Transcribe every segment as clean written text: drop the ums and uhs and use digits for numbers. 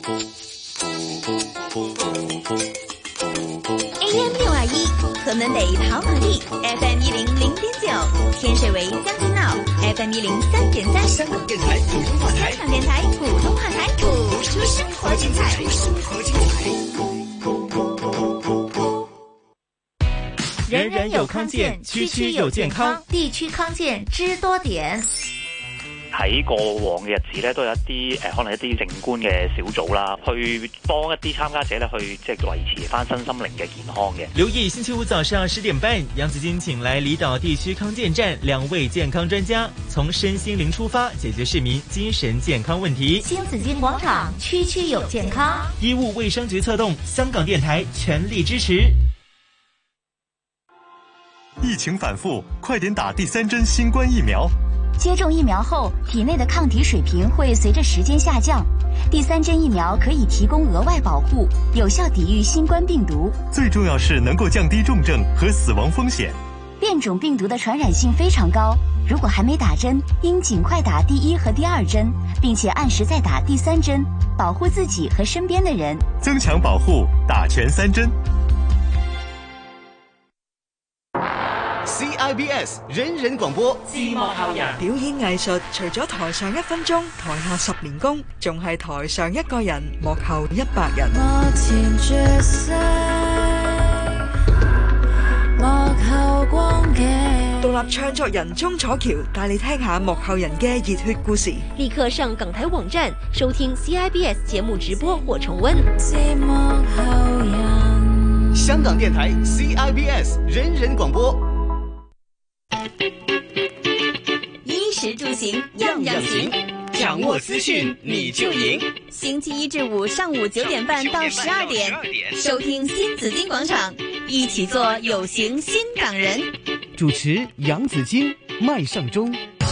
AM621河门北跑马地 FM100.9天水围将军澳 FM103.3 香港电台普通话台， 香港电台普通话台，谱出生活精彩。 人人有康健，區區有健康， 地區康健知多點。 喺過往嘅日子咧，都有一啲可能一啲靜觀嘅小組啦，去幫一啲參加者咧去即係維持翻身心靈嘅健康嘅。 留意星期五早上10點半，楊子矜請來離島地區康健站2位健康專家，從身心靈出發，解決市民精神健康問題。 新紫荊廣場區區有健康， 醫務衛生局策動，香港電台全力支持。 疫情反复，快点打第3針新冠疫苗。 接種疫苗後，體內的抗體水平會隨着時間下降。第3針疫苗可以提供額外保護，有效抵禦新冠病毒。 最重要是能夠降低重症和死亡風險。 變種病毒的傳染性非常高，如果還沒打針，應盡快打第1和第2針，並且按時再打第3針，保護自己和身邊的人。 增強保護，打全3針。 CIBS 人人廣播， 字幕後人。表演藝術除咗台上1分鐘，台下10年功，仲係台上1個人，幕後100人。 幕前絕世，幕後光景。 獨立唱作人鍾楚橋帶你聽下幕後人嘅熱血故事。 立刻上港台網站收聽 CIBS 節目直播或重溫。 字幕後人。 香港電台 CIBS 人人廣播。 衣食住行樣樣行， 掌握資訊你就贏。 星期1至5上午9點半到12點，收聽新紫荊廣場，一起做有型新港人。 主持楊子矜、麥尚中。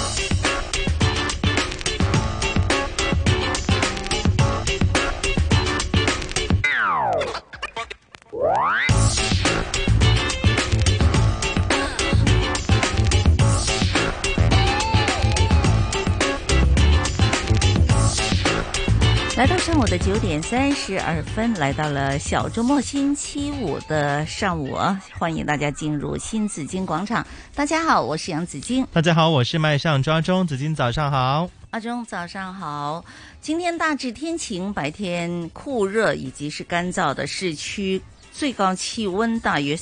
来到上午的9點32分，來到了小周末星期5的上午啊！歡迎大家進入新紫荊廣場。大家好，我是楊子矜。 大家好，我是麥尚抓中。子矜早上好。 阿中早上好。今天大致天晴，白天酷熱以及是乾燥的市區。最高氣溫大約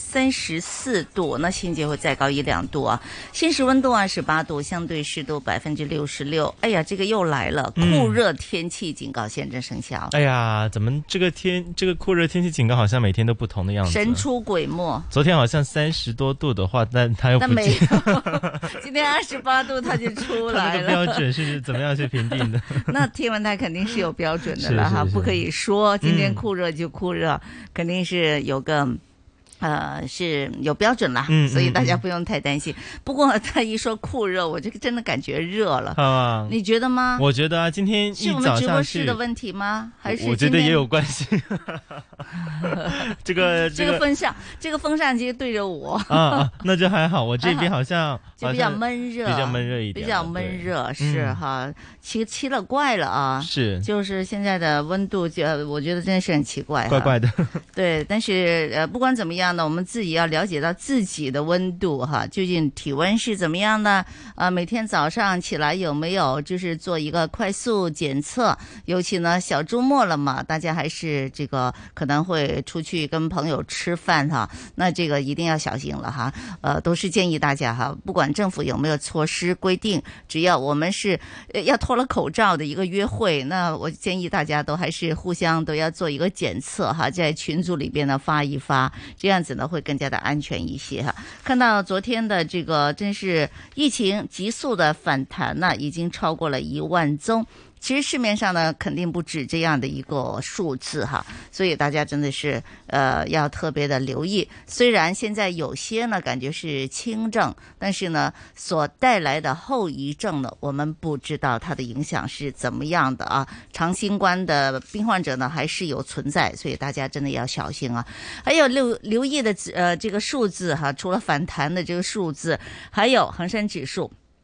34度，那新界會再高1-2度啊。現時溫度28度，相對濕度66%。哎呀，這個又來了，酷熱天氣警告現正生效。 哎呀，怎麼這個酷熱天氣警告好像每天都不同的樣子？ 神出鬼沒。昨天好像30多度的話，但它又不見。 今天28度它就出來了。 它那個標準是怎麼樣去評定的？ 那天文台肯定是有標準的了哈，不可以說今天酷熱就酷熱，肯定是有個是有標準啦，所以大家不用太擔心。不過他一說酷熱，我就真的感覺熱了。你覺得嗎？ 我覺得啊，今天是我們直播室的問題嗎？還是我覺得也有關係。這個風扇其實對着我啊，那就還好。我這邊好像就比較悶熱， 比較悶熱一點， 比較悶熱是哈，奇了怪了啊！ 是， 就是現在的溫度，我覺得真的是很奇怪， 怪怪的。 對，但是不管怎麼樣呢，我們自己要了解到自己的溫度哈，究竟體溫是怎麼樣呢？每天早上起來有沒有就是做一個快速檢測？尤其呢小周末了嘛，大家還是這個可能會出去跟朋友吃飯哈，那這個一定要小心了哈。都是建議大家哈，不管政府有沒有措施規定，只要我們是要脫了口罩的一個約會，那我建議大家都還是互相都要做一個檢測哈，在群組裏邊呢發一發，這樣子呢會更加的安全一些哈。看到昨天的這個真是疫情急速的反彈呢，已經超過了1萬宗。其實市面上呢肯定不止這樣的一個數字哈，所以大家真的是要特別的留意。雖然現在有些呢感覺是輕症，但是呢所帶來的後遺症呢，我們不知道它的影響是怎麼樣的啊。長新冠的病患者呢還是有存在，所以大家真的要小心啊。還有留意的這個數字哈，除了反彈的這個數字，還有恒生指數。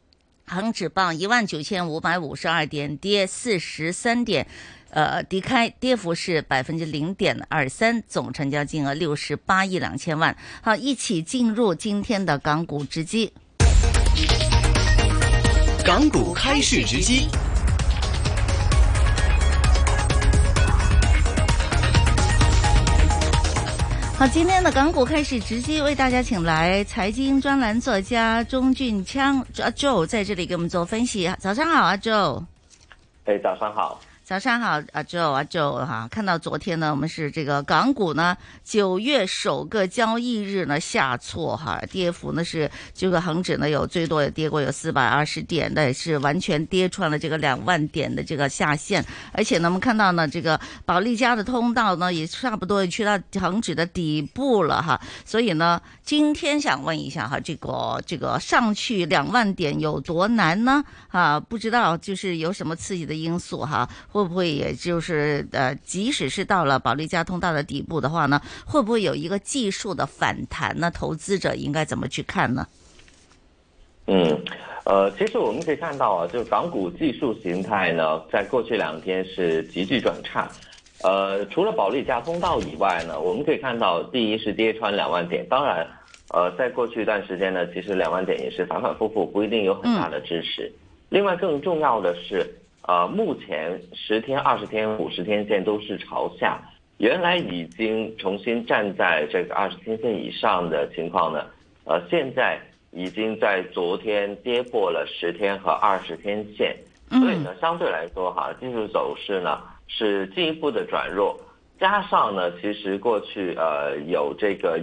恒指报19552点，跌43点。低开，跌幅是0.23%，总成交金额68亿2千万。好，一起进入今天的港股直击。 港股开市直击。 好，今天的港股开始直击，为大家请来财经专栏作家钟俊锵阿 Joe 在这里给我们做分析。早上好，阿 Joe。 早上好。 早上好，阿 Joe 哈，看到昨天呢，我们是这个港股呢9月首个交易日呢下挫哈，跌幅呢是这个恒指呢有最多也跌过有420点的，是完全跌穿了这个2万点的这个下限，而且呢我们看到呢这个保利加的通道呢也差不多去到恒指的底部了哈，所以呢今天想问一下哈，这个上去2万点有多难呢？啊，不知道就是有什么刺激的因素哈。会不会也就是即使是到了保利加通道的底部的话呢，会不会有一个技术的反弹呢？投资者应该怎么去看呢？ 其实我们可以看到啊，就港股技术形态呢，在过去2天是急剧转差。除了保利加通道以外呢，我们可以看到，第一是跌穿2万点，当然，在过去一段时间呢，其实2万点也是反反复复，不一定有很大的支持。另外更重要的是。目前10天、20天、50天线都是朝下，原来已经重新站在这个20天线以上的情况呢，现在已经在昨天跌破了10天和20天线，所以呢，相对来说哈，技术走势呢是进一步的转弱，加上呢，其实过去有这个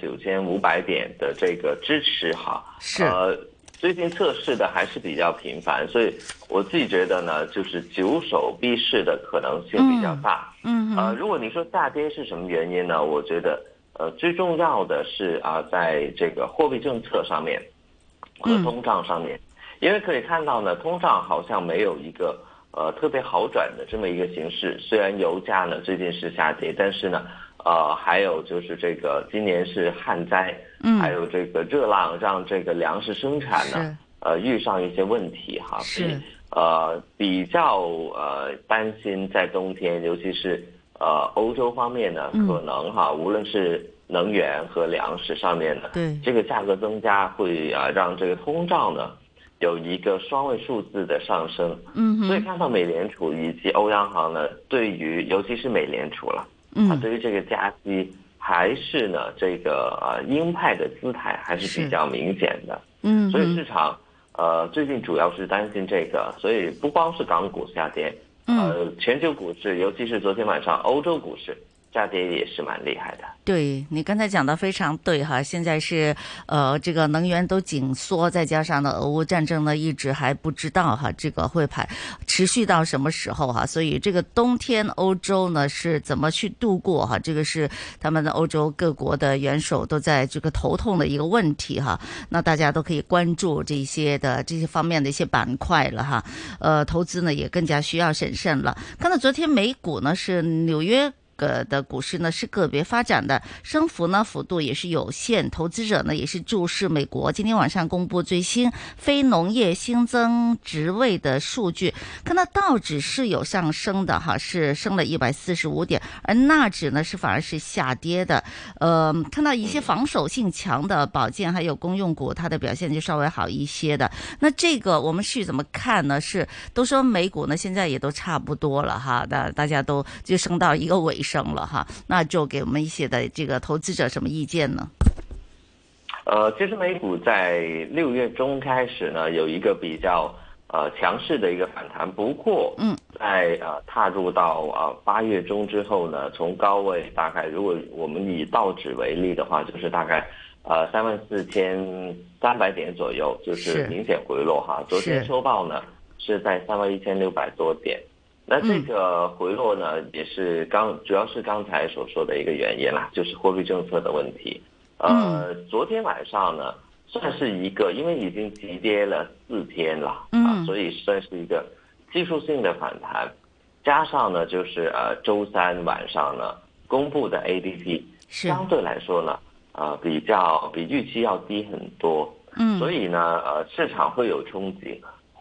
19500点的这个支持哈，是最近测试的还是比较频繁，所以我自己觉得呢，就是久守必势的可能性比较大。如果你说下跌是什么原因呢？我觉得最重要的是在这个货币政策上面和通胀上面，因为可以看到呢，通胀好像没有一个特别好转的这么一个形势。虽然油价呢最近是下跌，但是呢。还有就是这个今年是旱灾，还有这个热浪让这个粮食生产呢，遇上一些问题哈，所以比较担心在冬天，尤其是欧洲方面呢，可能哈，无论是能源和粮食上面呢，这个价格增加会让这个通胀呢有一个双位数字的上升。所以看到美联储以及欧央行呢，对于尤其是美联储了。对于这个加息还是呢这个鹰派的姿态还是比较明显的。所以市场最近主要是担心这个，所以不光是港股下跌，全球股市尤其是昨天晚上欧洲股市下跌也是蛮厉害的。 对，你刚才讲的非常对哈，现在是这个能源都紧缩，再加上呢俄乌战争呢一直还不知道哈，这个会持续到什么时候哈，所以这个冬天欧洲呢是怎么去度过哈，这个是他们的欧洲各国的元首都在这个头痛的一个问题哈，那大家都可以关注这些方面的一些板块了哈，投资呢也更加需要审慎了。看到昨天美股呢是纽约的股市呢是个别发展的，升幅呢幅度也是有限，投资者呢也是注视美国今天晚上公布最新非农业新增职位的数据，看到道指是有上升的哈，是升了145点，而纳指呢是反而是下跌的。看到一些防守性强的保健还有公用股，它的表现就稍微好一些的。那这个我们是怎么看呢？是都说美股呢现在也都差不多了哈，大家都就升到一个尾声了哈，那就给我们一些的这个投资者什么意见呢？ 其实美股在6月中开始呢有一个比较强势的一个反弹，不过在踏入到8月中之后呢，从高位大概如果我们以道指为例的话，就是大概34300点左右，就是明显回落哈。昨天收报呢是在31600多点。那这个回落呢，也是主要是刚才所说的一个原因啦，就是货币政策的问题。昨天晚上呢，算是一个，因为已经急跌了4天了所以算是一个技术性的反弹。加上呢，就是周三晚上呢公布的 ADP， 相对来说呢，比预期要低很多。所以呢，市场会有憧憬。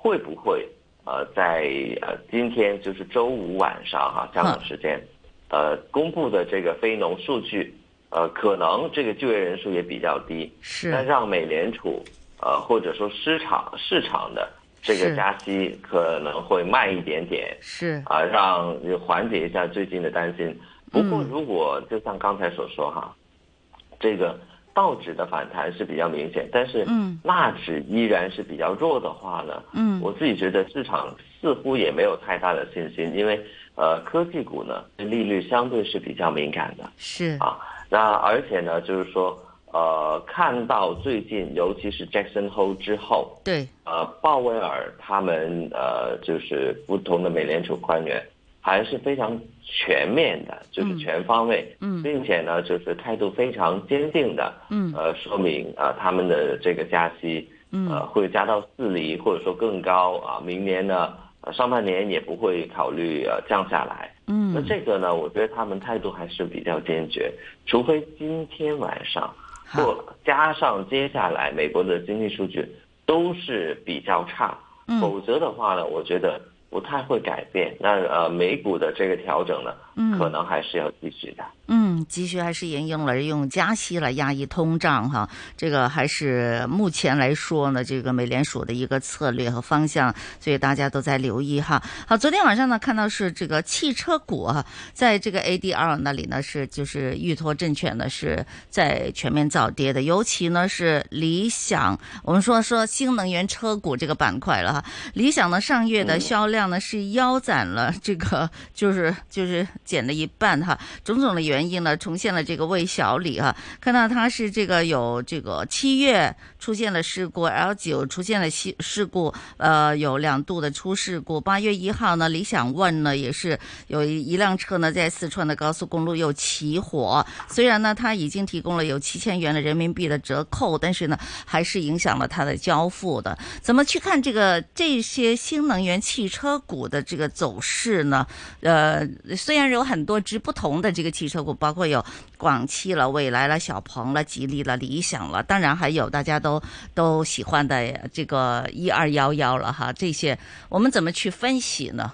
会不会在今天就是周五晚上香港时间公布的这个非农数据，可能这个就业人数也比较低， 是， 那让美联储或者说市场的这个加息可能会慢一点点， 是让缓解一下最近的担心。不过如果就像刚才所说这个道指的反弹是比较明显，但是纳指依然是比较弱的话呢，我自己觉得市场似乎也没有太大的信心，因为科技股呢利率相对是比较敏感的， 是那而且呢就是说看到最近尤其是 Jackson Hole 之后， 对鲍威尔他们就是不同的美联储官员还是非常全面的，就是全方位，并且呢就是态度非常坚定的，说明他们的这个加息会加到4厘或者说更高明年呢上半年也不会考虑降下来。那这个呢我觉得他们态度还是比较坚决，除非今天晚上或加上接下来美国的经济数据都是比较差，否则的话呢我觉得不太会改变。那美股的这个调整呢可能还是要继续的。 继续还是沿用了用加息来压抑通胀这个还是目前来说呢这个美联储的一个策略和方向，所以大家都在留意好，昨天晚上呢看到是这个汽车股在这个 ADR 那里呢是就是裕托证券呢是在全面造跌的，尤其呢是理想，我们说新能源车股这个板块了理想呢上月的销量呢是腰斩了，这个就是减了一半种种的原因呢重现了这个魏小李看到它是这个有这个7月出现了事故 ，L9 出现了事故，有2度的出事故。8月1号呢，理想 ONE 呢也是有一辆车呢在四川的高速公路又起火，虽然呢它已经提供了有7000元的人民币的折扣，但是呢还是影响了它的交付的。怎么去看这些新能源汽车股的这个走势呢？虽然有很多只不同的这个汽车股，包括有广汽了、蔚来了、小鹏了、吉利了、理想了，当然还有大家都喜欢的这个1211了这些我们怎么去分析呢？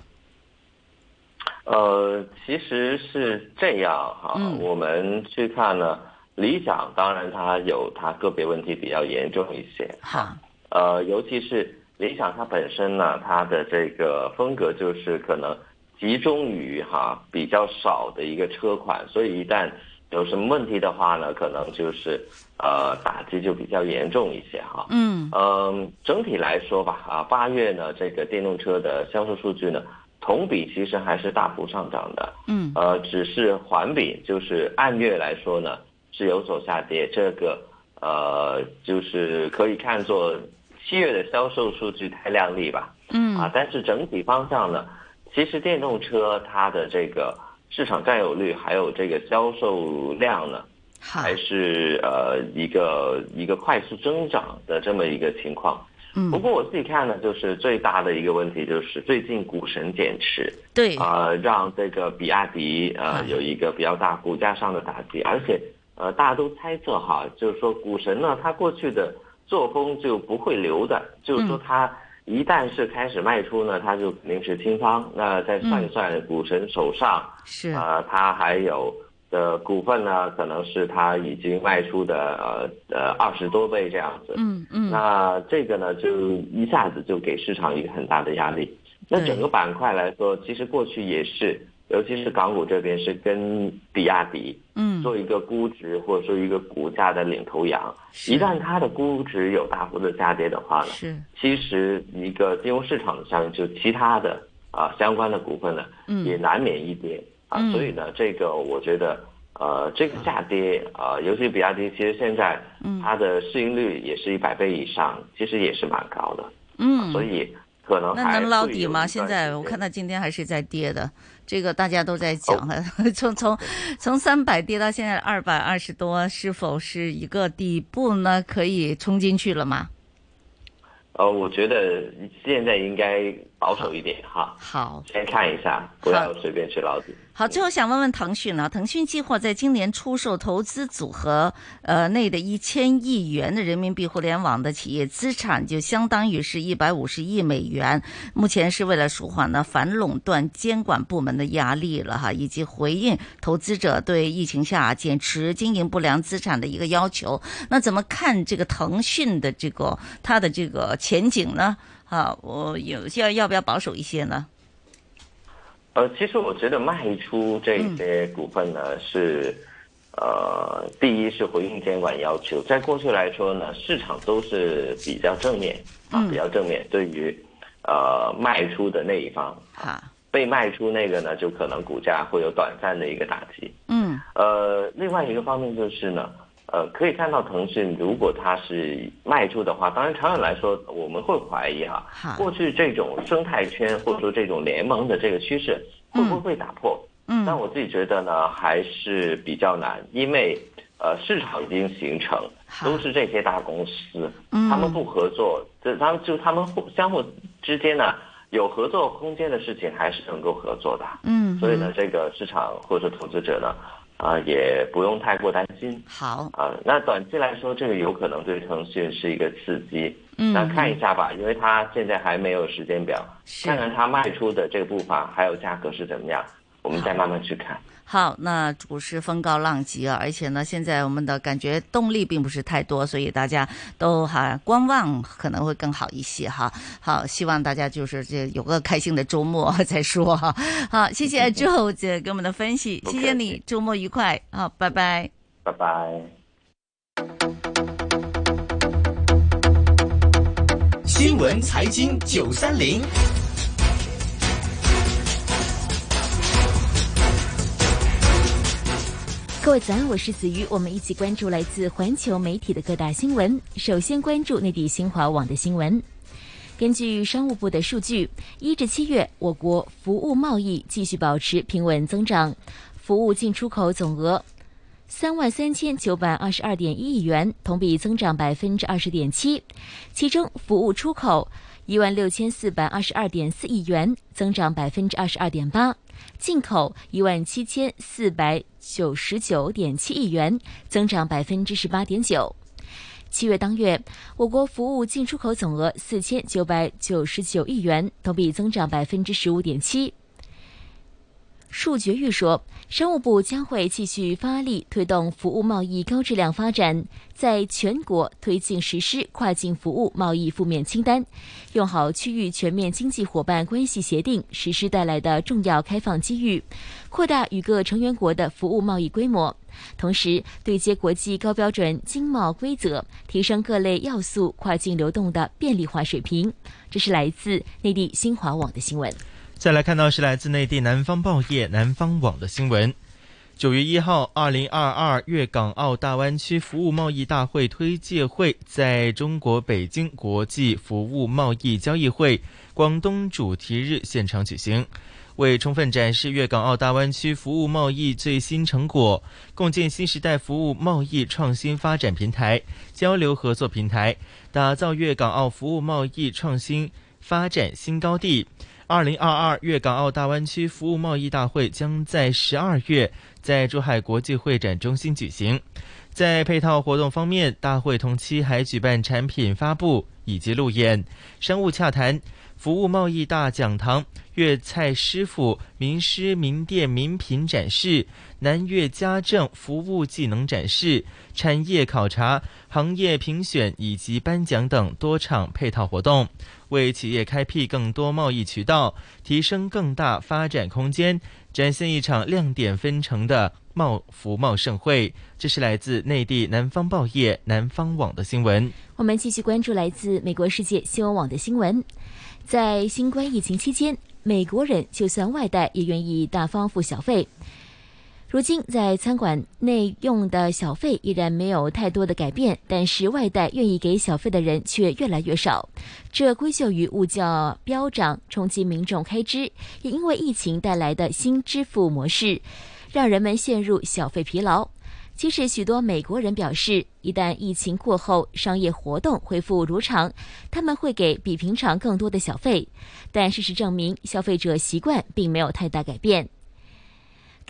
其实是这样我们去看呢，理想当然它有它个别问题比较严重一些尤其是理想它本身呢，它的这个风格就是可能集中于比较少的一个车款，所以一旦有什么问题的话呢，可能就是打击就比较严重一些整体来说吧8月呢这个电动车的销售数据呢同比其实还是大幅上涨的只是环比就是按月来说呢是有所下跌，这个就是可以看作7月的销售数据太靓丽吧但是整体方向呢，其实电动车它的这个市场占有率还有这个销售量呢还是一个快速增长的这么一个情况不过我自己看呢，就是最大的一个问题就是最近股神减持， 对让这个比亚迪有一个比较大股价上的打击，而且大家都猜测就是说股神呢他过去的作风就不会留的，就是说他一旦是开始卖出呢，他就肯定是清仓。那再算一算，股神手上是他还有的股份呢，可能是他已经卖出的20多倍这样子。那这个呢，就一下子就给市场一个很大的压力。那整个板块来说，其实过去也是，尤其是港股这边是跟比亚迪做一个估值或者说一个股价的领头羊。一旦它的估值有大幅的下跌的话呢，其实一个金融市场的效应，就其他的相关的股份呢也难免一跌所以呢，这个我觉得这个下跌尤其比亚迪，其实现在它的市盈率也是100倍以上，其实也是蛮高的所以可能还那能捞底吗？现在我看到今天还是在跌的，这个大家都在讲从300跌到现在220多，是否是一个底部呢？可以冲进去了吗？ 我觉得现在应该保守一点好，先看一下，不要随便去捞底。 好，最后想问问腾讯啊，腾讯计划在今年出售投资组合内的1000亿元的人民币互联网的企业资产，就相当于是150亿美元。目前是为了舒缓呢反垄断监管部门的压力了哈，以及回应投资者对疫情下减持经营不良资产的一个要求。那怎么看这个腾讯的它的这个前景呢？我要不要保守一些呢？ 其实我觉得卖出这些股份呢是，第一是回应监管要求，在过去来说呢，市场都是比较正面比较正面，对于卖出的那一方被卖出那个呢，就可能股价会有短暂的一个打击。另外一个方面就是呢，可以看到腾讯如果它是卖出的话，当然长远来说我们会怀疑过去这种生态圈或者说这种联盟的这个趋势会不会打破？但我自己觉得呢还是比较难，因为市场已经形成，都是这些大公司，他们不合作，他们相互之间呢有合作空间的事情还是能够合作的。所以呢这个市场或者投资者呢也不用太过担心。 好那短期来说，这个有可能对腾讯是一个刺激。那看一下吧，因为它现在还没有时间表，看看它卖出的这个步伐还有价格是怎么样，我们再慢慢去看。 好，那股市风高浪急而且呢，现在我们的感觉动力并不是太多，所以大家都观望可能会更好一些哈。好，希望大家就是有个开心的周末再说哈。好，谢谢周姐给我们的分析，谢谢你，周末愉快。好，拜拜， 拜拜。 新闻财经930。 各位早安，我是子瑜，我们一起关注来自环球媒体的各大新闻。首先关注内地新华网的新闻。根据商务部的数据，1至7月，我国服务贸易继续保持平稳增长，服务进出口总额33922.1亿元，同比增长20.7%，其中服务出口16422.4亿元，增长22.8%。进口17499.7亿元，增长18.9%。7月当月，我国服务进出口总额4999亿元，同比增长15.7%。数据预说，商务部将会继续发力推动服务贸易高质量发展，在全国推进实施跨境服务贸易负面清单，用好区域全面经济伙伴关系协定实施带来的重要开放机遇，扩大与各成员国的服务贸易规模，同时对接国际高标准经贸规则，提升各类要素跨境流动的便利化水平。这是来自内地新华网的新闻。 再来看到是来自内地南方报业南方网的新闻。9月1号，2022粤港澳大湾区服务贸易大会推介会在中国北京国际服务贸易交易会广东主题日现场举行。为充分展示粤港澳大湾区服务贸易最新成果，共建新时代服务贸易创新发展平台、交流合作平台，打造粤港澳服务贸易创新发展新高地。2022粤港澳大湾区服务贸易大会将在12月在珠海国际会展中心举行。在配套活动方面，大会同期还举办产品发布以及路演、商务洽谈、服务贸易大讲堂、粤菜师傅、名师名店名品展示、南粤家政服务技能展示、产业考察、行业评选以及颁奖等多场配套活动，为企业开辟更多贸易渠道，提升更大发展空间，展现一场亮点纷呈的服贸盛会。这是来自内地南方报业南方网的新闻。 我们继续关注来自美国世界新闻网的新闻。在新冠疫情期间，美国人就算外带也愿意大方付小费。如今在餐馆内用的小费依然没有太多的改变，但是外带愿意给小费的人却越来越少。这归咎于物价飙涨冲击民众开支，也因为疫情带来的新支付模式，让人们陷入小费疲劳。即使许多美国人表示，一旦疫情过后，商业活动恢复如常，他们会给比平常更多的小费，但事实证明，消费者习惯并没有太大改变。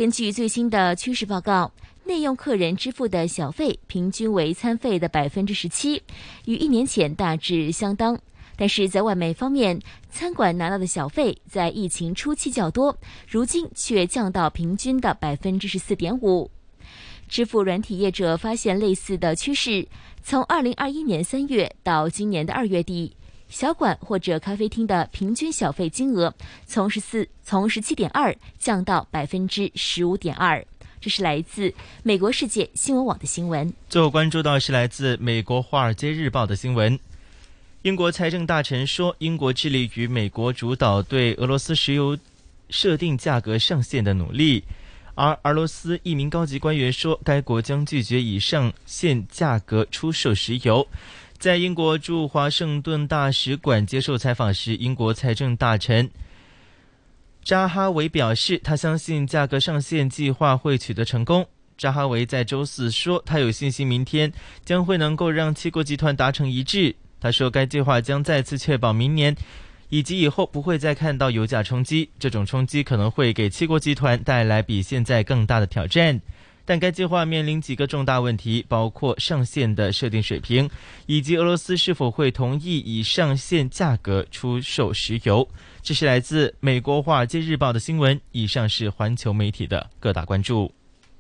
根据最新的趋势报告，内用客人支付的小费平均为餐费的17%，与1年前大致相当。但是在外卖方面，餐馆拿到的小费在疫情初期较多，如今却降到平均的14.5%。支付软体业者发现类似的趋势，从2021年3月到今年的2月底，小馆或者咖啡厅的平均小费金额从17.2%降到15.2%。这是来自美国世界新闻网的新闻。 最后关注到是来自美国《华尔街日报》的新闻。英国财政大臣说，英国致力于美国主导对俄罗斯石油设定价格上限的努力，而俄罗斯一名高级官员说，该国将拒绝以上限价格出售石油。在英国驻华盛顿大使馆接受采访时，英国财政大臣扎哈维表示，他相信价格上限计划会取得成功。扎哈维在周四说，他有信心明天将会能够让七国集团达成一致。他说，该计划将再次确保明年以及以后不会再看到油价冲击，这种冲击可能会给七国集团带来比现在更大的挑战。但该计划面临几个重大问题，包括上限的设定水平，以及俄罗斯是否会同意以上限价格出售石油。这是来自美国《华尔街日报》的新闻。以上是环球媒体的各大关注。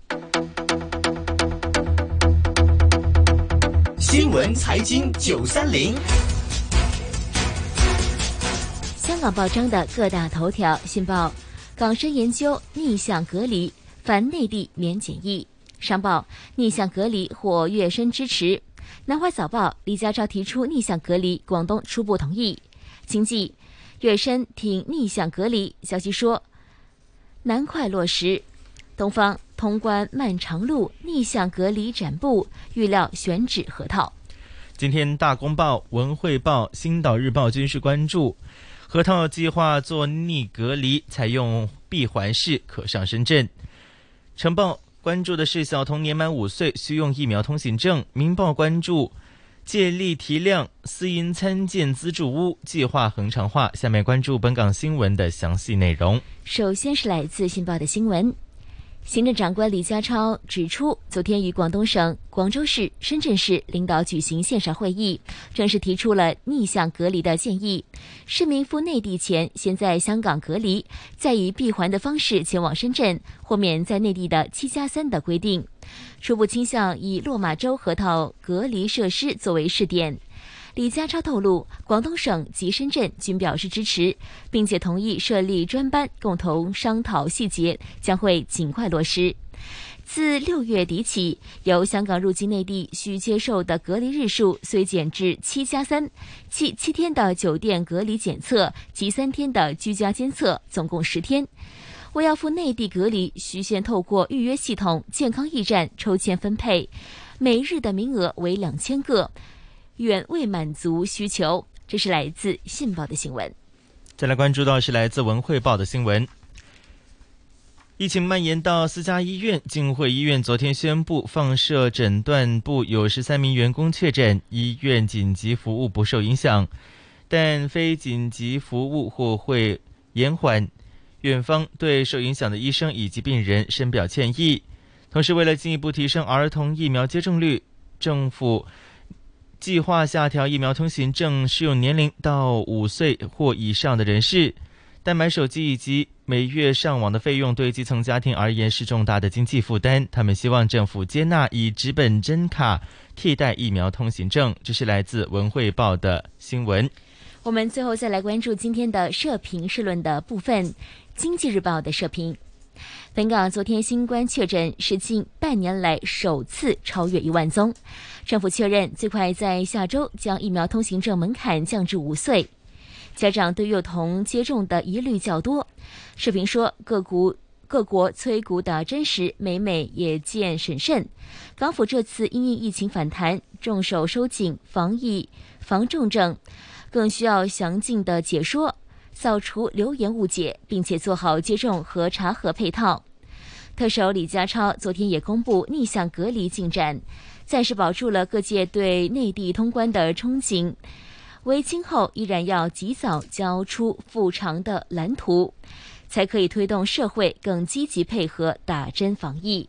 新闻财经930， 香港报章的各大头条：信报，港深研究逆向隔离，反内地免检疫；商报，逆向隔离获粤深支持；南华早报，李家超提出逆向隔离，广东初步同意；经济，粤深挺逆向隔离，消息说难快落实；东方，通关漫长路，逆向隔离展布，预料选址河套。 今天大公报、文汇报、星岛日报均是关注河套计划做逆隔离，采用闭环式可上深圳。晨报关注的是小童年满5岁需用疫苗通行证。明报关注借力提亮私营参建资助屋计划恒常化。下面关注本港新闻的详细内容。 首先是来自信报的新闻。行政长官李家超指出，昨天与广东省、广州市、深圳市领导举行线上会议，正式提出了逆向隔离的建议。市民赴内地前先在香港隔离，再以闭环的方式前往深圳，豁免在内地的7+3的规定。初步倾向以落马洲河套隔离设施作为试点。李家超透露，广东省及深圳均表示支持，并且同意设立专班共同商讨细节，将会尽快落实。自6月底起，由香港入境内地需接受的隔离日数虽减至7+3，即7天的酒店隔离检测及3天的居家监测，总共10天。为要赴内地隔离，需先透过预约系统健康驿站抽签分配，每日的名额为2000个。远未满足需求。这是来自信报的新闻。 再来关注到是来自文汇报的新闻。疫情蔓延到4家医院，浸会医院昨天宣布放射诊断部有13名员工确诊，医院紧急服务不受影响，但非紧急服务或会延缓。院方对受影响的医生以及病人深表歉意。同时，为了进一步提升儿童疫苗接种率，政府计划下调疫苗通行证适用年龄到5岁或以上的人士。但买手机以及每月上网的费用对基层家庭而言是重大的经济负担，他们希望政府接纳以纸本真卡替代疫苗通行证。这是来自文汇报的新闻。 我们最后再来关注今天的社评社论的部分。经济日报的社评，本港昨天新冠确诊是近半年来首次超越1万宗，政府确认最快在下周将疫苗通行证门槛降至5岁。家长对幼童接种的疑虑较多。社评说，各国催谷打针时每也见审慎。港府这次因应疫情反弹，重手收紧防疫防重症，更需要详尽的解说，扫除流言误解，并且做好接种和查核配套。特首李家超昨天也公布逆向隔离进展，暂时保住了各界对内地通关的憧憬，为今后依然要及早交出复常的蓝图。 才可以推动社会更积极配合打针防疫。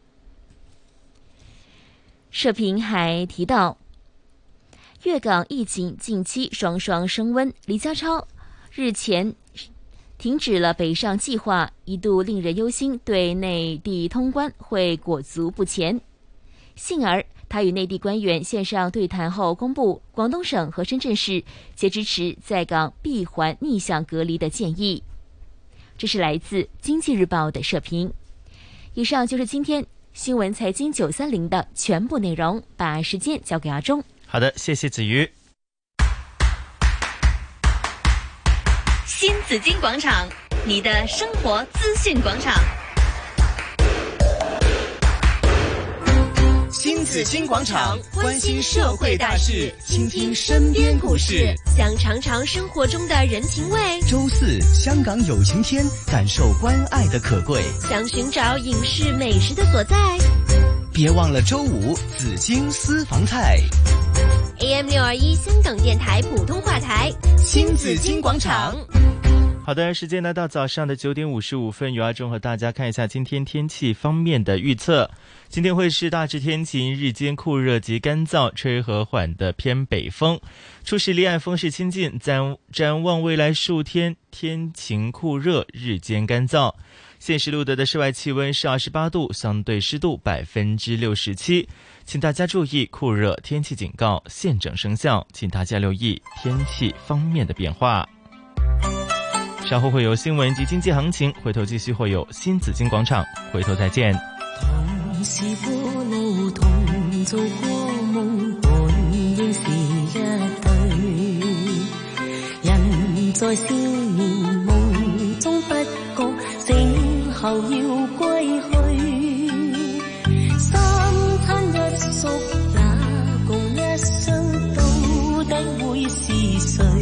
社评还提到，粤港疫情近期双双升温，李家超日前停止了北上计划，一度令人忧心对内地通关会裹足不前。幸而他与内地官员线上对谈后公布，广东省和深圳市皆支持在港闭环逆向隔离的建议。这是来自《经济日报》的社评。以上就是今天新闻财经930的全部内容，把时间交给阿忠。 好的，谢谢子瑜。 新紫金广场，你的生活资讯广场。 新紫金广场，关心社会大事，倾听身边故事， 想尝尝生活中的人情味。 周四，香港有晴天，感受关爱的可贵。 想寻找影视美食的所在， 别忘了周五紫金私房菜。 AM621香港电台普通话台， 新紫金广场。 好的，时间来到早上的9点55分，由阿忠和大家看一下今天天气方面的预测。今天会是大致天晴，日间酷热及干燥，吹和缓的偏北风。初时离岸风势清劲，展望未来数天天晴酷热，日间干燥。现时录得的室外气温是28度，相对湿度67%。请大家注意酷热天气警告现正生效，请大家留意天气方面的变化。稍后会有新闻及经济行情，回头继续会有新紫金广场，回头再见。 同是過路，同做過夢，本應是一對。人在少年夢中不覺，醒後要歸去。三餐一宿也共一雙，到底會是誰？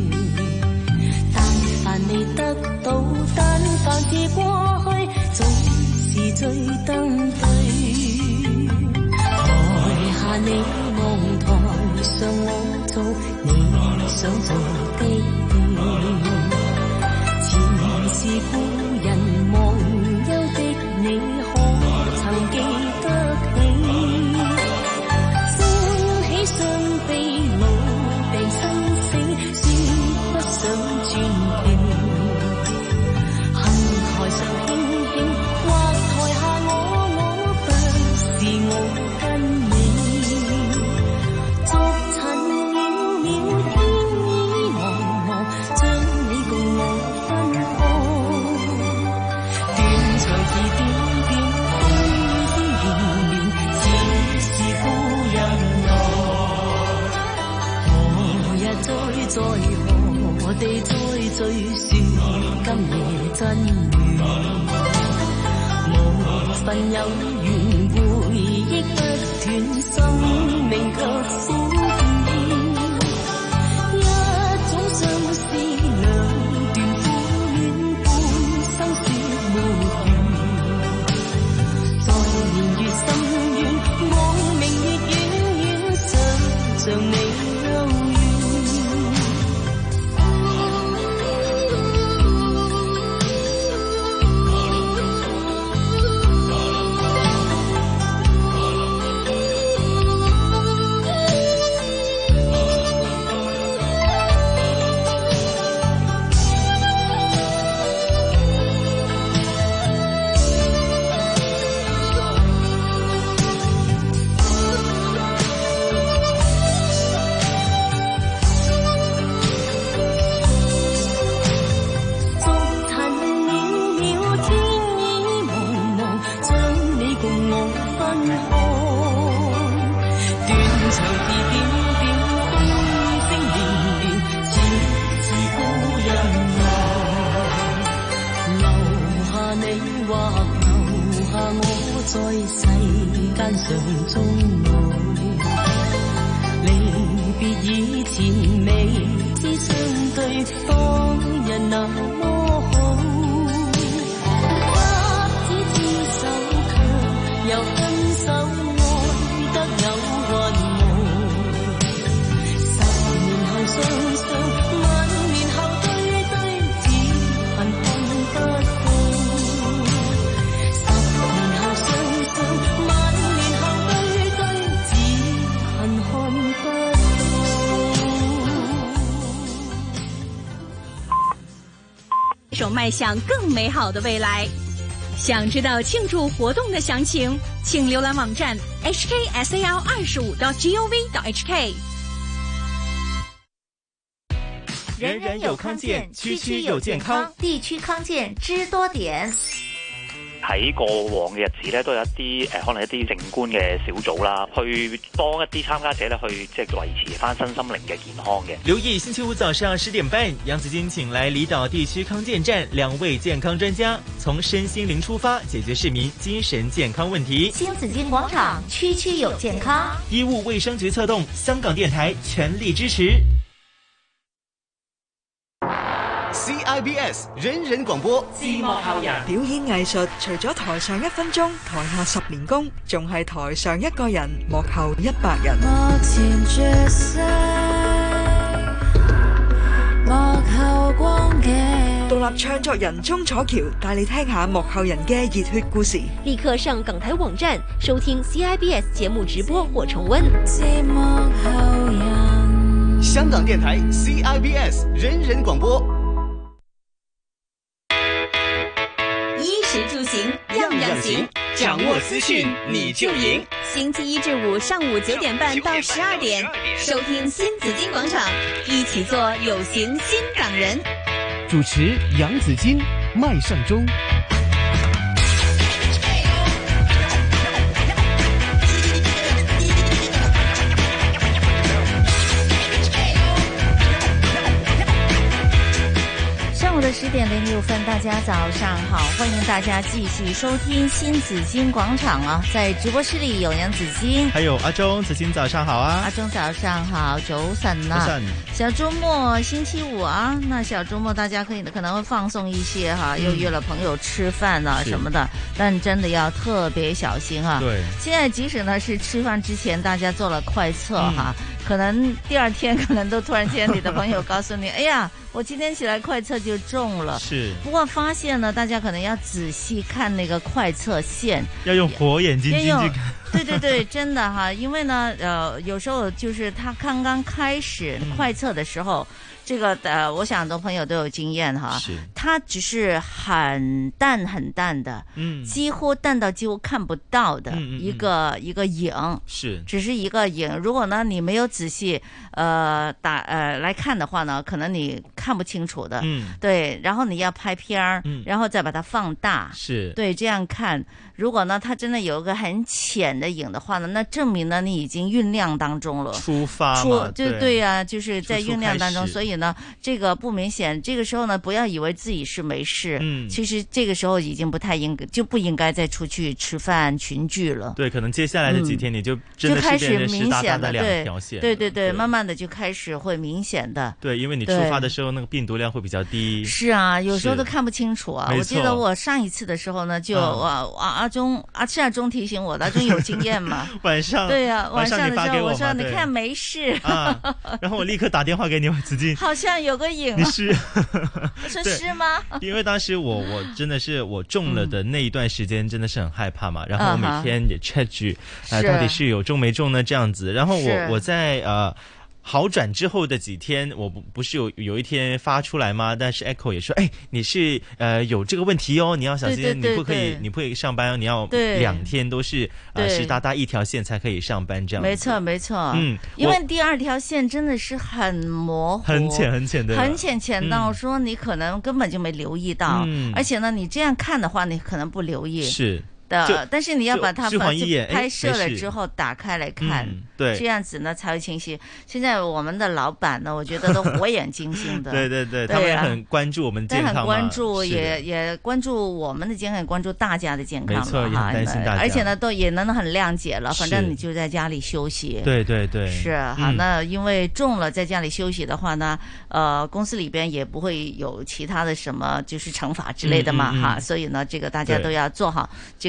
未得到，但凡是過去，總是最登對。台下你望，台上我做你想做的戲。前是故人忘憂的你，可曾記得起？歡喜相悲，老病生死，說不想轉變。台上輕輕，或台下我不是我跟你，逐塵渺渺，天意茫茫，將你共我分開。斷腸字點點，歡聲連連，似是故人來。何日再何地再聚，說今夜真無份有緣，回憶不斷，生命卻苦甜。一種相思，兩段苦戀，半生說沒完。在年月深遠，望明月遠遠，想像你幽怨。相信，萬年後對對，只恨碰不到。 手迈向更美好的未来。想知道庆祝活动的详情，请浏览网站 hksal25.gov.hk。 人人有康健，区区有健康， 地區康健知多點。 喺過往嘅日子咧，都有一啲可能一啲靜觀嘅小組啦，去幫一啲參加者咧去即係維持翻身心靈嘅健康嘅。 留意星期五早上10點半，楊子矜請來離島地區康健站2位健康專家，從身心靈出發，解決市民精神健康問題。 新紫荊廣場區區有健康， 醫務衛生局策動，香港電台全力支持。 CIBS 人人廣播， 字幕後人表演藝術，除咗台上1分鐘，台下10年功，仲係台上一個人，幕後100人。 幕前絕世，幕後光景。 獨立唱作人鍾楚橋帶你聽下幕後人嘅熱血故事。 立刻上港台網站收聽 CIBS 節目直播或重溫。 字幕後人， 香港電台 CIBS 人人廣播。 衣食住行樣樣行， 掌握資訊你就贏。 星期1至5上午9點半到12點，收聽新紫荊廣場，一起做有型新港人。 主持楊子矜、麥尚中。 10點06分，大家早上好，歡迎大家繼續收聽新紫荊廣場啊！在直播室裏有楊子矜， 還有阿中，子矜早上好啊！ 阿中早上好，早晨啊！ 早晨。小周末星期五啊，那小周末大家可能會放鬆一些哈，又約了朋友吃飯啊什麼的，但真的要特別小心啊！ 對， 現在即使呢是吃飯之前大家做了快測哈，可能第二天可能都突然間你的朋友告訴你，哎呀，我今天起來快測就中了。 是， 不過發現呢，大家可能要仔細看那個快測線， 要用火眼金睛去看。 對對對，真的哈，因為呢，有時候就是他剛剛開始快測的時候，這個我想很多朋友都有經驗哈，是，它只是很淡很淡的，幾乎淡到幾乎看不到的一個影，是，只是一個影。如果呢你沒有仔細來看的話呢，可能你看不清楚的，對，然後你要拍片兒，然後再把它放大，是，對，這樣看。如果呢它真的有一個很淺的影的話呢，那證明呢你已經醞釀當中了， 出發嘛， 對呀，就是在醞釀當中，所以呢這個不明顯，這個時候呢不要以為自己是沒事，其實這個時候已經不應該再出去吃飯群聚了。 對，可能接下來的幾天你就真的是變成濕噠噠的兩條線， 對，慢慢的就開始會明顯的。 對，因為你出發的時候那個病毒量會比較低。 是啊，有時候都看不清楚啊。我記得我上一次的時就阿中提醒我的，阿中有經驗嘛？ 晚上對呀，晚上的時候我說你看沒事， 然後我立刻打電話給你，子矜， 好像有個影， 你是？ 說是嗎？ 因為當時我真的是我中了的那一段時間真的是很害怕嘛，然後我每天也 check 住，到底是有中沒中呢？這樣子，然後我在好轉之後的幾天，我不是有一天發出來嗎？但是 Echo 也說，哎，你是有這個問題哦，你要小心，對對對對，你不可以上班哦，你要2天都是濕噠噠一條線才可以上班，這樣。 沒錯沒錯，因為第二條線真的是很模糊， 很淺的， 很淺到說你可能根本就沒留意到，而且呢，你這樣看的話，你可能不留意。是。但是你要把它拍攝了之後打開來看，對，這樣子呢才會清晰。現在我們的老闆呢，我覺得都火眼金睛的， 對，他們很關注我們健康嘛， 很關注，也關注我們的健康，也關注大家的健康， 沒錯，也很擔心大家， 而且呢都也能很諒解了，反正你就在家裡休息， 對， 是好。那因為中了在家裡休息的話呢，公司裡邊也不會有其他的什麼就是懲罰之類的嘛，哈，所以呢這個大家都要做好這個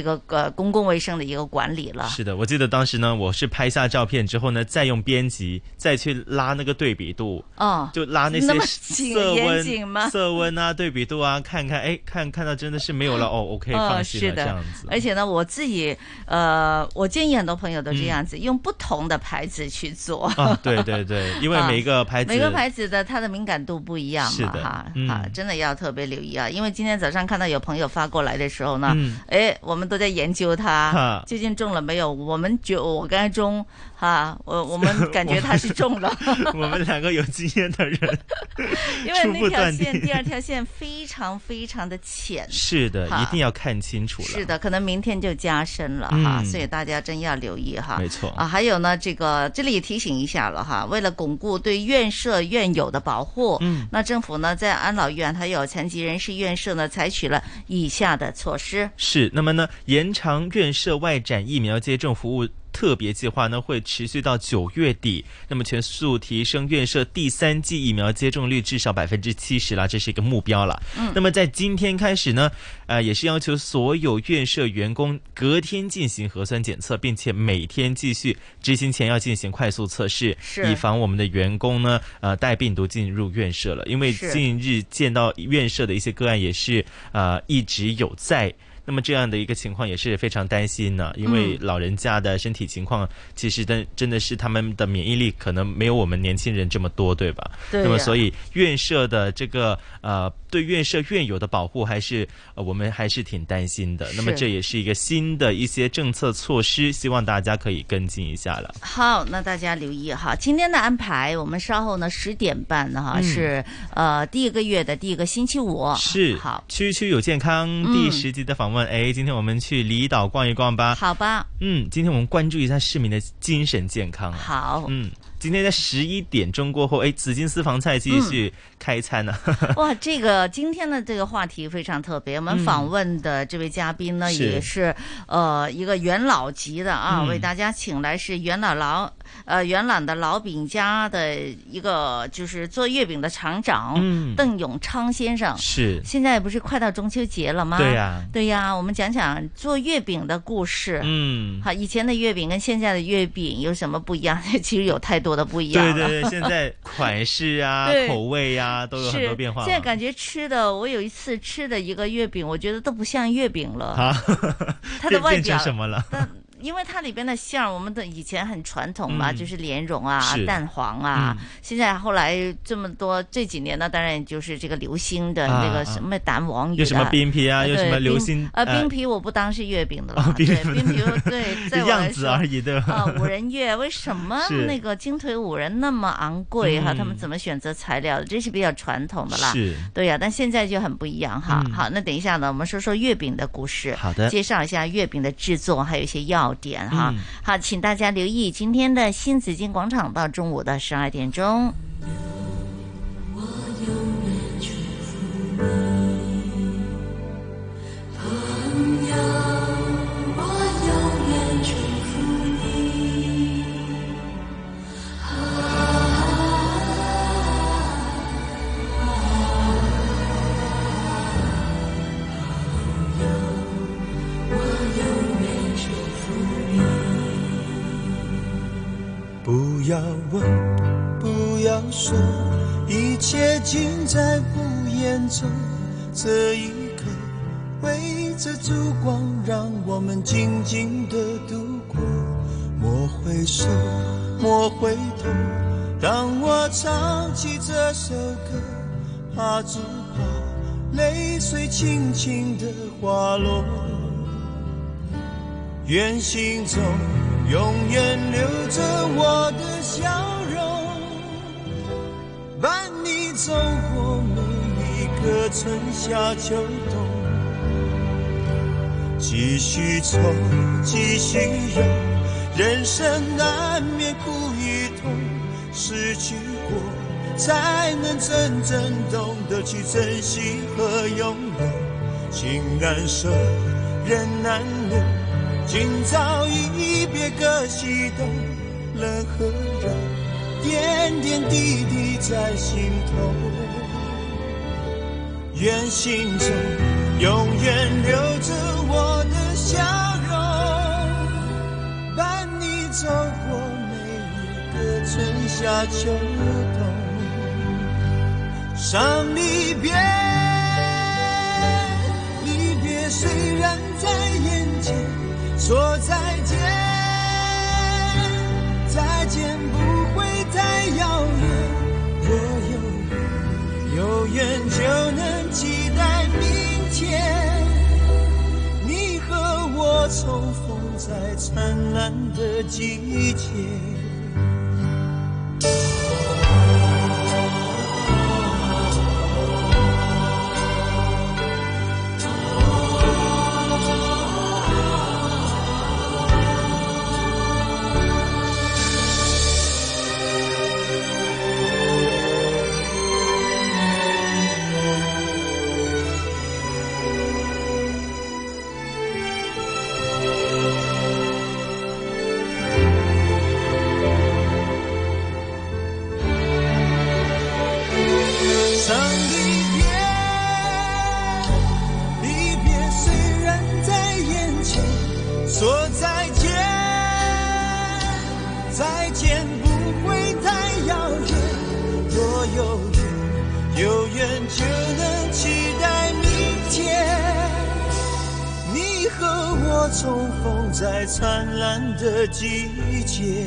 个公共卫生的一个管理了。 是的，我记得当时呢，我是拍下照片之后呢，再用编辑再去拉那个对比度，就拉那些色温啊、对比度啊，看到真的是没有了OK，放弃了这样子。 而且呢，我自己我建议很多朋友都这样子，用不同的牌子去做。 对，因为每个牌子的它的敏感度不一样嘛，真的要特别留意啊！因为今天早上看到有朋友发过来的时候呢，我们都在研究它究竟中了没有。我刚才中我们感觉它是中了。 我们两个有经验的人， 因为那条线第二条线非常非常的浅， 是的，一定要看清楚了。 是的，可能明天就加深了所以大家真要留意没错还有呢，这里也提醒一下了为了巩固对院舍院友的保护，那政府呢在安老院还有残疾人士院舍呢采取了以下的措施。 是，那么呢，延长院舍外展疫苗接种服务特别计划呢会持续到9月底，那么全速提升院舍第3剂疫苗接种率至少70%啦，这是一个目标了。那么在今天开始呢，也是要求所有院舍员工隔天进行核酸检测，并且每天继续执行前要进行快速测试，以防我们的员工呢带病毒进入院舍了。因为近日见到院舍的一些个案也是一直有在。那么这样的一个情况也是非常担心呢，因为老人家的身体情况其实真的是他们的免疫力可能没有我们年轻人这么多，对吧？ 对。 那么所以院舍的这个对院舍院友的保护还是我们还是挺担心的。那么这也是一个新的一些政策措施，希望大家可以跟进一下了。 好，那大家留意今天的安排，我们稍后呢10点半呢是第一个月的第一个星期五。 是。好，区区有健康第10集的访问。今天我们去离岛逛一逛吧。 好吧。 今天我们关注一下市民的精神健康。 好。 今天在11点钟过后，紫金私房菜继续开餐呢。 哇，今天的这个话题非常特别。我们访问的这位嘉宾呢，也是一个元老级的为大家请来是元朗的老饼家的一个就是做月饼的厂长邓永昌先生。 是。现在不是快到中秋节了吗？对呀，我们讲讲做月饼的故事。好，以前的月饼跟现在的月饼有什么不一样？其实有太多的不一样了。 对，现在款式口味都有很多变化。 现在感觉吃的，我有一次吃的一个月饼，我觉得都不像月饼了。它的外表变成什么了？ 因为它里边的馅，我们的以前很传统嘛，就是莲蓉蛋黄现在后来这几年呢，当然就是这个流星的那个什么蛋黄有什么冰皮有什么流星冰皮我不当是月饼的了。对，冰皮在我来说样子而已，对吧？ 五仁月为什么那个金腿五仁那么昂贵他们怎么选择材料的？这是比较传统的啦。 是。 对呀，但现在就很不一样好，那等一下呢，我们说说月饼的故事。 好的。 介绍一下月饼的制作，还有一些要点好，请大家留意今天的新紫金广场到中午的12点钟。 不要问，不要说，一切尽在不言中。这一刻，围着烛光，让我们静静地度过。莫回首，莫回头，当我唱起这首歌，怕只怕泪水轻轻地滑落。愿心中永远留着我的笑容，伴你走过每一个春夏秋冬。继续走，继续游，人生难免苦与痛，失去过才能真正懂得去珍惜和拥有。情难舍，人难留，今朝一别各西东，人和人点点滴滴在心头。愿心中永远留着我的笑走过每一个春夏秋冬，伤离别，离别虽然在眼前，说再见，再见不会太遥远，若有缘就能期待明天，你和我重逢在灿烂的季节。有缘就能期待明天，你和我重逢在灿烂的季节。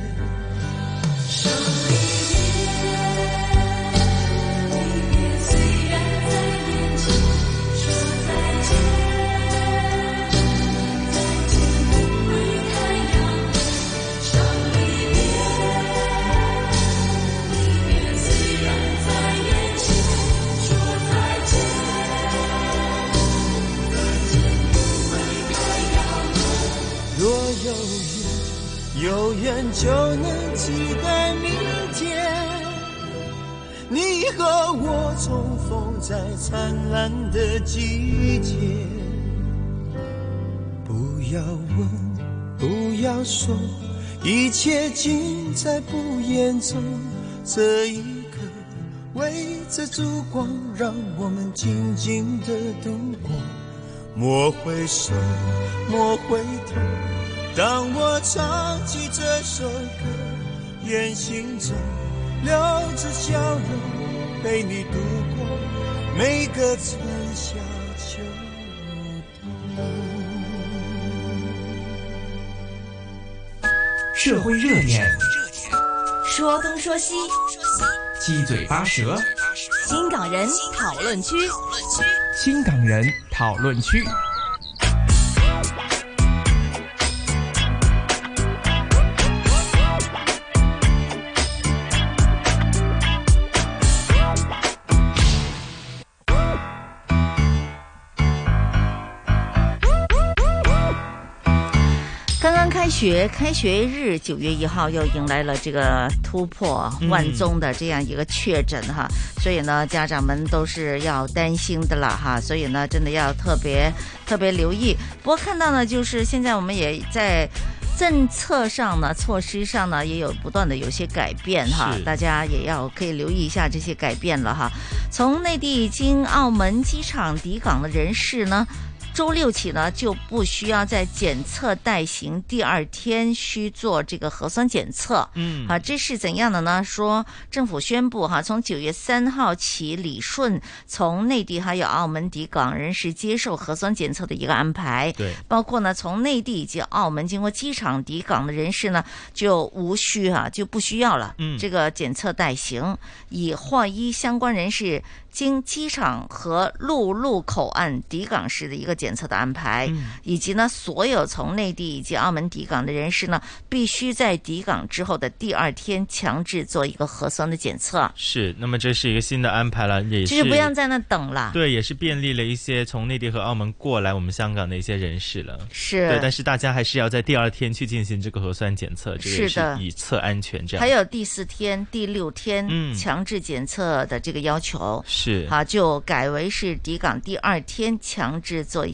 有缘就能期待明天，你和我重逢在灿烂的季节。不要问，不要说，一切尽在不言中。这一刻围着烛光，让我们静静地度过。莫回首，莫回头，当我唱起这首歌，愿心中留着笑容，陪你度过每个春夏秋冬。 社会热点， 说东说西， 七嘴八舌， 新港人讨论区， 新港人讨论区。 开学日9月1号又迎来了这个突破万宗的这样一个确诊哈，所以呢家长们都是要担心的了哈，所以呢真的要特别留意。不过看到呢，就是现在我们也在政策上呢、措施上呢，也有不断的有些改变哈，大家也要可以留意一下这些改变了哈。从内地经澳门机场抵港的人士呢，周6起呢就不需要在检测待行第2天需做这个核酸检测。这是怎样的呢？说政府宣布哈，从9月3号起理顺从内地还有澳门抵港人士接受核酸检测的一个安排。对，包括呢从内地以及澳门经过机场抵港的人士呢，就无需就不需要了。这个检测待行，以或依相关人士经机场和陆路口岸抵港时的一个检测的安排，以及呢所有从内地以及澳门抵港的人士呢，必须在抵港之后的第2天强制做一个核酸的检测。 是，那么这是一个新的安排了，也是就是不要在那等了。对， 也是便利了一些从内地和澳门过来我们香港的一些人士了。 是， 对，但是大家还是要在第2天去进行这个核酸检测，这个也是以测安全这样。 还有第4天、第6天强制检测的这个要求。 是， 就改为是抵港第2天强制做一个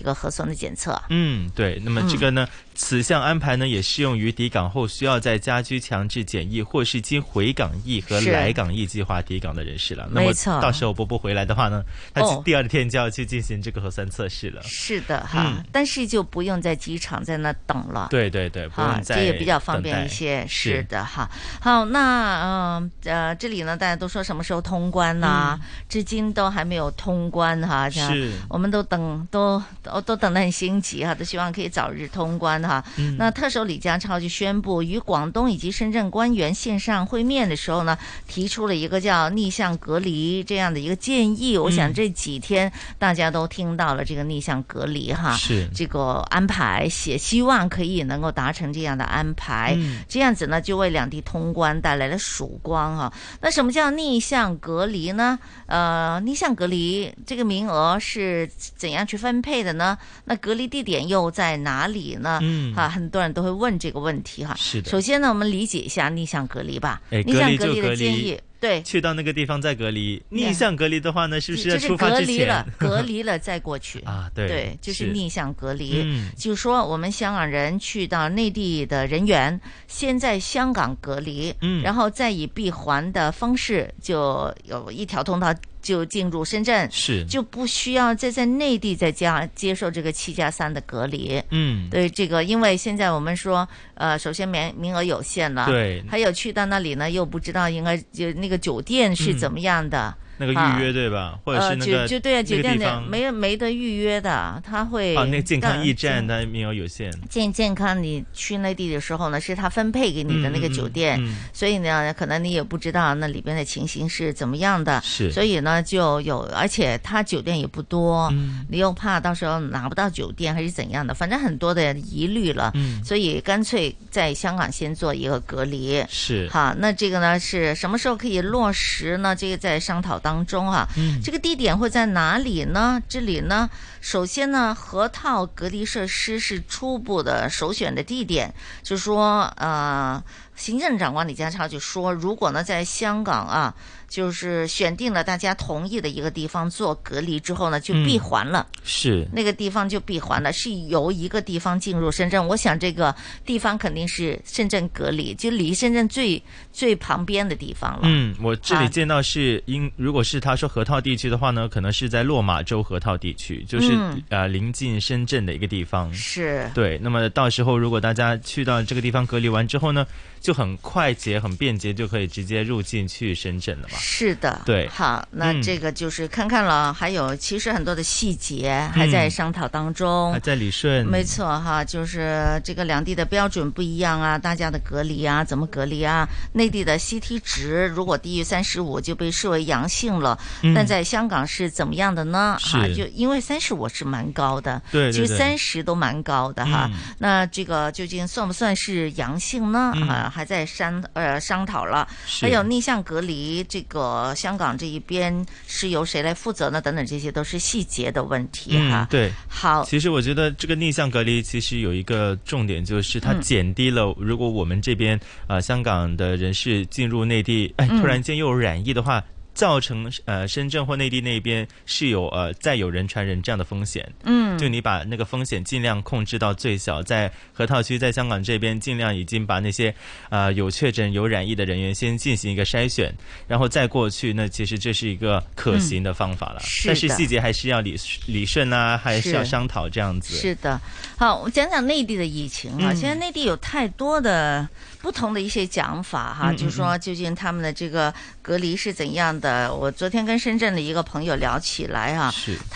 一个核酸的检测。 对。那么这个呢，此项安排呢也适用于抵港后需要在家居强制检疫或是经回港疫和来港疫计划抵港的人士了。那么到时候波波回来的话呢，他第二天就要去进行这个核酸测试了。 是的哈，但是就不用在机场在那等了。 对，不用再这也比较方便一些。是的哈。好，那这里呢，大家都说什么时候通关呢？至今都还没有通关哈。是，我们都等得很心急哈，都希望可以早日通关哈。那特首李家超就宣布，与广东以及深圳官员线上会面的时候呢，提出了一个叫逆向隔离这样的一个建议。我想这几天大家都听到了这个逆向隔离哈，是这个安排，也希望可以能够达成这样的安排，这样子呢就为两地通关带来了曙光哈。那什么叫逆向隔离呢？逆向隔离这个名额是怎样去分配的呢？那隔离地点又在哪里呢？很多人都会问这个问题哈。是的。首先呢，我们理解一下逆向隔离吧。逆向隔离的建议。对， 去到那个地方再隔离。逆向隔离的话呢，是不是在出发之前隔离了再过去啊？对， 就是逆向隔离。就是说我们香港人去到内地的人员，先在香港隔离，然后再以闭环的方式，就有一条通道就进入深圳，是就不需要再在内地再接受这个7+3的隔离。对，这个因为现在我们说，首先名额有限了，对，还有去到那里呢，又不知道应该就那个酒店是怎么样的。 那个预约对吧？或者是那个就对啊，酒店的没得预约的，他会那个健康驿站它名额有限。 健康你去内地的时候呢，是他分配给你的那个酒店，所以呢，可能你也不知道那里边的情形是怎么样的。是，所以呢就有，而且他酒店也不多，你又怕到时候拿不到酒店还是怎样的，反正很多的疑虑了。所以干脆在香港先做一个隔离。是，好，那这个呢是什么时候可以落实呢？这个在商讨当中啊，这个地点会在哪里呢？这里呢，首先呢，河套隔离设施是初步的首选的地点，就是说，行政长官李家超就说，如果呢在香港啊，就是选定了大家同意的一个地方做隔离之后呢，就闭环了。是那个地方就闭环了，是由一个地方进入深圳。我想这个地方肯定是深圳隔离，就离深圳最旁边的地方了。 我这里见到是如果是他说河套地区的话呢，可能是在落马洲河套地区，就是临近深圳的一个地方。是对。那么到时候如果大家去到这个地方隔离完之后呢，就很快捷很便捷，就可以直接入境去深圳了嘛。是的，对。好，那这个就是看看了，还有其实很多的细节还在商讨当中，还在理顺。没错哈，就是这个两地的标准不一样啊，大家的隔离啊，怎么隔离啊？内地的 CT 值如果低于35就被视为阳性了，但在香港是怎么样的呢？哈，就因为35是蛮高的，对，其实30都蛮高的哈。那这个究竟算不算是阳性呢？还在商讨了。还有逆向隔离，这个香港这一边是由谁来负责呢？等等，这些都是细节的问题哈。对，好。其实我觉得这个逆向隔离其实有一个重点，就是它减低了如果我们这边香港的人士进入内地，突然间又有染疫的话，造成深圳或内地那边是有再有人传人这样的风险。就你把那个风险尽量控制到最小，在河套区在香港这边尽量已经把那些有确诊有染疫的人员先进行一个筛选，然后再过去，那其实这是一个可行的方法了。但是细节还是要理顺啊，还是要商讨这样子。是的。好，我讲讲内地的疫情啊。现在内地有太多的不同的一些讲法哈，就是说究竟他们的这个隔离是怎样的。我昨天跟深圳的一个朋友聊起来哈，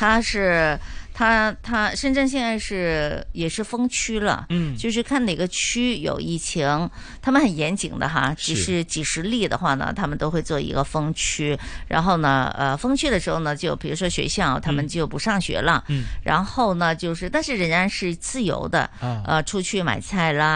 他深圳现在也是封区了，就是看哪个区有疫情，他们很严谨的哈，只是几十例的话呢，他们都会做一个封区，然后呢，封区的时候呢，就比如说学校他们就不上学了，然后呢，就是但是仍然是自由的，出去买菜啦。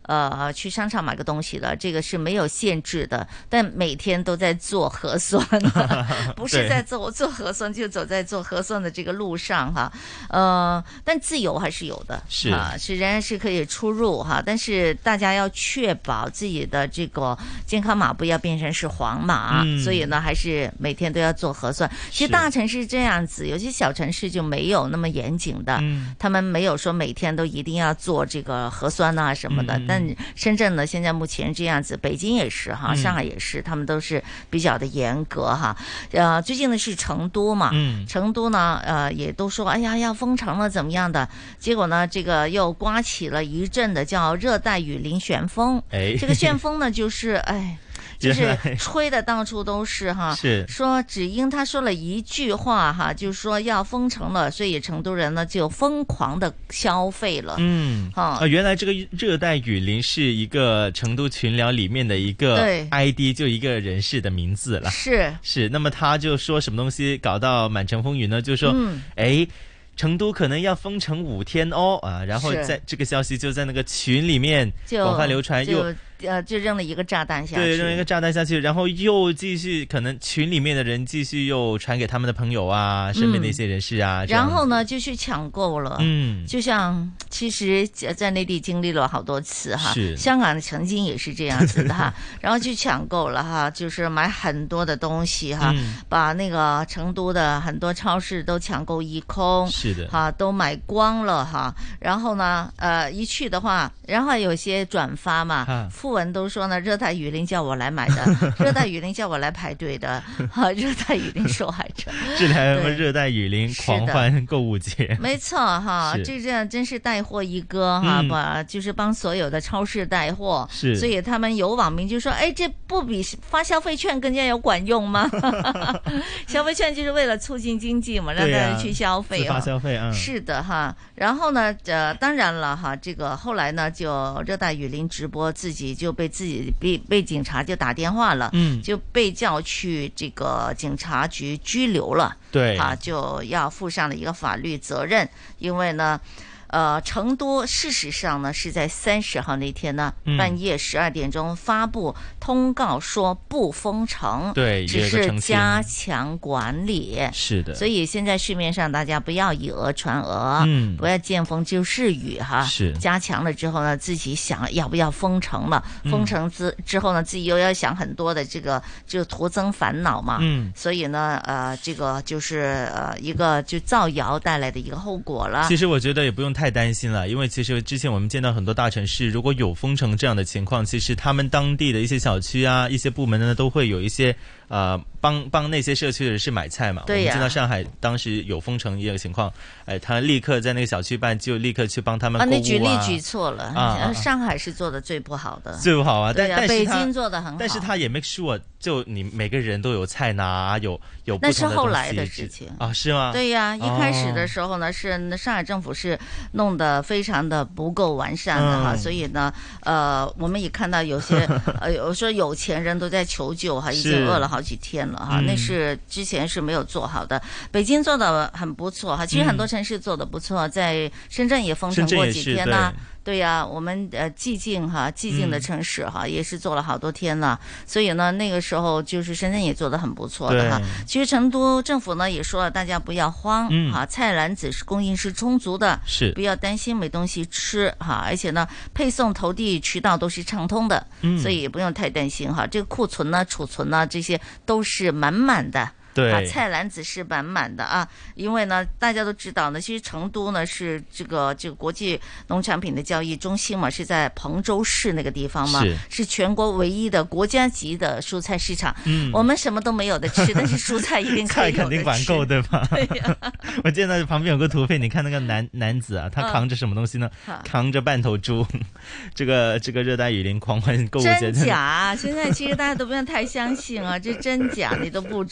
去商场买个东西的，这个是没有限制的，但每天都在做核酸不是在做核酸，就走在做核酸的这个路上哈。但自由还是有的，是仍然是可以出入哈，但是大家要确保自己的这个健康码不要变成是黄码，所以呢还是每天都要做核酸。其实大城市这样子，有些小城市就没有那么严谨的，他们没有说每天都一定要做这个核酸啊什么的，但深圳呢现在目前这样子，北京也是哈，上海也是，他们都是比较的严格哈。最近呢是成都嘛，成都呢也都说哎呀要封城了怎么样的，结果呢这个又刮起了一阵的叫热带雨林旋风，这个旋风呢就是就是吹的到处都是哈，是说只因他说了一句话哈，就是说要封城了，所以成都人呢就疯狂的消费了。 原来这个热带雨林是一个成都群聊里面的一个 ID， 就一个人士的名字了。是，那么他就说什么东西搞到满城风雨呢？就说成都可能要封城5天哦啊，然后在这个消息就在那个群里面广泛流传， 就扔了一个炸弹下去， 对，扔了一个炸弹下去，然后又继续可能群里面的人继续又传给他们的朋友啊，身边的一些人士啊， 然后呢就去抢购了，就像其实在内地经历了好多次哈，香港曾经也是这样子的哈，然后去抢购了哈，就是买很多的东西哈，把那个成都的很多超市都抢购一空，是的哈，都买光了哈，然后呢一去的话，然后有些转发嘛，富文都说呢，热带雨林叫我来买的，热带雨林叫我来排队的，热带雨林受害者， 这台热带雨林狂欢购物节， 没错哈，这样真是带货一哥哈，就是帮所有的超市带货，所以他们有网民就说，这不比发消费券更加有管用吗？消费券就是为了促进经济嘛，让大家去消费， 发消费啊， 是的哈。然后呢，当然了哈，这个后来呢，就热带雨林直播自己就被警察就打电话了，就被叫去这个警察局拘留了，对，就要负上了一个法律责任，因为呢。成都事实上呢是在30号那天呢，半夜12点钟发布通告说不封城，对，只是加强管理，是的。所以现在市面上大家不要以讹传讹，不要见风就是雨哈。是加强了之后呢，自己想要不要封城了，封城之后呢，自己又要想很多的这个就徒增烦恼嘛。所以呢，这个就是一个就造谣带来的一个后果了。 其实我觉得也不用太担心了，因为其实之前我们见到很多大城市，如果有封城这样的情况，其实他们当地的一些小区啊、一些部门呢，都会有一些帮那些社区的人士买菜嘛。对呀。我们见到上海当时有封城一个情况，他立刻在那个小区办，就立刻去帮他们购物啊。 那举例举错了，上海是做的最不好的， 最不好啊。 对呀，北京做的很好， 但是他也 make sure 就你每个人都有菜拿，有不同的东西。 那是后来的事情啊，是吗？ 对呀，一开始的时候呢，是上海政府是弄得非常的不够完善的哈，所以呢，我们也看到有些有说有钱人都在求救哈，已经饿了好几天了哈，那是之前是没有做好的。北京做的很不错哈，其实很多城市做的不错，在深圳也封城过几天呢。对呀，我们寂静的城市哈，也是做了好多天了，所以呢，那个时候就是深圳也做得很不错的哈。其实成都政府呢也说了，大家不要慌哈，菜篮子是供应是充足的，是不要担心没东西吃哈，而且呢，配送投递渠道都是畅通的，所以也不用太担心哈。这个库存呢、储存呢，这些都是满满的。对，菜篮子是满满的啊！因为呢，大家都知道呢，其实成都呢是这个国际农产品的交易中心嘛，是在彭州市那个地方嘛，是全国唯一的国家级的蔬菜市场。我们什么都没有的吃，但是蔬菜一定可以有的吃。菜肯定管够， 对吧？对呀。我见到旁边有个图片，你看那个男子啊，他扛着什么东西呢？扛着半头猪。这个热带雨林狂欢购物节， 真假？现在其实大家都不用太相信啊，这真假你都不知道啊。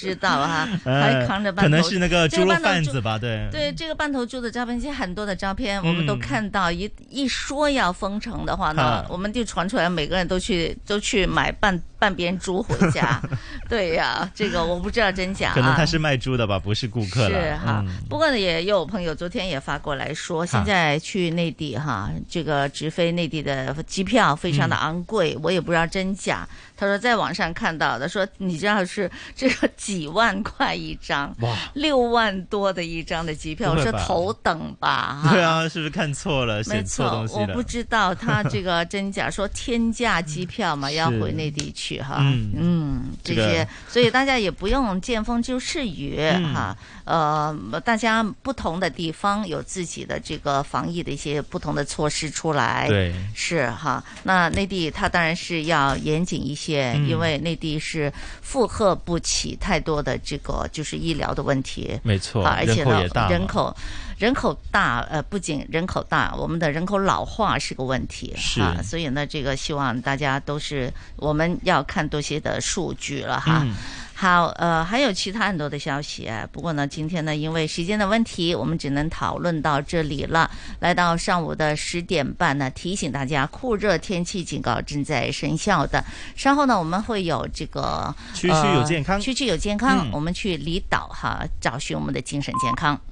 啊，还扛着半头， 可能是那个猪肉贩子吧？对对，这个半头猪的照片，现在很多的照片我们都看到，一说要封城的话呢，我们就传出来，每个人都去买半边猪回家。对呀，这个我不知道真假， 可能他是卖猪的吧，不是顾客了。 是哈，不过呢，也有朋友昨天也发过来说，现在去内地哈，这个直飞内地的机票非常的昂贵，我也不知道真假。他说在网上看到的，说你知道是这个几万块一张，哇，6万多的一张的机票，我说头等吧。 对啊，是不是看错了？ 没错，我不知道他这个真假，说天价机票嘛，要回内地去哈。这些，所以大家也不用见风就是雨哈。大家不同的地方有自己的这个防疫的一些不同的措施出来。 对， 是哈。那内地它当然是要严谨一些，因为内地是负荷不起太多的这个就是医疗的问题。 没错， 而且呢，人口大，不仅人口大，我们的人口老化是个问题。 是啊，所以呢，这个希望大家都是我们要看多些的数据了哈。好，还有其他很多的消息啊。不过呢，今天呢，因为时间的问题，我们只能讨论到这里了。来到上午的10点半呢，提醒大家酷热天气警告正在生效的。稍后呢，我们会有这个区区有健康， 区区有健康，我们去离岛哈，找寻我们的精神健康。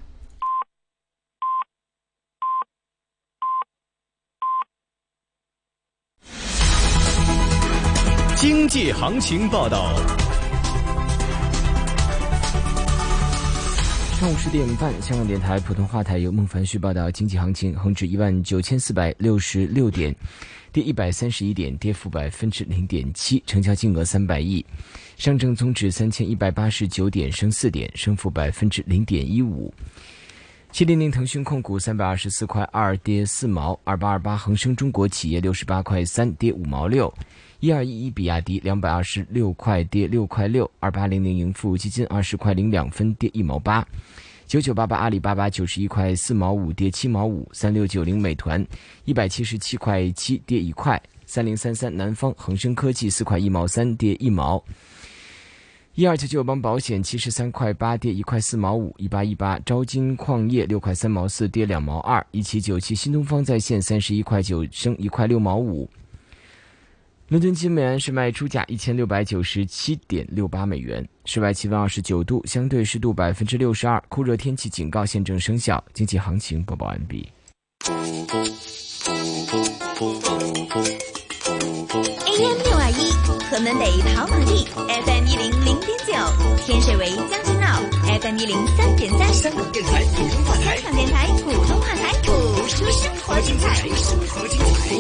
经济行情报道。 上午10点半，香港电台普通话台由孟凡旭报道经济行情。恒指19466点，跌131点，跌幅0.7%，成交金额300亿。上证综指3189点，升4点，升幅0.15%。700腾讯控股324块2，跌4毛；2828恒生中国企业68块3，跌5毛6。1211比亚迪226块，跌6块6；2800盈富基金20块02分，跌1毛8；9988阿里巴巴91块4毛5，跌7毛5；3690美团177块7，跌1块；3033南方恒生科技4块1毛3，跌1毛；1299邦保险73块8，跌1块4毛5；1818招金矿业6块3毛4，跌2毛2；1797新东方在线31块9，升1块6毛5。伦敦金每安士卖出价1697.68美元，室外气温29度，相对湿度62%，酷热天气警告现正生效。经济行情播报完毕。 AM 621，河门北跑马地 FM 100.9，天水围将军澳 FM 103.3， 香港电台普通话台， 香港电台普通话台，谱出生活精彩， 生活精彩。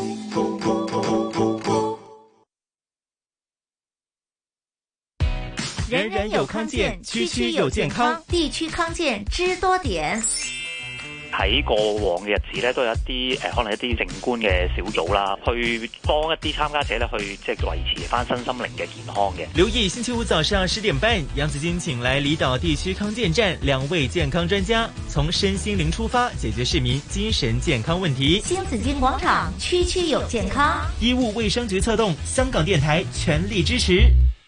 人人有康健，区区有健康， 地区康健知多點。 喺過往嘅日子咧，都有一啲可能一啲靜觀嘅小組啦，去幫一啲參加者咧去即係維持翻身心靈嘅健康嘅。 留意星期五早上10點半，楊子矜請來離島地區康健站2位健康專家，從身心靈出發，解決市民精神健康問題。 新紫荊廣場區區有健康， 醫務衛生局策動，香港電台全力支持。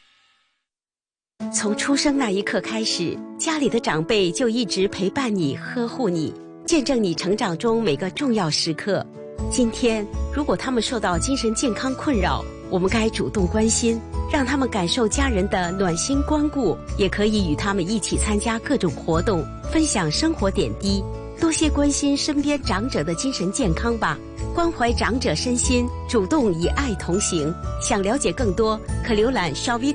從出生那一刻開始，家裡的長輩就一直陪伴你、呵護你，見證你成長中每個重要時刻。今天，如果他們受到精神健康困擾，我們該主動關心，讓他們感受家人的暖心關顧，也可以與他們一起參加各種活動，分享生活點滴，多些關心身邊長者的精神健康吧。關懷長者身心，主動以愛同行。想了解更多，可瀏覽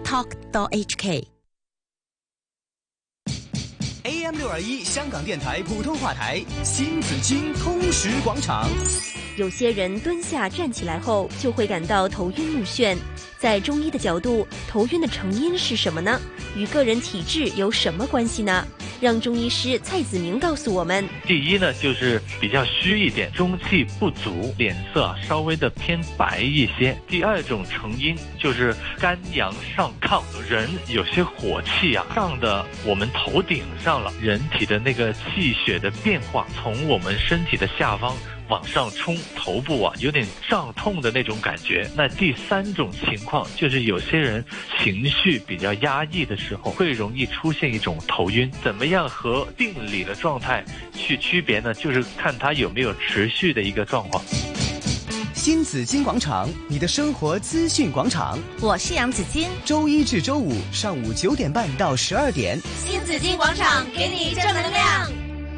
shallwetalk.hk。AM 621香港電台普通話台，新紫荊通識廣場。 有些人蹲下站起來後就會感到頭暈目眩，在中醫的角度，頭暈的成因是什麼呢？與個人體質有什麼關係呢？讓中醫師蔡子明告訴我們。 第一呢，就是比較虛一點，中氣不足，臉色稍微的偏白一些。第二種成因就是肝陽上亢，人有些火氣啊上的我們頭頂上了，人體的那個氣血的變化從我們身體的下方往上冲，头部啊有点胀痛的那种感觉。那第3种情况就是有些人情绪比较压抑的时候，会容易出现一种头晕。怎么样和病理的状态去区别呢？就是看它有没有持续的一个状况。 新紫金广场，你的生活资讯广场， 我是杨子金。 周1至周5上午9点半到12点， 新紫金广场给你正能量。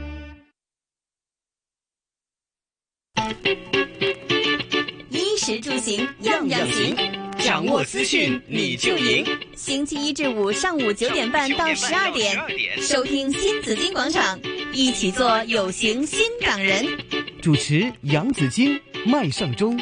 衣食住行样样行， 掌握资讯你就赢。 星期1至5上午9点半到12点，收听新紫金广场，一起做有型新港人。 主持杨子金、麦尚中。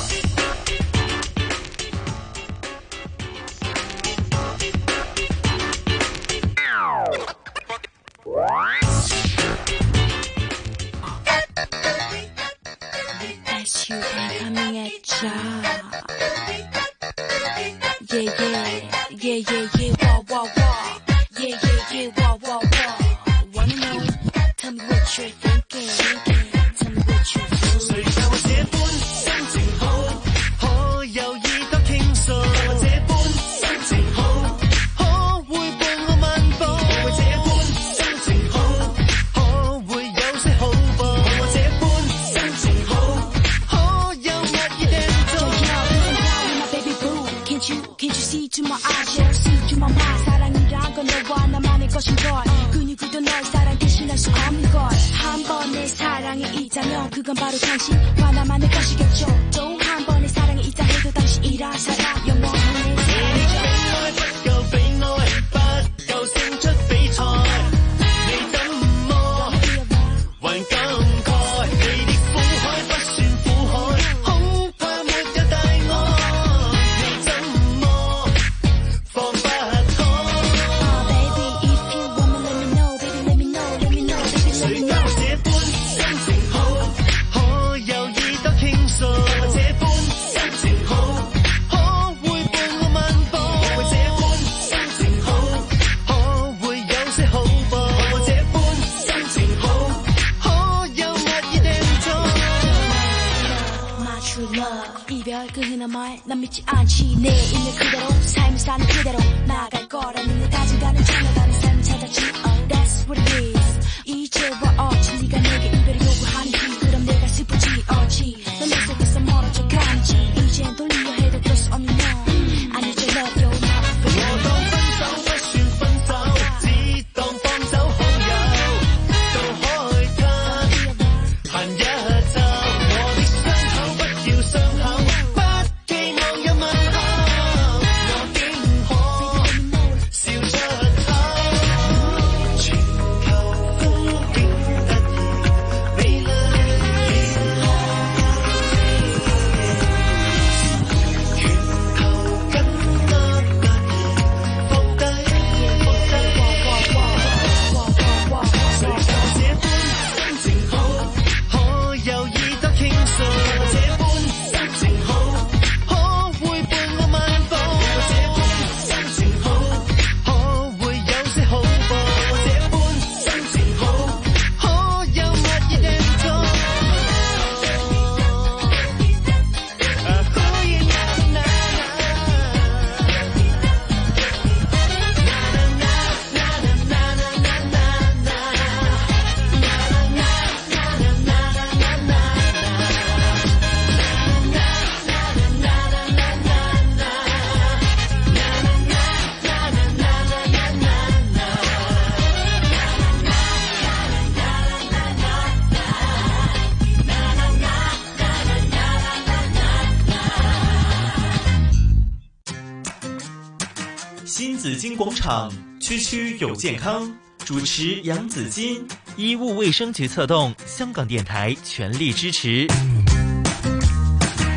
新紫金广场，区区有健康，主持杨子金，医务卫生局策动，香港电台全力支持。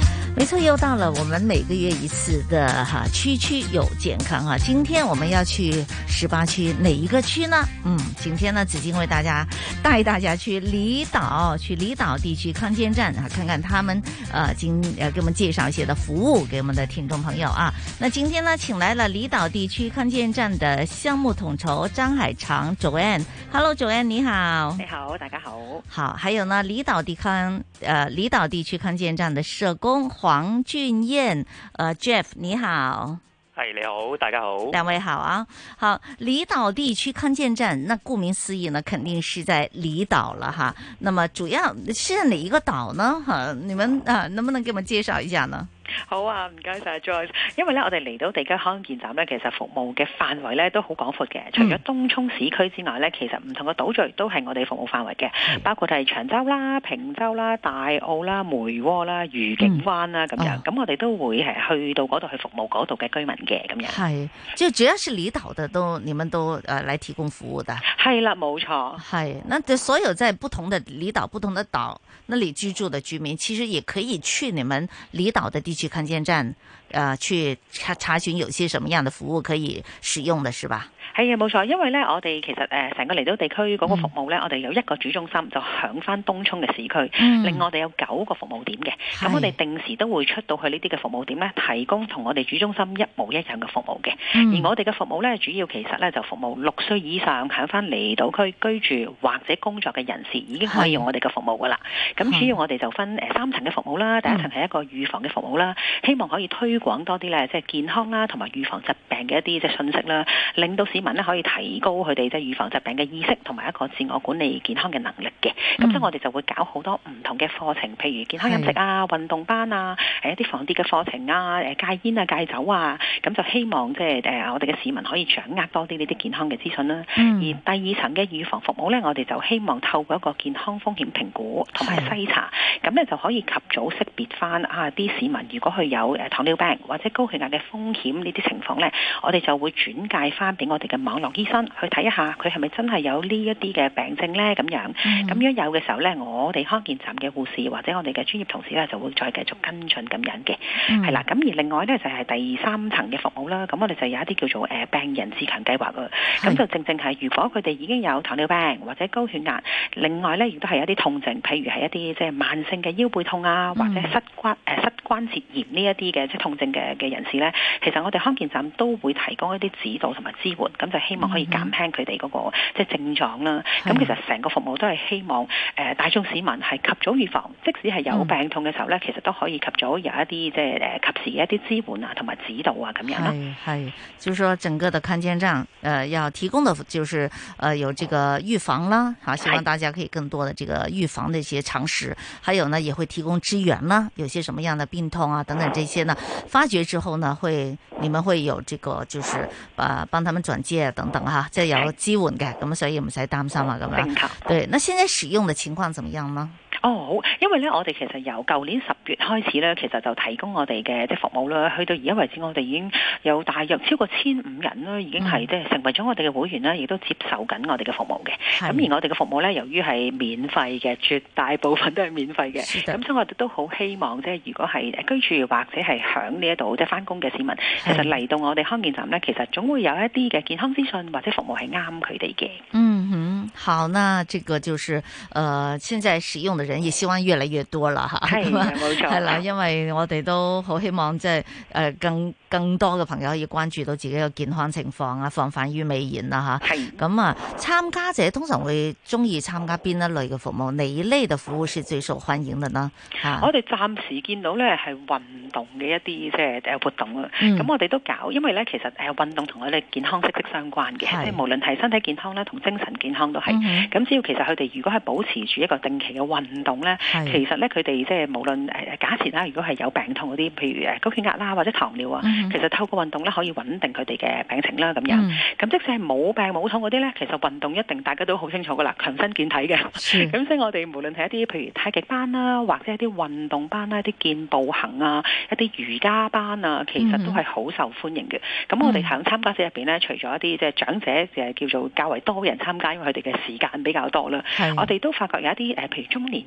没错，又到了我们每个月一次的区区有健康哈。今天我们要去18区哪一个区呢？今天呢，紫荆为大家带大家去离岛地区康健站看看他们给我们介绍一些的服务给我们的听众朋友啊。那今天呢，请来了离岛地区康健站的项目统筹张海长 Joanne。Hello Joanne， 你好。 你好，大家好。 好，还有呢，离岛地区康健站的社工黄俊彦，Jeff， 你好。 係，你好，大家好。 兩位好啊。好，離島地區康健站，那顧名思義呢，肯定是在離島了哈。那麼主要是在哪一個島呢？你們能不能給我們介紹一下呢？ 好啊，唔該晒 Joyce。因為咧，我哋離島地區康健站咧，其實服務嘅範圍咧都好廣闊嘅。除咗東涌市區之外咧，其實唔同嘅島嶼都係我哋服務範圍嘅，包括係長洲啦、坪洲啦、大澳啦、梅窩啦、愉景灣啦咁樣。咁我哋都會係去到嗰度去服務嗰度嘅居民嘅咁樣。 係，就只要是離島的你們都來提供服務的。 係啦，冇錯。 係，那所有在不同的離島、不同的島那裡居住的居民，其實也可以去你們離島的地區康健站，去查詢有些什麼樣的服務可以使用的，是吧？ 係啊，冇錯，因為咧，我哋其實成個離島地區嗰個服務咧，我哋有一個主中心就響翻東涌嘅市區，另外我哋有9個服務點嘅，咁我哋定時都會出到去呢啲嘅服務點咧，提供同我哋主中心一模一樣嘅服務嘅。而我哋嘅服務咧，主要其實咧就服務6歲以上響翻離島區居住或者工作嘅人士已經可以用我哋嘅服務噶啦。咁主要我哋就分3層嘅服務啦，第一層係一個預防嘅服務啦，希望可以推廣多啲咧，即係健康啦同埋預防疾病嘅一啲即係信息啦，令到市民咧可以提高佢哋即係預防疾病嘅意識同埋一個自我管理健康嘅能力嘅。咁所以我哋就會搞好多唔同嘅課程，譬如健康飲食啊、運動班啊、一啲防跌嘅課程啊、戒煙啊、戒酒啊，咁就希望即係我哋嘅市民可以掌握多啲呢啲健康嘅資訊啦。而第2層嘅預防服務咧，我哋就希望透過一個健康風險評估同埋篩查，咁咧就可以及早識別翻啲市民如果佢有糖尿病或者高血壓嘅風險呢啲情況咧，我哋就會轉介翻俾我哋嘅網絡醫生去睇一下佢係咪真係有呢一啲嘅病症咧咁樣。咁樣有嘅時候咧，我哋康健站嘅護士或者我哋嘅專業同事咧就會再繼續跟進咁樣嘅。係啦，咁而另外咧就係第3層嘅服務啦。咁我哋就有一啲叫做病人自強計劃啊。咁就正係如果佢哋已經有糖尿病或者高血壓，另外咧亦都係一啲痛症，譬如係一啲即係慢性嘅腰背痛啊，或者膝關節炎呢一啲嘅即係痛症嘅人士咧，其實我哋康健站都會提供一啲指導同埋支援，咁就希望可以減輕佢哋嗰個即係症狀啦。咁其實成個服務都係希望大眾市民係及早預防，即使係有病痛嘅時候咧，其實都可以及早有一啲即係及時嘅一啲支援啊同埋指導啊咁樣咯。 係，就是說整個的康健站要提供的就是有這個預防啦，好，希望大家可以更多的這個預防的一些常識，還有呢也會提供支援啦，有些什麼樣的病痛啊等等這些呢，發覺之後呢你們會有這個就是幫他們轉介等等哈，即係有支援嘅，咁所以唔使擔心啊咁樣。對，那現在使用的情況怎麼樣呢？ 好，因為咧，我哋其實由舊年10月開始咧，其實就提供我哋嘅即係服務啦。去到而家為止，我哋已經有大約超過1500人啦，已經係即係成為咗我哋嘅會員啦，亦都接受緊我哋嘅服務嘅。咁而我哋嘅服務咧，由於係免費嘅，絕大部分都係免費嘅。咁所以我哋都好希望即係如果係居住或者係響呢一度即係返工嘅市民，其實嚟到我哋康健站咧，其實總會有一啲嘅健康資訊或者服務係啱佢哋嘅。 好，那這個就是現在使用的人也希望越來越多啦， 係冇錯， 係啦，因為我哋都好希望即係更多嘅朋友可以關注到自己嘅健康情況啊，防範於未然啦嚇。係咁啊，參加者通常會中意參加邊一類嘅服務？哪一類嘅服務是最受歡迎嘅呢？ 我哋暫時見到咧係運動嘅一啲即係活動啊。咁我哋都搞，因為咧其實運動同我哋健康息息相關嘅，即係無論係身體健康啦，同精神健康都係。咁只要其實佢哋如果係保持住一個定期嘅運動咧，其實咧佢哋即係無論假設啦，如果係有病痛嗰啲，譬如高血壓啦或者糖尿啊，其實透過運動咧可以穩定佢哋嘅病情啦咁樣。咁即使係冇病冇痛嗰啲咧，其實運動一定大家都好清楚噶啦，強身健體嘅。咁所以我哋無論係一啲譬如太極班啦，或者一啲運動班啦，一啲健步行啊，一啲瑜伽班啊，其實都係好受歡迎嘅。咁我哋喺參加者入邊咧，除咗一啲即係長者叫做較為多人參加，因為佢哋嘅時間比較多啦。我哋都發覺有一啲譬如中年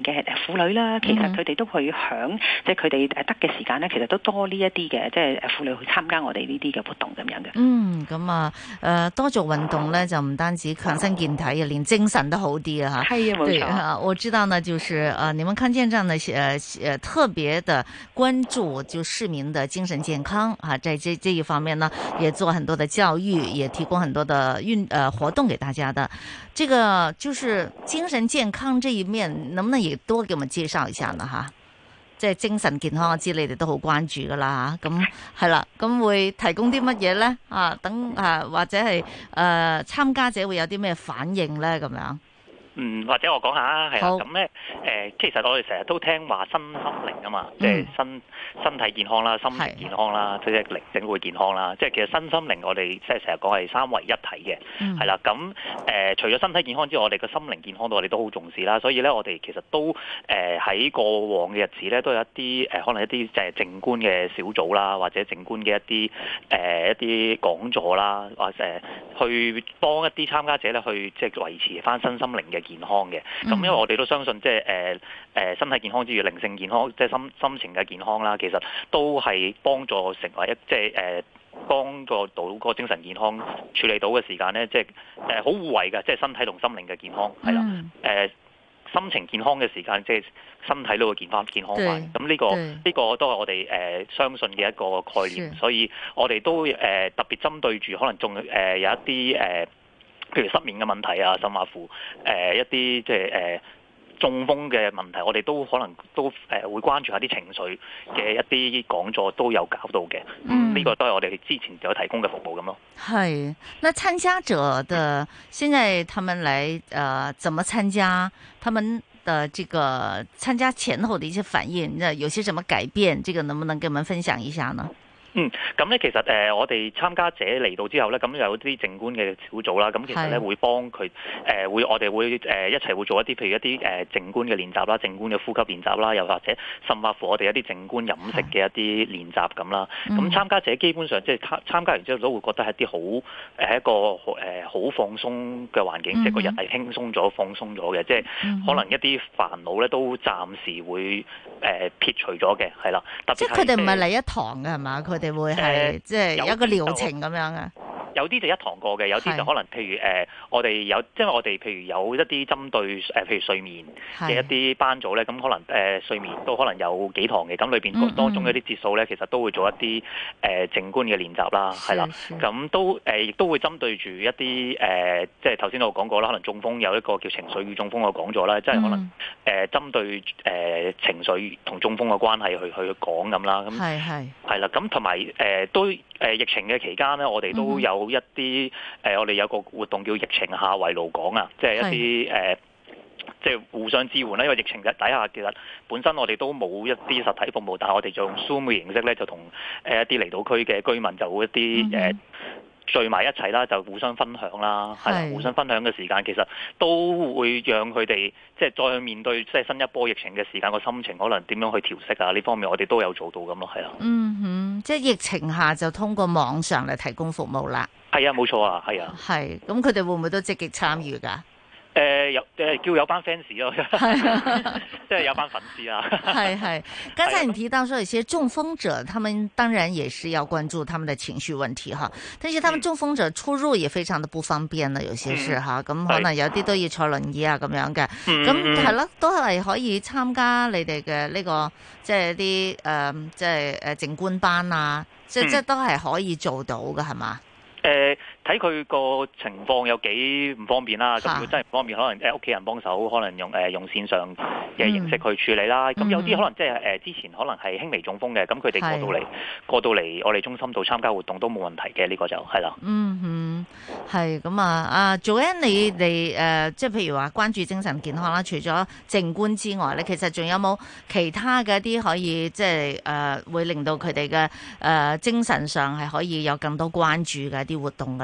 嘅婦女啦，其實佢哋都會響即係佢哋得嘅時間咧，其實都多呢一啲嘅即係婦女去參加我哋呢啲嘅活動咁樣嘅。 咁啊多做運動咧就唔單止強身健體啊，連精神都好啲啊嚇。 係啊，冇錯。 我知道呢，就是你們康健站呢特別的關注就市民的精神健康啊，在這一方面呢，也做很多的教育，也提供很多的活動給大家的。這個就是精神健康這一面，能不能也多給我們介紹一下呢？哈，即係精神健康，我知你哋都好關注噶啦，咁係啦，咁會提供啲乜嘢咧？或者係參加者會有啲咩反應咧？咁樣。 或者我講下係啦，咁咧其實我哋成日都聽話身心靈啊嘛，即係身體健康啦、心靈健康啦，即係靈整會健康啦。即係其實身心靈我哋即係成日講係三為一體嘅，係啦。咁除咗身體健康之外，我哋個心靈健康我哋都好重視啦。所以咧，我哋其實都喺過往嘅日子咧，都有一啲可能一啲即係靜觀嘅小組啦，或者靜觀嘅一啲講座啦，或者去幫一啲參加者咧去即係維持翻身心靈嘅健康嘅。咁因為我哋都相信即係身體健康之餘，靈性健康即係心情嘅健康啦，其實都係幫助成為即係幫助到個精神健康處理到嘅時間咧，即係好互惠嘅，即係身體同心靈嘅健康係啦。心情健康嘅時間，即係身體都會健康翻。咁呢個都係我哋相信嘅一個概念，所以我哋都特別針對住可能仲有一啲譬如失眠嘅問題啊，甚至乎一啲即係中風嘅問題，我哋都可能都會關注下啲情緒嘅一啲講座都有搞到嘅。呢個都係我哋之前有提供嘅服務咁咯。係， 那參加者的現在他們來怎麼參加？他們的這個參加前後的一些反應，有些什麼改變？這個能不能跟我們分享一下呢？ 咁咧其實我哋參加者嚟到之後咧，咁有啲靜觀嘅小組啦，咁其實咧會幫佢我哋會一齊會做一啲譬如一啲靜觀嘅練習啦，靜觀嘅呼吸練習啦，又或者甚至乎我哋一啲靜觀飲食嘅一啲練習咁啦。咁參加者基本上即係參加完之後都會覺得係一啲一個好放鬆嘅環境，即係個人係輕鬆咗、放鬆咗嘅，即係可能一啲煩惱咧都暫時會撇除咗嘅，係啦。特別係即係佢哋唔係嚟一堂嘅係嘛？佢哋會係即係一個療程咁樣嘅。有啲就一堂過嘅，有啲就可能譬如我哋有，因為我哋譬如有一啲針對譬如睡眠嘅一啲班組咧，咁可能睡眠都可能有幾堂嘅，咁裏邊當中嘅啲節數咧，其實都會做一啲靜觀嘅練習啦，係啦，咁都亦都會針對住一啲即係頭先我講過啦，可能中風有一個叫情緒與中風嘅講座啦，即係可能針對情緒同中風嘅關係去講咁啦，咁係啦，咁同埋都疫情嘅期間咧，我哋都有一啲我哋有個活動叫疫情下圍爐講啊，即係一啲即係互相支援啦。因為疫情嘅底下，其實本身我哋都冇一啲實體服務，但係我哋就用 Zoom 嘅形式咧，就同一啲離島區嘅居民就會一啲聚埋一齊啦，就互相分享啦，係啦，互相分享嘅時間其實都會讓佢哋即係再去面對即係新一波疫情嘅時間個心情，可能點樣去調適啊？呢方面我哋都有做到咁咯，係啦。即係疫情下就通過網上嚟提供服務啦。係啊，冇錯啊，係啊。係，咁佢哋會唔會都積極參與㗎？叫有班 fans 咯，即係有班粉絲啊。係。剛才你提到說有些中風者，他們當然也是要關注他們的情緒問題哈。但是他們中風者出入也非常的不方便啦，有些是哈。咁可能有啲都要坐輪椅啊咁樣嘅。咁係咯，都係可以參加你哋嘅呢個即係啲即係靜觀班啊，即係都係可以做到嘅係嘛？睇佢個情況有幾唔方便啦，咁如果真係唔方便，可能屋企人幫手，可能用線上嘅形式去處理啦。咁有啲可能即係之前可能係輕微中風嘅，咁佢哋過到嚟我哋中心度參加活動都冇問題嘅，呢個就係啦。係咁啊，Joanne 你哋即係譬如話關注精神健康啦，除咗靜觀之外咧，其實仲有冇其他嘅一啲可以即係會令到佢哋嘅精神上係可以有更多關注嘅一啲活動嘅咧？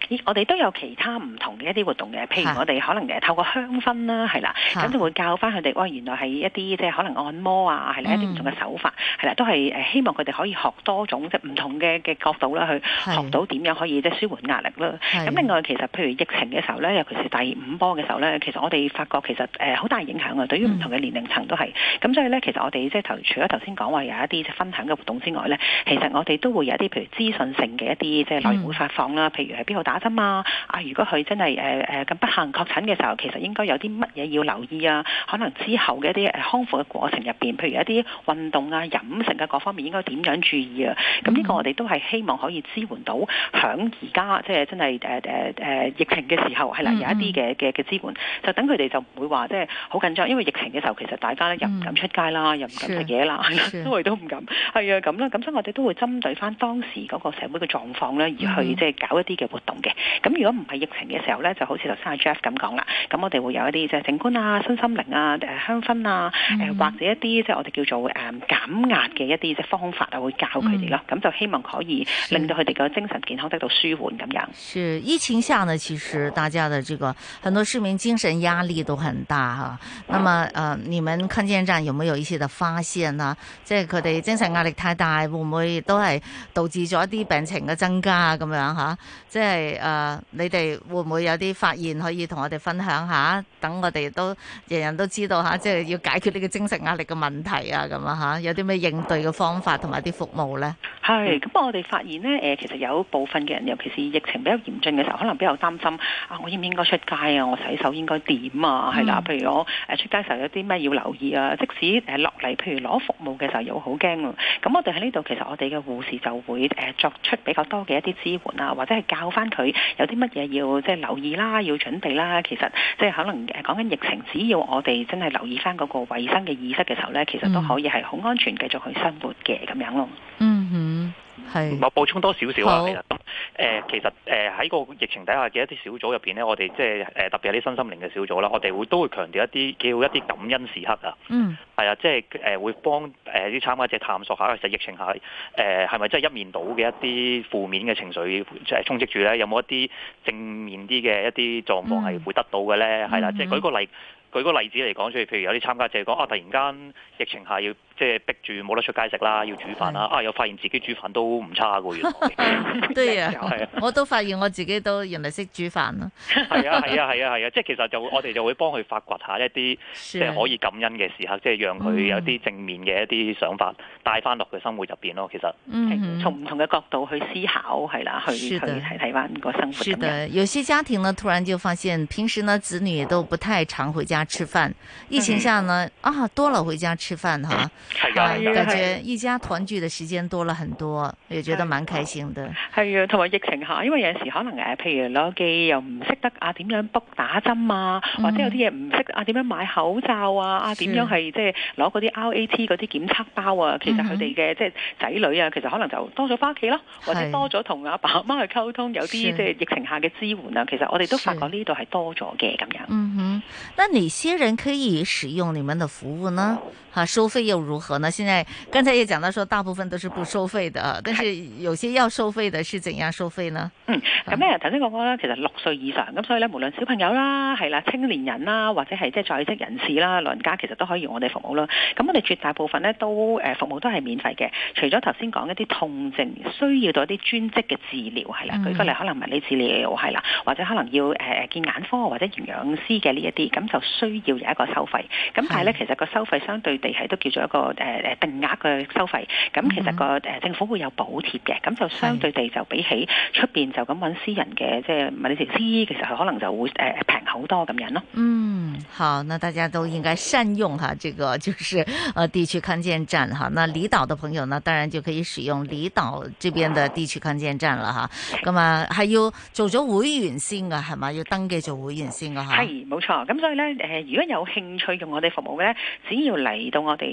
我哋都有其他唔同嘅一啲活動嘅，譬如我哋可能透過香薰啦，係啦，咁就會教翻佢哋，哇，原來係一啲即係可能按摩啊，係啦，一啲唔同嘅手法，係啦，都係希望佢哋可以學多種即係唔同嘅角度啦，去學到點樣可以即係舒緩壓力啦。咁另外其實譬如疫情嘅時候咧，尤其是第5波嘅時候咧，其實我哋發覺其實好大影響啊，對於唔同嘅年齡層都係。咁所以咧，其實我哋即係除咗頭先講話有一啲即係分享嘅活動之外咧，其實我哋都會有一啲譬如資訊性嘅一啲即係內容會發放啦，譬如喺邊度打針啊，如果佢真係咁不幸確診嘅時候，其實應該有啲乜嘢要留意啊？可能之後嘅一啲康復嘅過程入邊，譬如一啲運動啊、飲食啊各方面應該點樣注意啊？咁呢個我哋都係希望可以支援到響而家即係真係疫情嘅時候係啦，有一啲嘅支援，就等佢哋就唔會話即係好緊張，因為疫情嘅時候其實大家咧又唔敢出街啦，又唔敢食嘢啦，因為都唔敢係啊咁啦，咁所以我哋都會針對翻當時嗰個社會嘅狀況咧，而去即係搞一啲嘅活動嘅。咁如果唔係疫情嘅時候咧，就好似頭先阿 Jeff 咁講啦，咁我哋會有一啲即係靜觀啊、身心靈啊、香薰啊，或者一啲即係我哋叫做減壓嘅一啲即係方法啊，會教佢哋咯。咁就希望可以令到佢哋嘅精神健康得到舒緩咁樣。 是疫情下呢，其實大家的這個很多市民精神壓力都很大哈。那麼你們看見站有沒有一些的發現啊？即係佢哋精神壓力太大，會唔會都係導致咗一啲病情嘅增加啊？咁樣嚇，即係你哋會唔會有啲發現可以同我哋分享下？等我哋都人人都知道嚇，即係要解決呢個精神壓力嘅問題啊咁啊嚇，有啲咩應對嘅方法同埋啲服務咧？係咁，我哋發現咧其實有部分嘅人，尤其是疫情比較嚴峻嘅時候，可能比較擔心我應唔應該出街啊？我洗手應該點啊？係啦，譬如我出街時候有啲咩要留意啊？即使落嚟，譬如攞服務嘅時候又好驚啊！咁我哋喺呢度其實我哋嘅護士就會作出比較多嘅一啲支援啊，或者係教翻佢有啲乜嘢要即係留意啦，要準備啦。其實即係可能講緊疫情，只要我哋真係留意翻嗰個衞生嘅意識嘅時候咧，其實都可以係好安全繼續去生活嘅咁樣咯。係， 我補充多少少啊，其實喺個疫情底下嘅一啲小組入邊咧，我哋即係特別係啲身心靈嘅小組啦，我哋都會強調一啲叫一啲感恩時刻啊。係啊，即係會幫啲參加者探索下，其實疫情下係咪真係一面倒嘅一啲負面嘅情緒充斥住咧？有冇一啲正面啲嘅一啲狀況係會得到嘅咧？係啦，即係舉個例子嚟講，譬如有啲參加者講突然間疫情下要即係逼住冇得出街食啦，要煮飯啦，又發現自己煮飯都唔差㗎，原來。對啊， 我都發現我自己都原來識煮飯啦。係啊，即係其實我哋就會幫佢發掘下一啲即係可以感恩嘅時刻，即係讓佢有啲正面嘅一啲想法帶翻落佢生活入邊咯。其實從唔同嘅角度去思考，係啦，去睇翻個生活。 是的，有些家庭呢，突然就發現平時呢子女都不太常回家吃飯，疫情下呢多了回家吃飯哈，感覺一家團聚的時間多了很多，也覺得蠻開心的。 係啊，同埋疫情下，因為有陣時可能譬如攞機又唔識得點樣 book 打針啊，或者有啲嘢唔識點樣買口罩啊，點樣係即係攞嗰啲 RAT 嗰啲檢測包啊，其實佢哋嘅即係仔女啊，其實可能就多咗返屋企咯，或者多咗同阿爸阿媽去溝通，有啲即係疫情下嘅支援啊，其實我哋都發覺呢度係多咗嘅咁樣。 那哪些人可以使用你們的服務呢？收費又如何呢？現在剛才也講到說大部分都是不收費的，但是有些要收費的是怎樣收費呢？ 咁咧頭先講過啦，其實6歲以上，咁所以咧無論小朋友啦，係啦，青年人啦，或者係即係在職人士啦，老人家其實都可以用我哋服務啦。咁我哋絕大部分咧都服務都係免費嘅，除咗頭先講一啲痛症需要到一啲專職嘅治療係啦，舉個例可能物理治療係啦，或者可能要見眼科或者營養師嘅呢一啲，咁就需要有一個收費。咁但係咧其實個收費相對地係都叫做一個定額嘅收費。咁其實個政府會有補貼嘅，咁就相對地就比起出邊就咁揾私人嘅即係物理治療師，其實佢可能就會平好多咁樣咯。 好，那大家都應該善用哈，這個就是地區康健站哈。那離島的朋友呢，當然就可以使用離島這邊的地區康健站啦哈。咁啊係要做咗會員先噶，係嘛？要登記做會員先噶嚇。 係冇錯，咁所以咧如果有興趣用我哋服務嘅咧，只要嚟到我哋即係地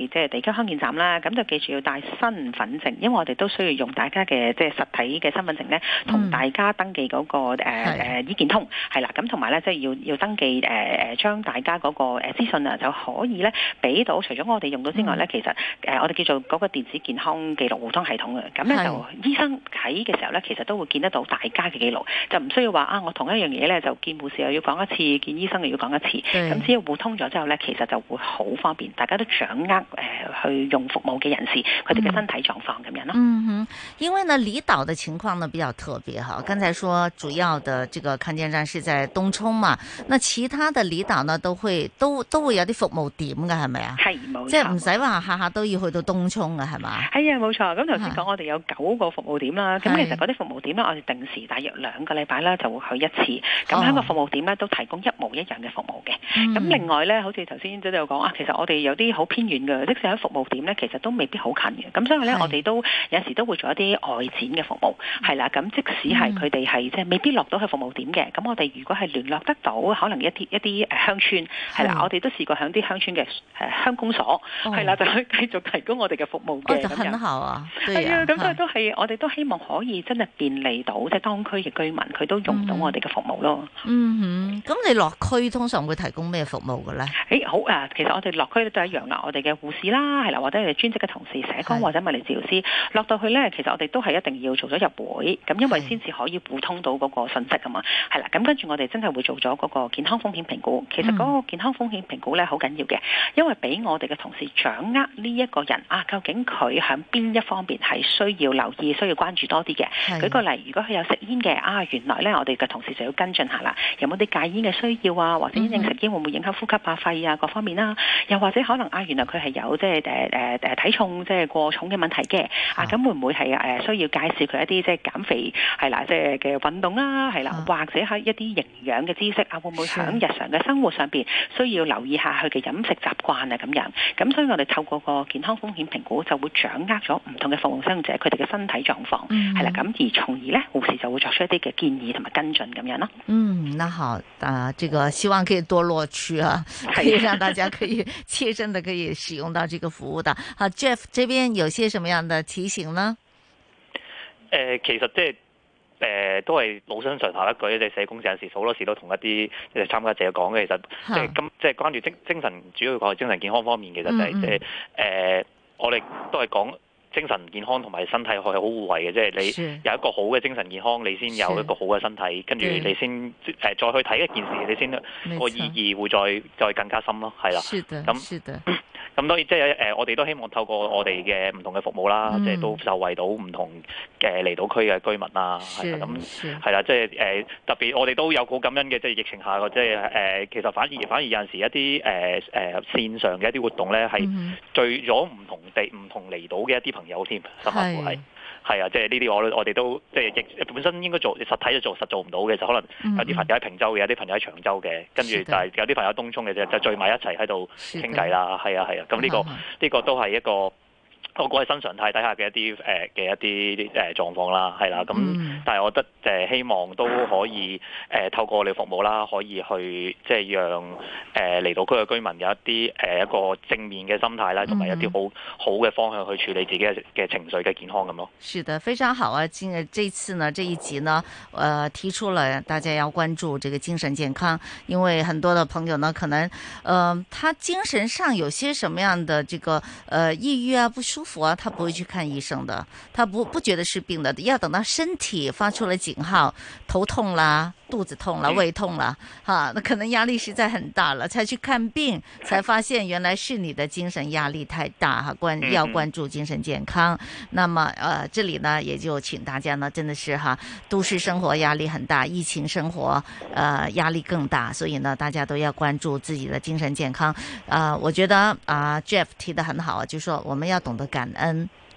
區康健站啦，咁就記住要帶身份證，因為我哋都需要用大家嘅即係實體嘅身份證咧，同大家登記嗰個醫健通係啦，咁同埋咧即係要登記將大家嗰個資訊啊就可以咧俾到，除咗我哋用到之外咧，其實我哋叫做嗰個電子健康記錄互通系統嘅，咁咧就醫生睇嘅時候咧，其實都會見得到大家嘅記錄，就唔需要話我同一樣嘢咧就見護士又要講一次，見醫生又要講一次，咁只要互通咗之後咧，其實就會好方便，大家都掌握去用服務嘅人士佢哋嘅身體狀況咁樣咯。 嗯哼，因為呢離島的情況呢比較特別哈，剛才說主要的這個康健站是在東涌嘛，那其他的離島呢都會有啲服務點㗎係咪啊？係冇錯，即係唔使話下下都要去到東涌㗎係嘛？係啊冇錯，咁頭先講我哋有9個服務點啦，咁其實嗰啲服務點呢，我哋定時大約2個禮拜咧就會去一次，咁喺個服務點咧都提供一模一樣嘅服務嘅。咁另外咧，好似頭先都有講其實我哋有啲好偏遠嘅，即使喺服務點咧，其實都未必好近嘅。咁所以咧，我哋都有時都會做一啲外展嘅服務，係啦。咁即使係佢哋係即係未必落到去服務點嘅，咁我哋如果係聯絡得到，可能一啲鄉村係啦，我哋都試過響啲鄉村嘅鄉公所係啦，就可以繼續提供我哋嘅服務嘅。咁很好啊，係啊，咁所以都係我哋都希望可以真係便利到即係當區嘅居民，佢都用到我哋嘅服務咯。嗯哼，咁你落區通常會提供咩服務嘅咧？好啊，其實我哋落區都係一樣啦，我哋嘅護士啦，係啦，或者係專職嘅同事、社工或者物理治療師落到去咧，其實我哋都係一定要做咗入會，咁因為先至可以互通到嗰個信息啊嘛，係啦，咁跟住我哋真係會做咗嗰個健康風險評估。其實嗰個健康風險評估咧好緊要嘅，因為俾我哋嘅同事掌握呢一個人究竟佢喺邊一方面係需要留意、需要關注多啲嘅。舉個例，如果佢有食煙嘅，原來咧我哋嘅同事就要跟進下啦，有冇啲戒煙嘅需要啊，或者因應食煙會唔會影響呼吸肺啊各方面啦，又或者可能原來佢係有即係體重即係過重嘅問題嘅，咁會唔會係需要介紹佢一啲即係減肥係啦，即係嘅運動啦，係啦，或者係一啲營養嘅知識會唔會喺日常嘅生活上邊需要留意下佢嘅飲食習慣啊咁樣，咁所以我哋透過個健康風險評估就會掌握咗唔同嘅服務使用者佢哋嘅身體狀況，係啦，咁而從而咧護士就會作出一啲嘅建議同埋跟進咁樣咯。那好這個希望可以多落區啊，可以讓大家可以切身的可以使用到這個服務的。好 ，Jeff 這邊有些什麼樣的提醒呢？ 其實即係都係老生常談一句，即係社工有陣時好多時都同一啲參加者講嘅，其實即係關注精神，主要講係精神健康方面，其實就係即係我哋都係講。精神健康同埋身體係好互惠嘅，即係你有一個好嘅精神健康，你先有一個好嘅身體，跟住你先再去睇一件事，你先個意義會再更加深咯，係啦。咁當然即係我哋都希望透過我哋嘅唔同嘅服務啦，即係都受惠到唔同嘅離島區嘅居民啦，係啦，咁係啦，即係特別我哋都有好感恩嘅，即係疫情下個即係其實反而有陣時一啲線上嘅一啲活動咧，係聚咗唔同離島嘅一啲朋友添，甚至乎係啊，即係呢啲我哋都即係本身應該做實體就實做唔到嘅，就可能有啲朋友喺坪洲嘅，有啲朋友喺長洲嘅，跟住但係有啲朋友喺東涌嘅就聚埋一齊喺度傾偈啦，係啊，咁呢個都係一個我估係新常態底下嘅一啲狀況啦，係啦，咁但係我覺得希望都可以透過我哋服務啦，可以去即係讓離島區嘅居民有一啲一個正面嘅心態啦，同埋一啲好嘅方向去處理自己嘅情緒嘅健康咁咯。 是的，非常好啊！這次呢，這一集呢，提出了大家要關注這個精神健康，因為很多的朋友呢，可能他精神上有些什麼樣的這個抑鬱啊、不舒服啊，他不會去看醫生的，他不覺得是病的，要等到身體發出了警號，頭痛啦、肚子痛啦、胃痛啦，那可能壓力實在很大了，才去看病，才發現原來是你的精神壓力太大，要關注精神健康。那麼這裡呢，也就請大家呢，真的是都市生活壓力很大，疫情生活壓力更大，所以呢，大家都要關注自己的精神健康。我覺得Jeff 提得很好，就是說我們要懂得感恩。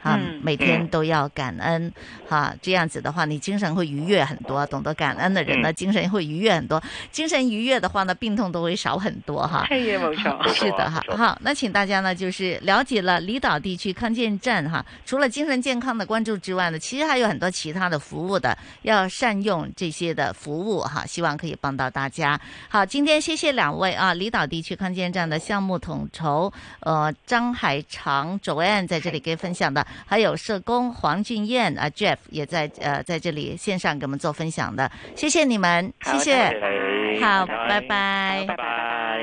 每天都要感恩这样子的话你精神会愉悦很多，懂得感恩的人呢精神会愉悦很多，精神愉悦的话呢病痛都会少很多係冇錯， 是的好，那请大家呢就是了解了离岛地区康健站除了精神健康的关注之外呢，其实还有很多其他的服务的，要善用这些的服务希望可以帮到大家。好，今天谢谢两位离岛地区康健站的项目统筹张海长 Joanne 在这里给分享的，还有社工黄俊彦Jeff 也在这里线上给我们做分享的，谢谢你们，谢谢，好，拜拜，拜拜。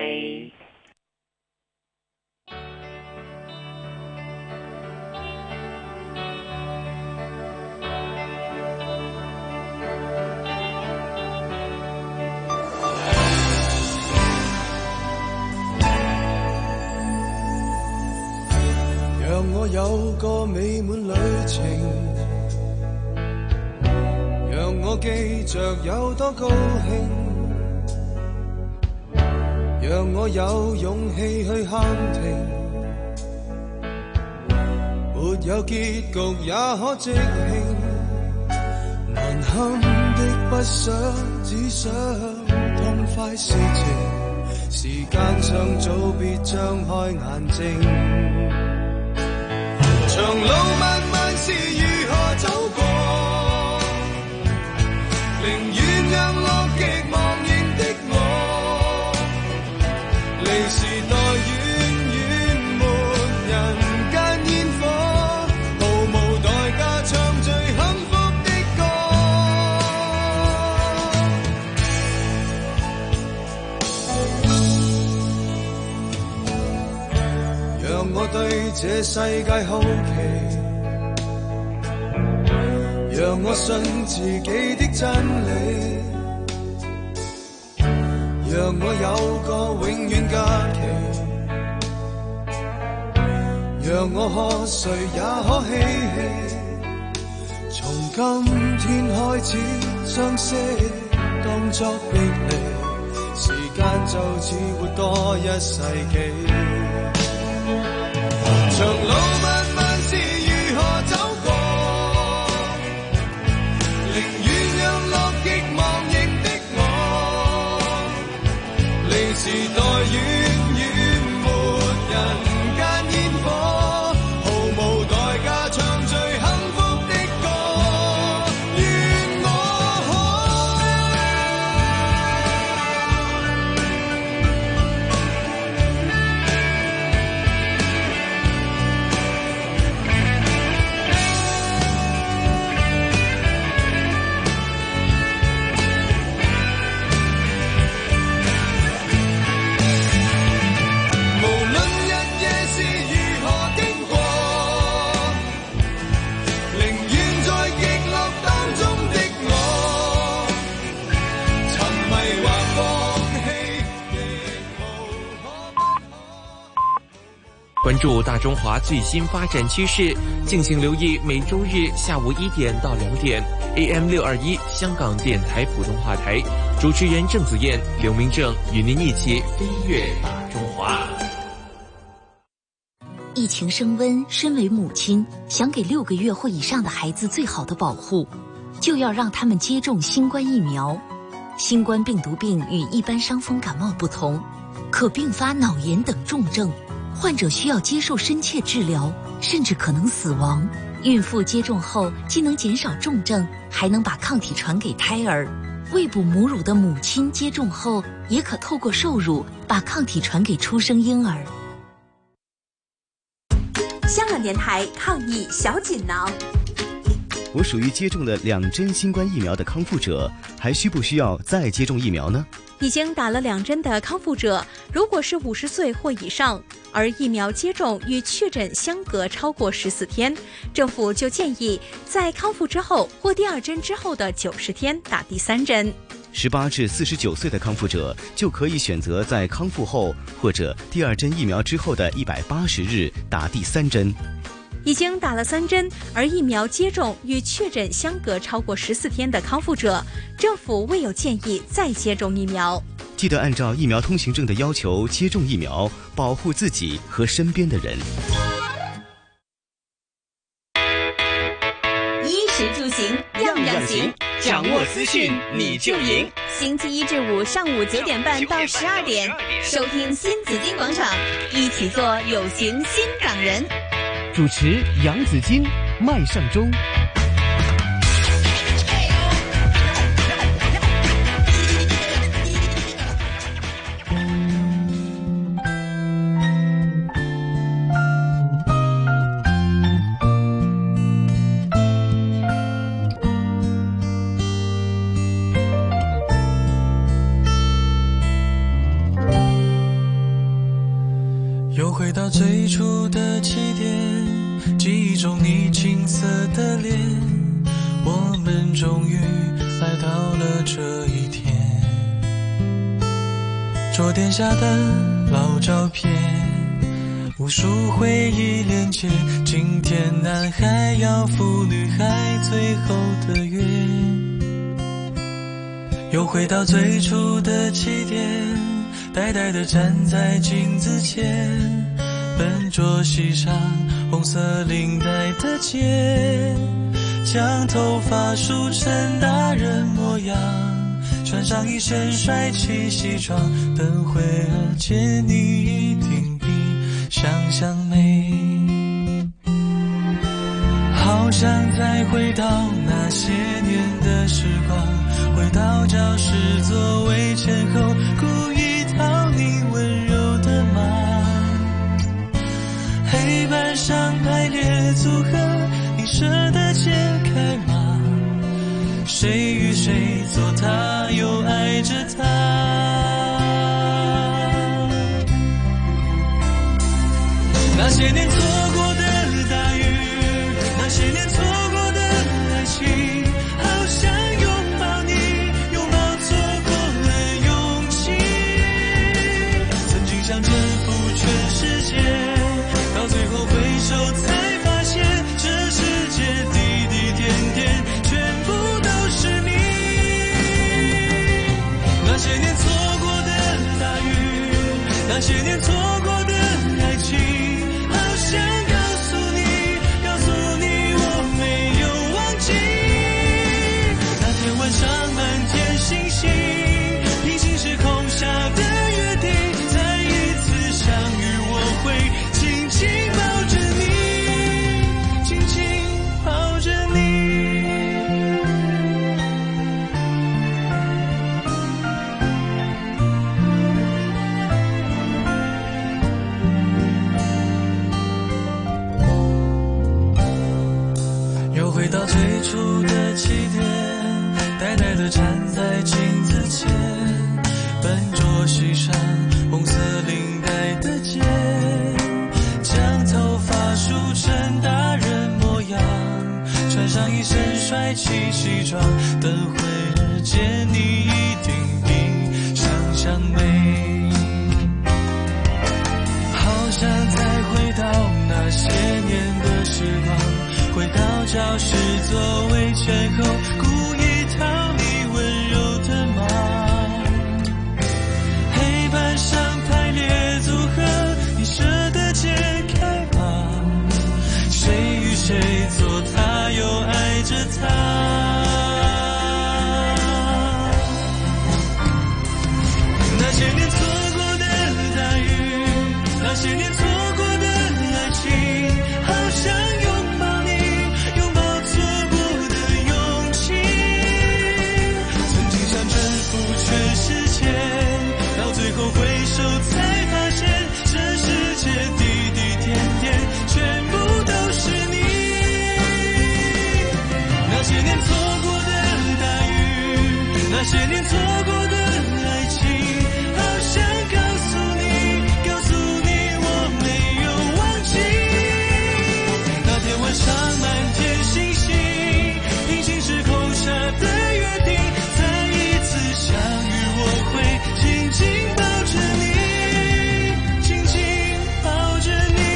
讓我有個美滿旅程，讓我記着有多高興，讓我有勇氣去喊停，沒有結局也可即興，難堪的不想，只想痛快事情，時間尚早，別張開眼睛。長路漫漫是如何走過，寧願讓樂極忘形的我，離時代遠遠沒人間煙火，毫無代價唱最幸福的歌，讓我對這世界好奇，讓我信自己的真理，讓我有個永遠假期，讓我喝誰也可嬉戲，從今天開始相識當作別離，時間就似活多一世紀。長路漫漫是如何走過，寧願讓樂極忘形的我，離時代遠遠沒人間煙火，毫無代價唱最幸福的歌，願我关注大中华最新发展趋势，敬请留意每周日下午1点到2点 AM 621香港电台普通话台，主持人郑子燕、刘明正与您一起飞跃大中华。 疫情升温，身为母亲，想给6个月或以上的孩子最好的保护，就要让他们接种新冠疫苗。新冠病毒病与一般伤风感冒不同，可并发脑炎等重症，患者需要接受深切治疗，甚至可能死亡。孕妇接种后既能减少重症，还能把抗体传给胎儿。喂哺母乳的母亲接种后，也可透过受乳把抗体传给出生婴儿。 香港电台抗疫小锦囊。 我属于接种了2针新冠疫苗的康复者，还需不需要再接种疫苗呢？ 已经打了2针的康复者，如果是50岁或以上，而疫苗接种与确诊相隔超过14天，政府就建议在康复之后或第2针之后的90天打第3针。 18至49岁的康复者就可以选择在康复后或者第2针疫苗之后的180日打第3针。 已经打了3针，而疫苗接种与确诊相隔超过14天的康复者，政府未有建议再接种疫苗。 记得按照疫苗通行证的要求接种疫苗，保护自己和身边的人。 资讯你就赢。 星期一至五上午9点半到12点，收听新紫金广场，一起做有型新港人。 主持杨紫金、麦尚中。 回到最初的起点，记忆中你青涩的脸，我们终于来到了这一天。桌垫下的老照片，无数回忆连接，今天男孩要赴女孩最后的约。又回到最初的起点，呆呆地站在镜子前，笨拙系上红色领带的结，将头发梳成大人模样，穿上一身帅气西装，等会儿见你一定比想象美。好想再回到那些年的时光，回到教室座位前后，故意讨你温柔的骂，黑板上排列组合，你舍得解开吗？谁与谁做他又爱着他，那些年错过的大雨，那些年错过的爱情，好想拥抱你，拥抱错过了勇气，曾经想征服全世界，到最后回首才发现，这世界滴滴点点全部都是你。那些年错过的大雨，那些年错过的爱情，好想告诉你，告诉你我没有忘记。那天晚上满天星星，平行时空下的约定，再一次相遇我会紧紧抱着你，紧紧抱着你。又回到最初的起点，呆呆地站在镜子前，笨拙系上红色领带的结，将头发梳成大人模样，穿上一身帅气西装，等会儿见你一定比想象美。好想再回到那些年的时光，回到教室座位前后，故意讨你温柔的骂，黑板上排列组合，你舍得解开吗？谁与谁做他又爱着他，那些年错过的大雨，那些年错过的爱情，好想拥抱你，拥抱错过的勇气，曾经想征服全世界，到最后回首才发现，这世界滴滴点点全部都是你。那些年错过的大雨，那些年错过的爱情，好想告诉你，告诉你我没有忘记。那天晚上满天星星，平行时空下的约定，再一次相遇我会紧紧抱着你，紧紧抱着你。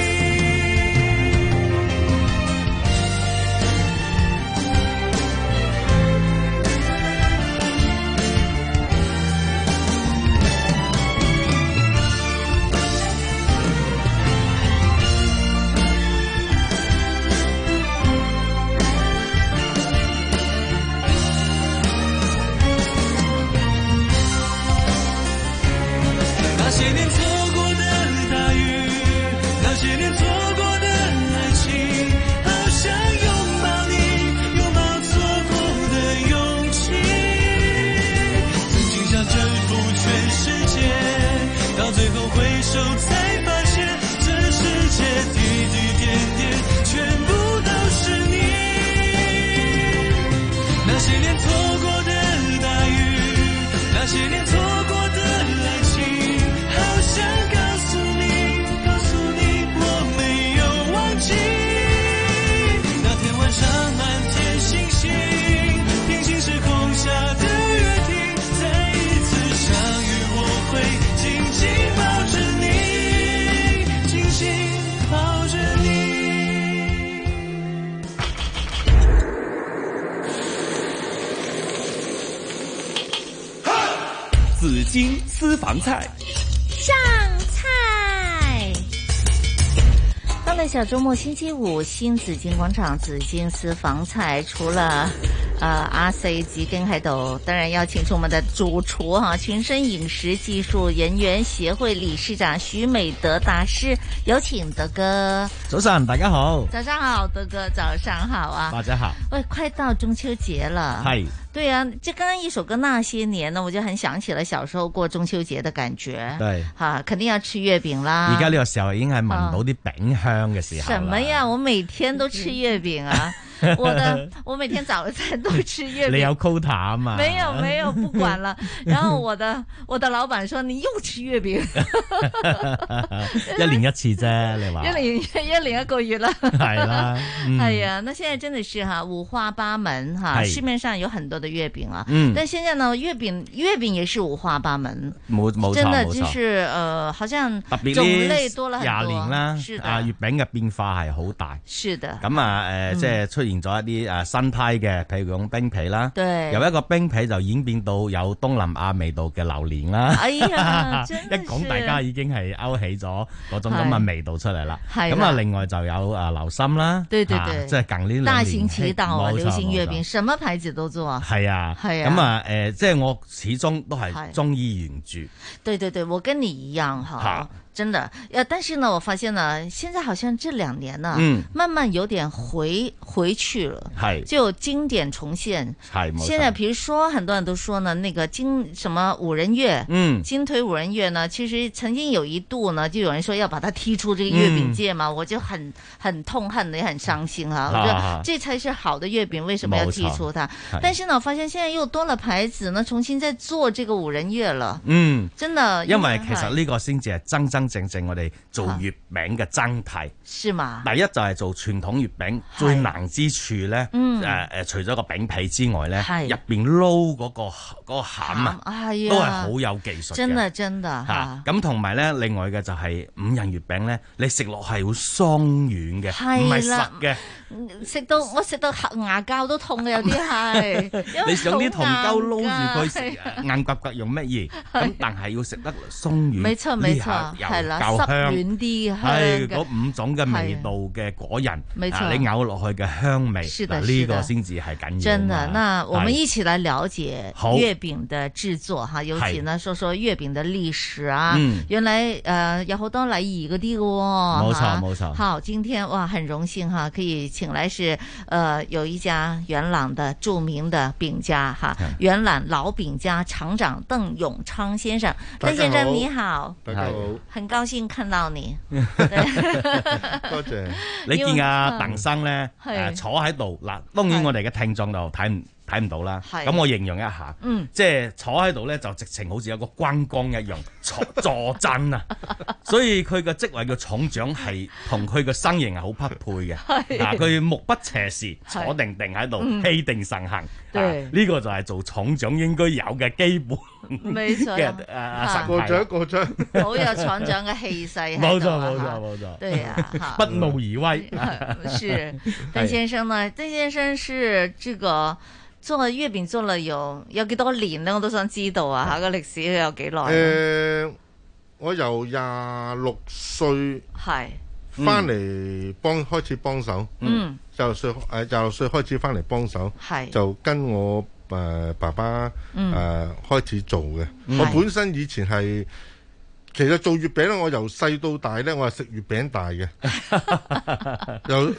金私房菜。 上菜。到了小周末星期五，新紫荊廣場紫荊私房菜，除了阿四紫荊喺度，當然要請出我們的主廚哈，群生飲食技術人員協會理事長徐美德大師，有請德哥。 早晨，大家好。 早上好，德哥，早上好啊。 大家好。 喂，快到中秋節了。 係。 對啊，這剛剛一首歌那些年呢，我就很想起了小時候過中秋節的感覺。對，哈，肯定要吃月餅啦。 而家呢個時候已經係聞到啲餅香嘅時候。 什麼呀？我每天都吃月餅啊！我每天早餐都吃月餅。 你有 quota 啊嘛？ 沒有，不管了。然後我的老闆說：你又吃月餅。 一年一次啫，你話？ 一年一個月啦。 係啦。 係啊，那現在真的是哈五花八門哈，市面上有很多的月餅啊。但現在呢，月餅也是五花八門。冇錯。真的就是好像種類多了很多。 20年啦， 是的。 月餅嘅變化係好大。 是的。 咁啊即係出現咗一啲新派嘅，譬如講冰皮啦。 對。 由一個冰皮就演變到有東南亞味道嘅榴蓮啦。 哎呀，真係。 一講大家已經係勾起咗嗰種咁嘅味道出嚟啦。係。咁啊，另外就有流心啦。 對。 即係近呢2年。 大行其道啊，流行月餅，什麼牌子都做啊。 係啊。係啊。咁啊即係我始終都係中意原著。 對，我跟你一樣哈。真的，但是呢，我發現呢，現在好像這2年呢，慢慢有點回去了，就經典重現。現在，比如說，很多人都說呢，那個什麼五仁月，金推五仁月呢，其實曾經有一度呢，就有人說要把它踢出這個月餅界嘛，我就很痛恨，也很傷心哈。我覺得這才是好的月餅，為什麼要踢出它？但是呢，我發現現在又多了牌子呢，重新在做這個五仁月了。真的， 因為其實呢個先至係真正我哋做月餅嘅真諦， 是嘛？ 第一就係做傳統月餅最難之處咧，除咗個餅皮之外咧，入邊撈嗰個餡啊，都係好有技術嘅， 真的嚇。 咁同埋咧，另外嘅就係五仁月餅咧，你食落係會鬆軟嘅，唔係實嘅。 我食到牙膠都痛嘅，有啲係。 你用啲糖膠撈住佢食，硬骨骨用乜嘢？咁但係要食得鬆軟， 沒錯，係啦，濕軟啲香嘅。係嗰5種嘅味道嘅果仁， 沒錯， 你咬落去嘅香味，呢個先至係緊要。 真的，那我們一起來了解月餅的製作哈，尤其呢，說說月餅的歷史啊。原來有好多禮儀嗰啲嘅喎。 冇錯。 好，今天哇，很榮幸哈，可以請來是有一家元朗的著名的餅家哈，元朗老餅家廠長鄧永昌先生。鄧先生你好， 大家好， 很高興看到你。 多謝。 你見阿鄧生咧坐喺度嗱，當然我哋嘅聽眾就睇唔到啦，咁我形容一下，即係坐喺度咧就直情好似有個軍光一樣坐鎮啊，所以佢嘅職位叫廠長係同佢嘅身形係好匹配嘅。嗱，佢目不斜視，坐定喺度，氣定神閒。呢個就係做廠長應該有嘅基本嘅過獎， 好有廠長嘅氣勢。 冇錯。 對啊， 不怒而威。 是鄧先生呢？鄧先生是這個。做月餅做了有幾多年咧？我都想知道啊！嚇個歷史有幾耐？ 我由26歲翻嚟開始幫手。26歲開始翻嚟幫手，就跟我爸爸開始做嘅。我本身以前係其實做月餅咧，我由細到大咧，我係食月餅大嘅。由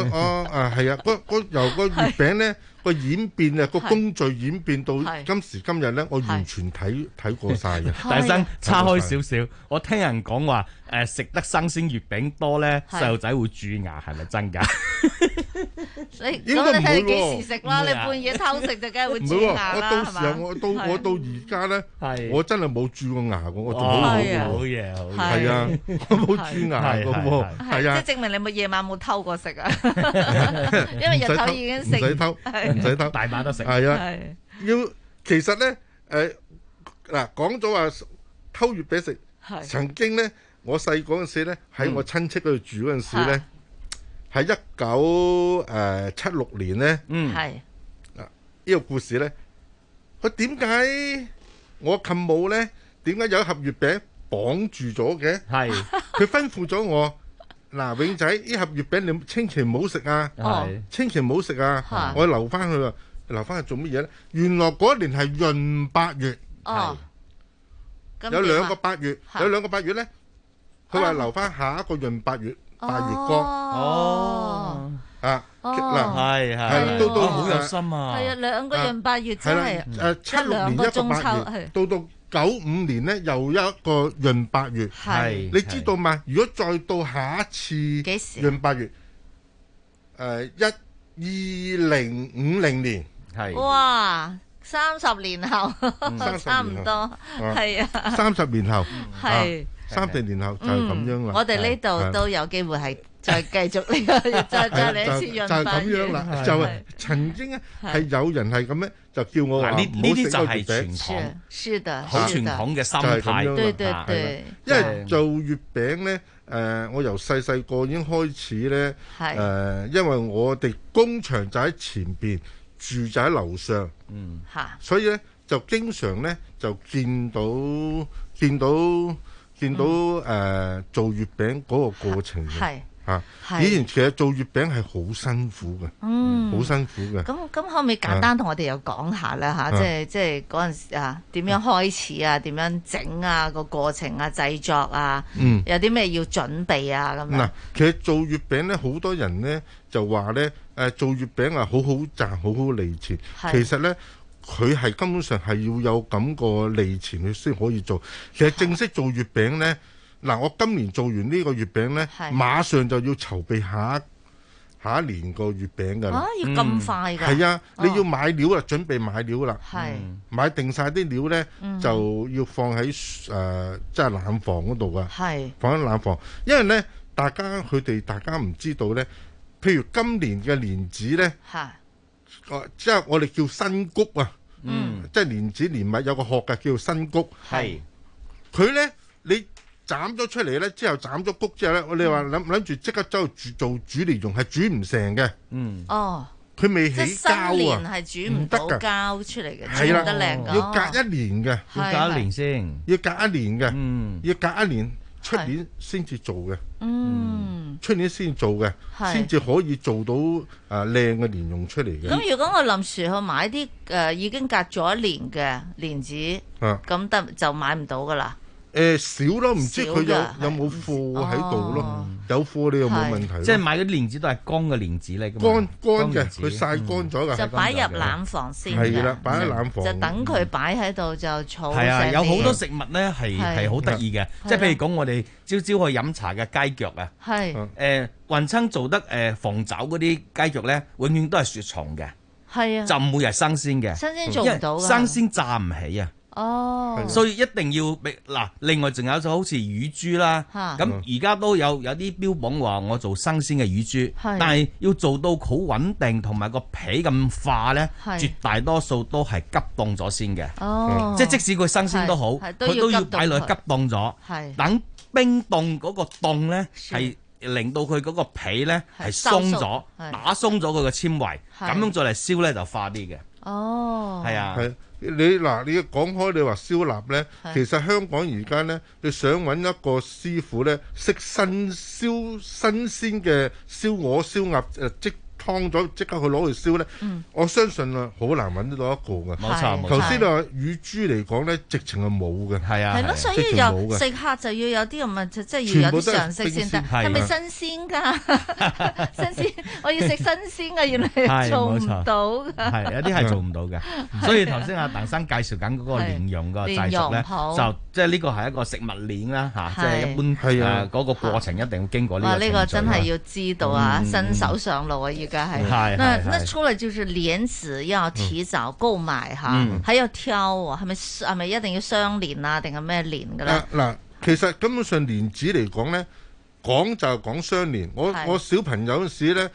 個月餅咧。個演變啊，個工序演變到今時今日咧，我完全睇過晒嘅。 大生叉開少少，我聽人講話食得新鮮月餅多咧，細路仔會蛀牙，係咪真㗎？ 你睇你幾時食啦？你半夜偷食就梗係會蛀牙啦，係嘛？ 我到而家咧，我真係冇蛀過牙嘅，我做好嘢， 係啊，我冇蛀牙嘅喎，係啊， 即係證明你冇夜晚冇偷過食啊，因為日頭已經食， 唔使偷， 大把得食。 係啊，其實咧，嗱講咗話偷月餅食，曾經咧，我細嗰陣時咧，喺我親戚嗰度住嗰陣時咧，喺1976年咧，呢個故事咧，佢點解我舅母咧點解有一盒月餅綁住咗嘅？係佢吩咐咗我。嗱，永仔，呢盒月餅你千祈唔好食啊！千祈唔好食啊！我留翻佢啊，留翻去做乜嘢咧？原來嗰一年係閏8月，有兩個8月，有兩個8月咧，佢話留翻下一個閏8月8月光。嗱，係到好有心啊！ 係啊，兩個閏8月真係 76年一個8月，到95年咧又一個閏8月，係你知道嘛？如果再到下一次閏8月，2050年係哇，30年後差唔多係啊 ，30年後係 30年後就係咁樣啦。 我哋呢度都有機會係。再繼續呢個，再嚟一次閏8月， 就係咁樣啦。就係曾經咧，係有人係咁咧，就叫我話呢啲就係傳統， 是的， 好傳統嘅心態。 對對對，因為做月餅咧，我由細細個已經開始咧，因為我哋工場就喺前邊，住就喺樓上，所以咧就經常咧就見到做月餅嗰個過程嘅。以前其實做月餅係好辛苦嘅，好辛苦嘅。 咁可唔可以簡單同我哋又講下咧嚇？即係嗰陣時啊，點樣開始啊？點樣整啊？個過程啊，製作啊，有啲咩要準備啊？咁樣。嗱， 其實做月餅咧，好多人咧就話咧，做月餅啊，好好賺，好好利錢。其實咧，佢係根本上係要有咁個利錢，佢先可以做。其實正式做月餅咧。嗱，我今年做完呢個月餅咧，馬上就要籌備下一年個月餅㗎啦。 要咁快㗎？ 係啊，你要買料啦，準備買料啦。買定晒啲料咧，就要放喺即係冷房嗰度㗎。放喺冷房，因為咧，大家唔知道咧，譬如今年嘅蓮子咧，即係我哋叫新谷啊。即係蓮子蓮米有個殼嘅叫新谷。佢咧你。斬咗出嚟咧，之後斬咗谷之後咧，我哋話諗住即刻走去做煮嚟用，係煮唔成嘅。佢未起膠啊， 新年係煮唔得膠出嚟嘅， 係啦， 得靚㗎。 要隔一年嘅， 要隔一年先， 要隔一年嘅，要隔一年出年先至做嘅。出年先做嘅，先至可以做到靚嘅蓮蓉出嚟嘅。 咁如果我臨時去買啲已經隔咗一年嘅蓮子，咁得就買唔到㗎啦。 少咯，唔知佢有冇貨喺度咯？有貨你又冇問題。 即係買嗰啲蓮子都係乾嘅蓮子嚟㗎嘛？乾嘅，佢曬乾咗㗎。 就擺入冷房先。 係啦，擺喺冷房。 就等佢擺喺度就儲。 係啊，有好多食物咧係好得意嘅，即係譬如講我哋朝朝去飲茶嘅雞腳啊。係。雲親做得鳳爪嗰啲雞腳咧，永遠都係雪藏嘅。係啊。就唔會係新鮮嘅。新鮮做唔到㗎。新鮮炸唔起啊。所以一定要嗱，另外仲有就好似乳豬啦，咁而家都有啲標榜話我做新鮮嘅乳豬，但係要做到好穩定同埋個皮咁化咧，絕大多數都係急凍咗先嘅，即係即使佢新鮮都好，佢都要擺落去急凍咗，等冰凍嗰個凍咧係令到佢嗰個皮咧係鬆咗，打鬆咗佢個纖維，咁樣再嚟燒咧就化啲嘅。係啊。 你講開你話燒臘咧，其實香港而家咧，你想揾一個師傅咧，識新鮮嘅燒鵝、燒鴨即劏咗即刻去攞去燒咧，我相信啊，好難揾得到一個嘅。 冇錯， 頭先你話乳豬嚟講咧，直情係冇嘅。 係啊， 係咯，所以又食客就要有啲咁啊，即係要有啲常識先得。係咪新鮮㗎？新鮮，我要食新鮮嘅，原來做唔到㗎。 係有啲係做唔到嘅，所以頭先阿鄧生介紹緊嗰個蓮蓉個製作咧，就即係呢個係一個食物鏈啦嚇，即係一般嗰個過程一定要經過呢個程序。 呢個真係要知道啊，新手上路啊要。那除了就是蓮子要提早購買哈，還要挑啊，係咪一定要雙蓮啊，定係咩蓮㗎咧？ 嗱，其實根本上蓮子嚟講咧，講就講雙蓮。我小朋友嗰時咧，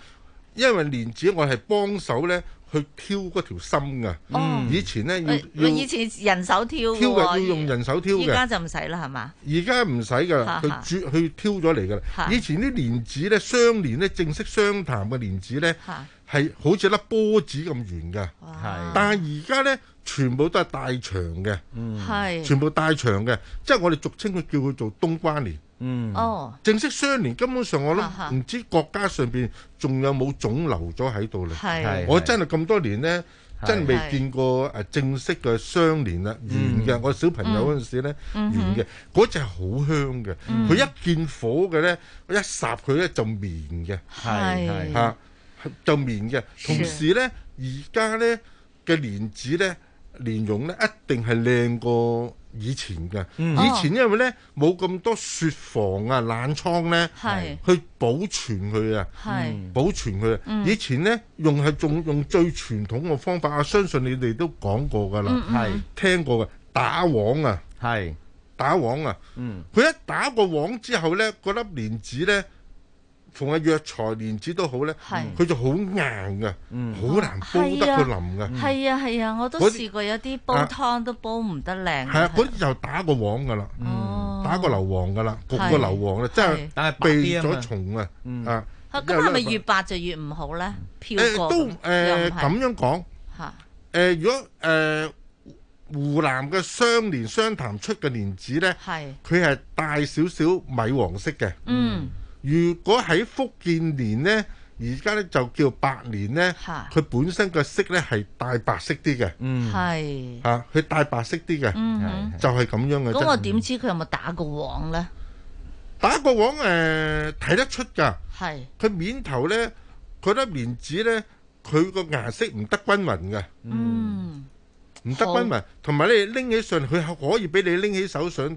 因為蓮子我係幫手咧去挑嗰條芯噶。以前咧要以前人手挑嘅，要用人手挑嘅。 依家就唔使啦，係嘛？ 而家唔使噶啦，去挑咗嚟噶啦。以前啲蓮子咧，雙蓮咧，正式雙潭嘅蓮子咧，係好似粒波子咁圓噶。但係而家咧，全部都係大長嘅，全部大長嘅，即係我哋俗稱佢叫佢做冬瓜蓮。正式雙蓮根本上我都唔知國家上邊仲有冇種留咗喺度咧。我真係咁多年咧，真係未見過正式嘅雙蓮啦，圓嘅。我小朋友嗰陣時咧，圓嘅嗰隻係好香嘅。佢一見火嘅咧，一烚佢咧就綿嘅，嚇就綿嘅。同時咧，而家咧嘅蓮子咧，蓮蓉咧一定係靚過以前嘅。以前因為咧冇咁多雪房啊、冷倉咧，去保存佢啊，保存佢啊。以前咧用最傳統嘅方法啊，相信你哋都講過㗎啦，聽過嘅打黃啊，打黃啊。佢一打個黃之後咧，嗰粒蓮子咧，逢係藥材蓮子都好咧，佢就好硬嘅，好難煲得佢腍嘅。 係啊，我都試過有啲煲湯都煲唔得靚。係啊，嗰啲就打個黃㗎啦，打個硫磺㗎啦，焗個硫磺啦，即係避咗蟲啊。 咁係咪越白就越唔好咧？ 都咁樣講。如果湖南嘅雙蓮雙潭出嘅蓮子咧，佢係帶少少米黃色嘅。如果喺福建蓮咧，而家咧就叫白蓮咧，佢本身個色咧係帶白色啲嘅，佢帶白色啲嘅，就係咁樣嘅。 咁我點知佢有冇打過黃咧？ 打過黃睇得出㗎，佢面頭咧，佢粒蓮子咧，佢個顏色唔得均勻嘅。唔得均勻，同埋你拎起上嚟，佢可以俾你拎起手上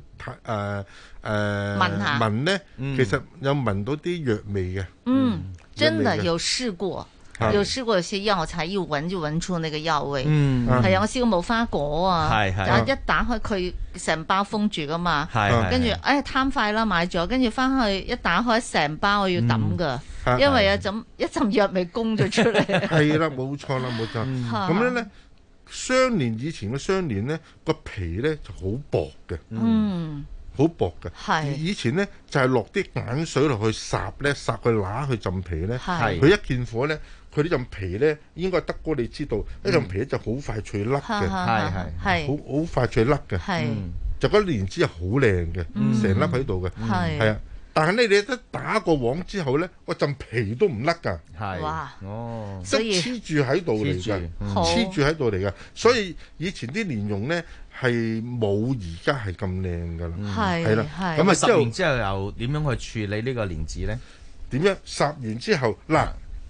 聞咧，其實有聞到啲藥味嘅。 真的有試過，有些藥材一聞就聞出那個藥味。係啊，我試過無花果啊，一打開佢成包封住噶嘛，跟住貪快啦買咗，跟住翻去一打開成包我要抌噶，因為一陣藥味攻咗出嚟。 係啦，冇錯啦，冇錯。咁樣咧。雙蓮以前嘅雙蓮咧，個皮咧就好薄嘅，好薄嘅。以前咧就係落啲鹼水落去烚咧，烚佢乸去浸皮咧。佢一見火咧，佢呢陣皮咧應該德哥你知道，呢陣皮咧就好快脆甩嘅，好快脆甩嘅。就嗰蓮子係好靚嘅，成粒喺度嘅，係啊。但係咧，你一打個黃之後咧，嗰陣皮都唔甩㗎。 哇！ 所以黐住喺度嚟㗎，黐住喺度嚟㗎。所以以前啲蓮蓉咧係冇而家係咁靚㗎啦。係啦， 咁啊烚完之後又點樣去處理呢個蓮子咧？ 點樣烚完之後嗱？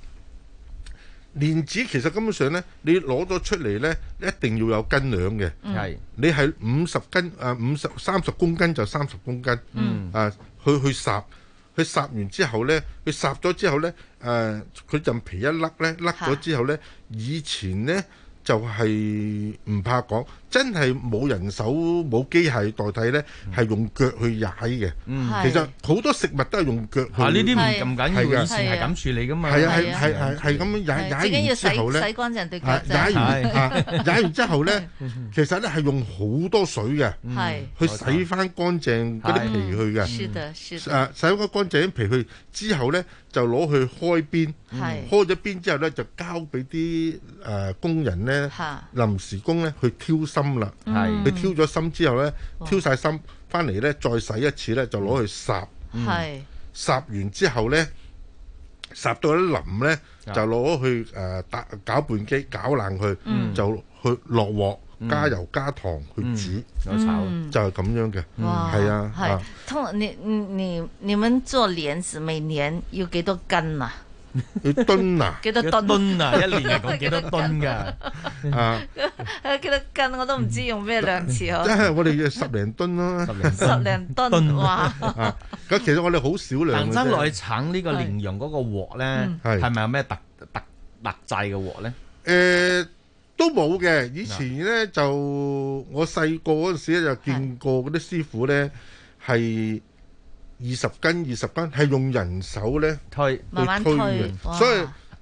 蓮子其實根本上咧，你攞咗出嚟咧，一定要有斤兩嘅。你係50斤30公斤就30公斤。去烚，佢烚完之後咧，佢烚咗之後咧，佢陣皮一甩咧，甩咗之後咧，以前咧就係唔怕講，真係冇人手冇機械代替咧，係用腳去踩嘅。其實好多食物都係用腳去。 呢啲唔咁緊要，以前係咁處理噶嘛。 係咁樣踩完之後咧， 洗乾淨對腳。 踩完之後咧，其實咧係用好多水嘅，去洗翻乾淨嗰啲皮去嘅。洗翻乾淨啲皮去之後咧，就攞去開邊，開咗邊之後咧，就交俾啲工人咧，臨時工咧去挑芯啦。佢挑咗芯之後咧，挑晒芯翻嚟咧，再洗一次咧，就攞去烚。烚完之後咧，烚到一腍咧，就攞去攪拌機攪爛佢，就去落鑊，加油加糖去煮， 炒， 就係咁樣嘅。係啊， 你們做蓮子每年要幾多斤啊？ 要噸啊？ 幾多噸啊？一年係講幾多噸㗎？ 幾多斤我都唔知用咩量詞好。 即係我哋要10零噸咯 ，10零噸哇！ 咁其實我哋好少量。 行真落去橙呢個蓮蓉嗰個鑊咧，係咪有咩特製嘅鑊咧？ 都冇嘅。以前咧就我細個嗰陣時咧就見過嗰啲師傅咧係20斤係用人手咧慢慢推嘅， 所以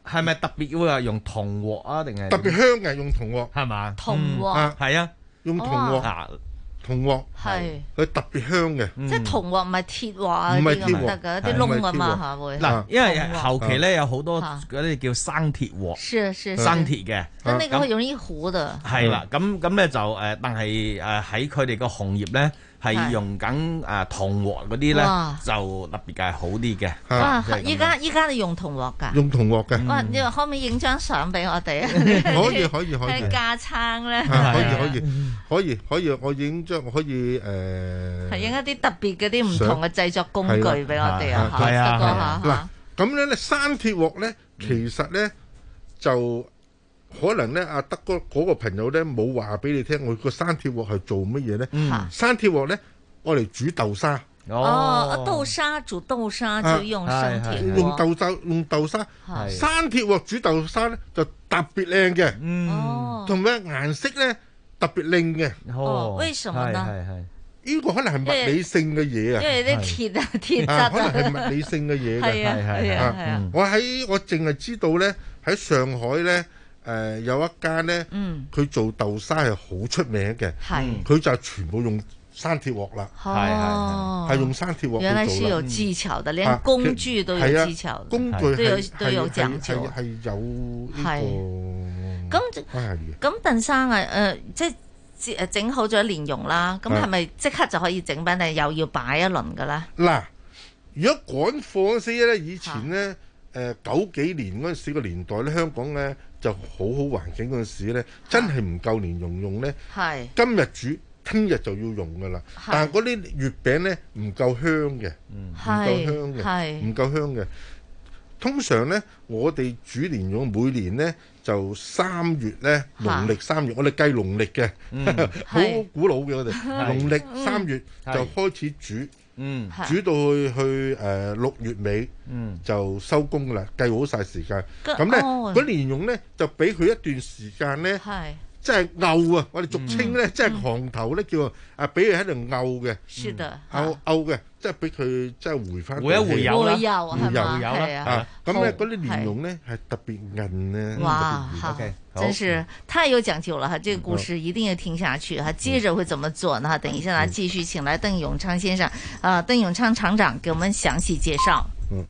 係咪特別會話用銅鑊啊？定係特別香嘅用銅鑊係嘛？ 銅鑊係啊， 用銅鑊銅鑊係佢特別香嘅， 即係銅鑊唔係鐵鑊啊，唔係鐵鑊得㗎，啲窿啊嘛嚇會。 嗱，因為後期咧有好多嗰啲叫生鐵鑊，生鐵嘅， 咁呢個容易糊嘅。 係啦，咁咧就但係喺佢哋個行業咧。係用緊銅鑊嗰啲咧，就特別係好啲嘅。 哇！依家你用銅鑊㗎？ 用銅鑊嘅。 哇！你話可唔可以影張相俾我哋啊？ 可以。 係架撐咧。 可以，我影張可以係影一啲特別嗰啲唔同嘅製作工具俾我哋啊！ 係啊。嗱，咁樣咧，生鐵鑊咧，其實咧就。可能咧，阿德哥嗰個朋友咧冇話俾你聽，我個生鐵鑊係做乜嘢咧？生鐵鑊咧，我嚟煮豆沙。 豆沙煮豆沙就用生鐵鑊。 用豆沙。生鐵鑊煮豆沙咧就特別靚嘅。同埋顏色咧特別靚嘅。 為什麼呢？ 呢個可能係物理性嘅嘢啊。 因為啲鐵質可能係物理性嘅嘢嘅。 係。 我淨係知道咧喺上海咧。有一間咧，佢做豆沙係好出名嘅，佢就全部用生鐵鑊啦，係用生鐵鑊。 原來是有技巧的，連工具都有技巧， 工具都有講究， 係有呢個咁鄧生啊，即係整好咗蓮蓉啦，咁係咪即刻就可以整俾你？又要擺一輪噶啦？ 嗱，如果趕貨嗰時咧，以前咧，90幾年嗰陣時個年代咧，香港咧。就好好環境嗰陣時咧，真係唔夠蓮蓉用咧。係今日煮，聽日就要用噶啦。但係嗰啲月餅咧唔夠香嘅，唔夠香嘅，唔夠香嘅。通常咧，我哋煮蓮蓉每年咧就3月咧，農曆3月，我哋計農曆嘅，好古老嘅我哋。農曆3月就開始煮。煮到去6月尾，就收工噶啦，計好晒時間。咁咧，嗰蓮蓉咧就俾佢一段時間咧，即係漚啊！我哋俗稱咧，即係行頭咧叫俾佢喺度漚嘅，漚嘅，即係俾佢即係回翻回油啦， 回油啦。 咁咧嗰啲蓮蓉咧係特別韌咧。 哇，好，真是太有講究了哈！這個故事一定要聽下去哈。接着會怎麼做呢？等一下呢，繼續請來鄧永昌先生，鄧永昌廠長給我們詳細介紹。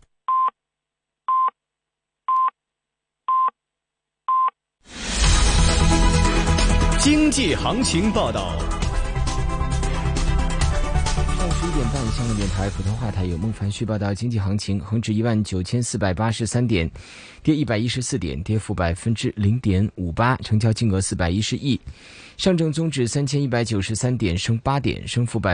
經濟行情報道。 上午11點半，香港電台普通話台有孟凡旭報道經濟行情，恒指19483點，跌114點，跌幅0.58%，成交金額410億。上證綜指3193點，升8點，升幅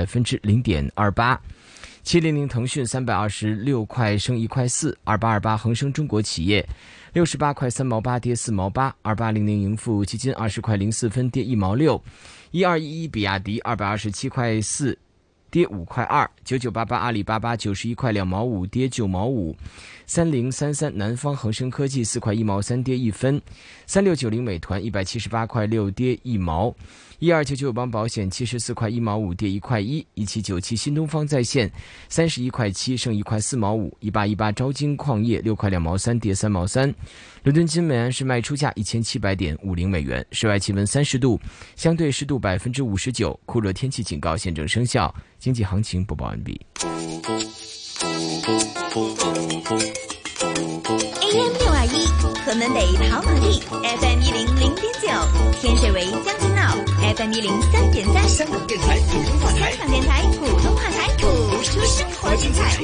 0.28%。700騰訊326塊，升1塊4，2828恒生中國企業68塊3毛8，跌4毛8，2800盈富基金20塊04分，跌1毛6，1211比亞迪227塊4。跌5塊2，9988阿里巴巴91塊2毛5，跌9毛5，3033南方恒生科技4塊1毛3，跌1分，3690美團178塊6，跌1毛，1299友邦保險74塊1毛5，跌1塊1，1797新東方在線31塊7，升1塊4毛5，1818招金礦業6塊2毛3，跌3毛3。倫敦金每安士賣出價1700.50美元，室外氣溫30度，相對濕度59%，酷熱天氣警告現正生效。經濟行情播報完畢。 AM621，屯門北跑馬地 ，FM 100.9，天水圍將軍澳 ，FM 103.3，香港電台普通話台，香港電台普通話台，播出生活精彩。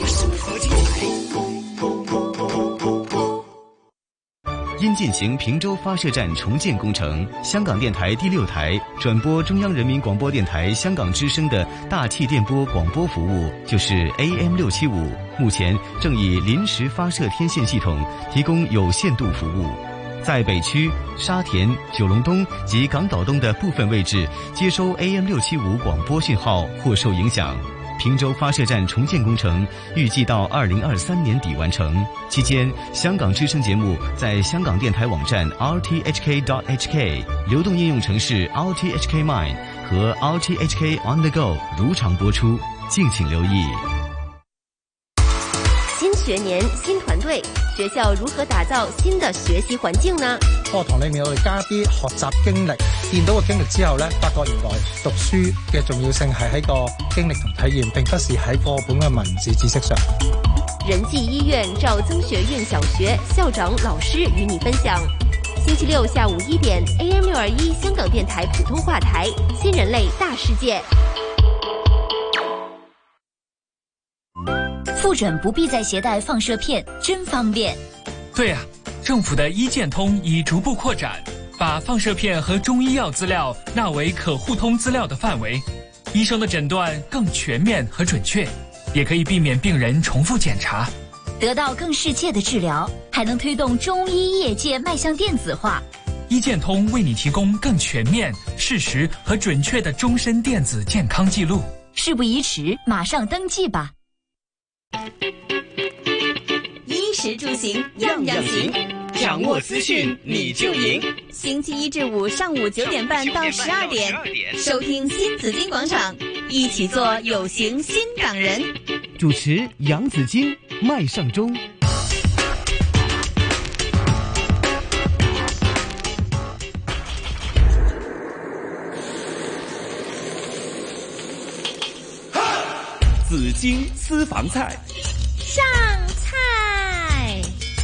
因進行平洲發射站重建工程，香港電台第6台轉播中央人民廣播電台香港之聲的大氣電波廣播服務，就是 AM675，目前正以臨時發射天線系統提供有限度服務。在北區、沙田、九龍東及港島東的部分位置接收 AM675 廣播訊號或受影響。平洲發射站重建工程預計到2023年底完成，期間香港之聲節目在香港電台網站 rthk.hk、流動應用程式 rthk Mine 和 rthk On The Go 如常播出，敬請留意。 新学年新团队，学校如何打造新的學習環境呢？ 課堂裏面我哋加啲學習經歷，見到個經歷之後呢，發覺原來讀書嘅重要性係喺個經歷同體驗，並不是喺課本嘅文字知識上。 仁濟醫院趙增學院小學校長老師與你分享。星期六下午1點 AM621 香港電台普通話台《新人類大世界》。 复诊不必再携带放射片，真方便。 对啊，政府的医健通已逐步扩展，把放射片和中医药资料纳为可互通资料的范围，医生的诊断更全面和准确，也可以避免病人重复检查， 得到更适切的治疗，还能推动中医业界迈向电子化。 医健通为你提供更全面、适时和准确的终身电子健康记录。 事不宜迟，马上登记吧。 衣食住行样样行， 掌握资讯你就赢。 星期1至5上午9点半到12点，收听新紫金广场，一起做有型新港人。 主持杨紫金、麦尚中。紫金私房菜， 上菜。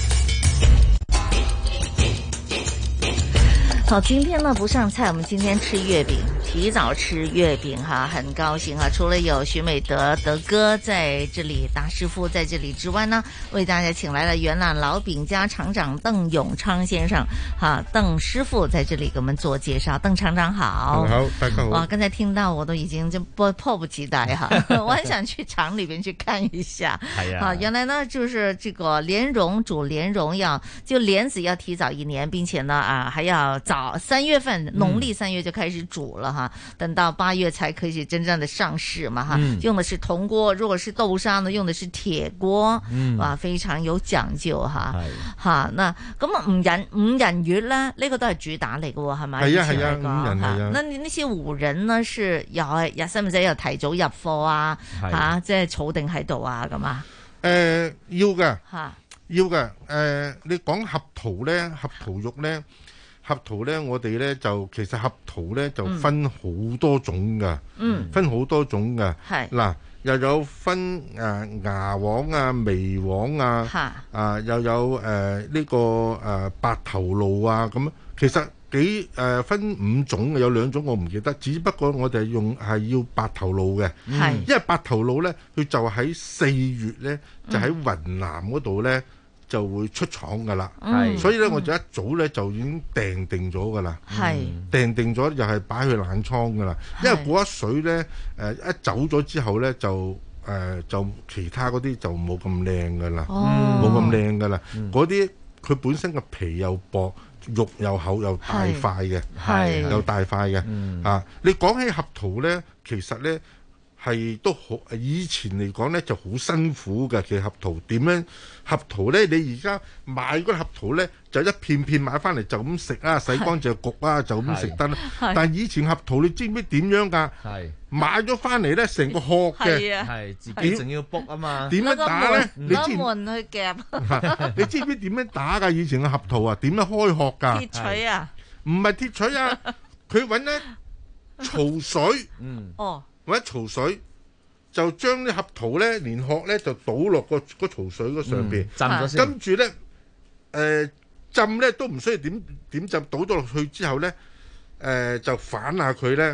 好，今天呢不上菜，我们今天吃月饼，提早吃月饼哈，很高兴哈。除了有徐美德德哥在这里，大师傅在这里之外呢，为大家请来了元朗老饼家厂长邓永昌先生哈，邓师傅在这里给我们做介绍。邓厂长好。 好，大家好。 哇，刚才听到我都已经就迫不及待哈，我很想去厂里边去看一下。 係啊， 原来呢就是这个莲蓉煮莲蓉就莲子要提早1年，并且呢还要早3月份，农历3月就开始煮了哈，等到8月才可以真正的上市嘛哈。用的是铜锅，如果是豆沙呢，用的是鐵鍋，哇，非常有講究哈。吓，嗱，咁啊五仁月咧，呢個都係主打嚟嘅喎，係咪？ 係啊係啊，五仁係啊。 那呢些五仁呢，是又係使唔使又提早入貨啊？吓，即係儲定喺度啊咁啊？ 要嘅，要嘅。你講合桃咧，合桃肉咧。合桃咧，我哋咧就其實合桃咧就分好多種㗎，分好多種㗎。嗱，又有分芽黃啊、微黃啊，又有呢個白頭露啊咁。其實分5種嘅，有2種我唔記得，只不過我哋係要白頭露嘅，因為白頭露咧佢就喺4月咧就喺雲南嗰度咧。就會出廠噶啦，所以咧我就一早咧就已經訂定咗噶啦，訂定咗又係擺去冷倉噶啦，因為嗰一水咧一走咗之後咧就其他嗰啲就冇咁靚噶啦，冇咁靚噶啦，嗰啲佢本身個皮又薄，肉又厚又大塊嘅，又大塊嘅，啊！你講起合桃咧，其實咧。係都好，以前嚟講咧就好辛苦嘅。其實合桃點樣合桃咧？你而家買嗰合桃咧，就一片片買翻嚟就咁食啊，洗乾淨焗啊，就咁食得啦。但以前合桃你知唔知點樣㗎？買咗翻嚟咧，成個殼嘅， 係自己仲要卜啊嘛。 點樣打咧？你知門去夾。 你知唔知點樣打㗎？以前嘅合桃啊，點樣開殼㗎？ 鐵錘啊？ 唔係鐵錘啊，佢揾一槽水。揾一槽水就將啲合桃咧連殼咧就倒落個槽水嗰上邊， 浸咗先。 跟住咧浸咧都唔需要點浸，倒咗落去之後咧就反下佢咧，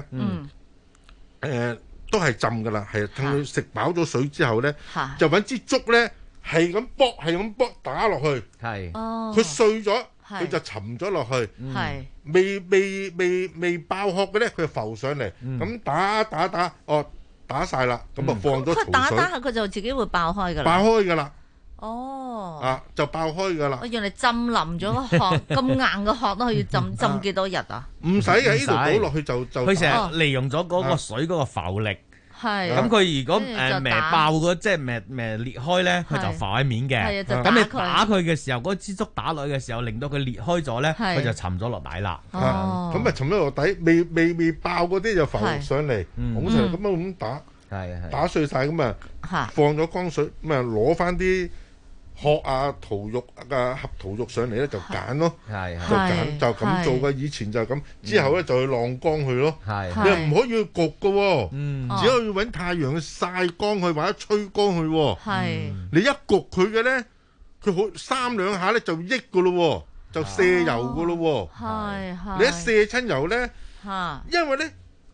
都係浸噶啦，係等佢食飽咗水之後咧，就揾支竹咧係咁剝打落去，佢碎咗。佢就沉咗落去，未爆殼嘅咧，佢就浮上嚟，咁打晒啦，咁啊放咗槽水。 打下佢就自己會爆開㗎啦。 爆開㗎啦。就爆開㗎啦。 我原來浸腍咗個殼，咁硬嘅殼都可以浸幾多日啊？ 唔使嘅，呢度倒落去就。 佢成日利用咗嗰個水嗰個浮力。咁佢如果爆嗰即係裂開咧，佢就浮喺面嘅。咁你打佢嘅時候，嗰支竹打落去嘅時候，令到佢裂開咗咧，佢就沉咗落底啦。 咁啊沉咗落底，未爆嗰啲就浮上嚟，拱上嚟咁打碎晒咁啊，放咗乾水咁啊，攞翻啲學啊屠肉啊合屠肉上嚟咧就揀咯，就揀就咁做嘅。以前就咁，之後咧就去晾乾佢咯。你又唔可以去焗嘅喎，只可以揾太陽去曬乾佢或者吹乾佢喎。你一焗佢嘅咧，佢好3兩下咧就益嘅咯喎，就卸油嘅咯喎。你一卸親油咧，因為咧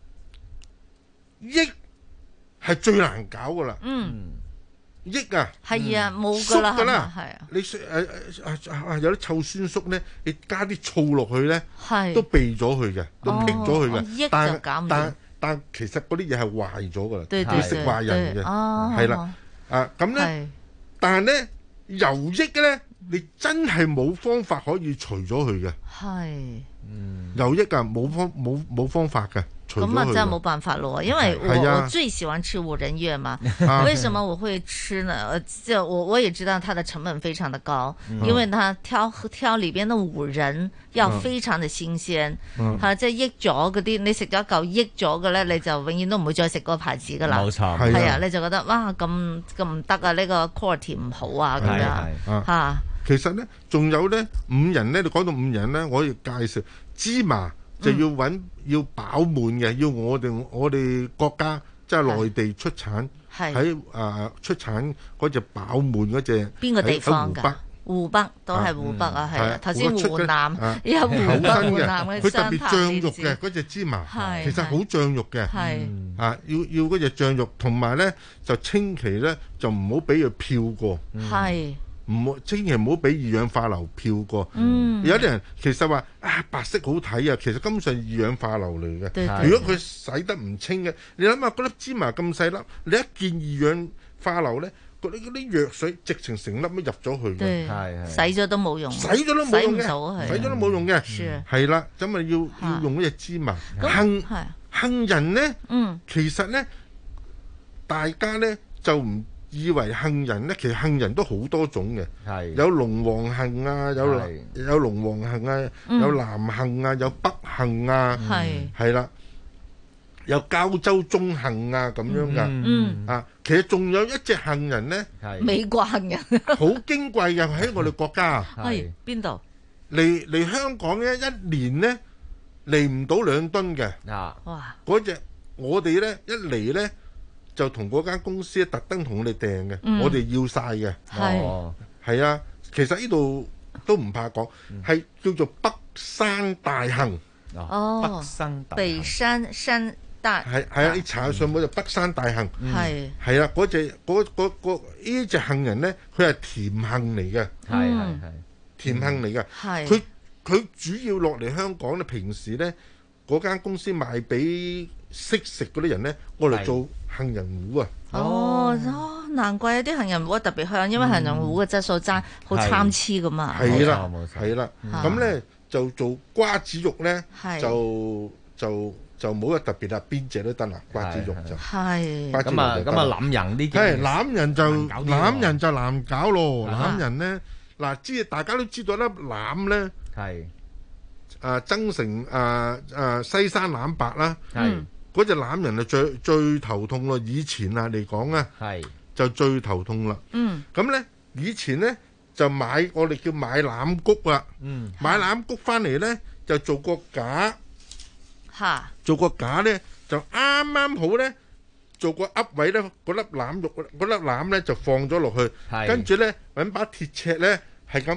益係最難搞嘅啦。益啊， 係啊，冇㗎啦， 係啊， 你有啲臭酸縮咧，你加啲醋落去咧，都避咗佢嘅，都辟咗佢嘅。但其實嗰啲嘢係壞咗㗎啦，會食壞人嘅，係啦。咁咧，但係咧油益嘅咧，你真係冇方法可以除咗佢嘅。油益啊，冇方法嘅。 咁啊，真係冇辦法咯，因為我最喜歡吃五仁月嘛。為什麼我會吃呢？就我也知道它的成本非常的高，因為它挑裏邊的五仁要非常的新鮮，即係益咗嗰啲，你食咗一嚿益咗嘅咧，你就永遠都唔會再食嗰個牌子噶啦。冇錯，係啊，你就覺得哇咁唔得啊，呢個 quality 唔好啊咁樣嚇。 其實咧，仲有咧五仁咧，你講到五仁咧，我可以介紹芝麻。就要要飽滿嘅，要我哋國家即係內地出產，喺出產嗰隻飽滿嗰隻。 邊個地方㗎？湖北都係湖北啊，係啊。頭先湖南有湖北、湖南嘅。 佢特別醬肉嘅嗰隻芝麻，其實好醬肉嘅。要嗰隻醬肉，同埋咧就清期咧就唔好俾佢漂過。千祈唔好俾二氧化硫漂過。有啲人其實話白色好睇啊，其實根本上二氧化硫嚟嘅。如果佢洗得唔清嘅，你諗下嗰粒芝麻咁細粒，你一見二氧化硫咧，嗰啲藥水直情成粒都入咗去嘅。 洗咗都冇用， 洗咗都冇用嘅，洗咗都冇用嘅。係啦，咁咪要用嗰隻芝麻。杏仁咧，其實咧大家咧就唔以為杏仁咧，其實杏仁都好多種嘅，有龍王杏啊，有龍王杏啊，有南杏啊，有北杏啊，係啦，有膠州中杏啊咁樣噶，其實仲有一隻杏仁咧， 美國杏仁， 好矜貴嘅喺我哋國家， 係邊度？ 嚟香港咧一年咧嚟唔到2噸嘅，哇！嗰隻我哋咧一嚟咧。就同嗰間公司特登同我哋訂嘅，我哋要晒嘅。係啊，其實呢度都唔怕講，係叫做北山大杏。 北山大係啊，你查下上網就北山大杏。係啊，嗰隻呢隻杏仁咧，佢係甜杏嚟嘅。甜杏嚟嘅。佢主要落嚟香港咧，平時咧嗰間公司賣俾識食嗰啲人咧，我嚟做杏仁糊啊！ 難怪有啲杏仁糊特別香，因為杏仁糊嘅質素好參差噶嘛。 係啦，係啦。咁咧就做瓜子肉咧，就冇乜特別啦，邊隻都得啦。瓜子肉就係咁啊！欖仁呢啲欖仁就難搞咯。欖仁咧嗱，大家都知道啦，欖咧係增城西山欖白啦。嗰隻欖仁係最頭痛咯，以前嚟講啊，就最頭痛啦。咁咧以前咧就我哋叫買欖菊啦。買欖菊翻嚟咧就做個架，做個架咧就啱啱好咧做個噏位咧，嗰粒欖咧就放咗落去，跟住咧揾把鐵尺咧係咁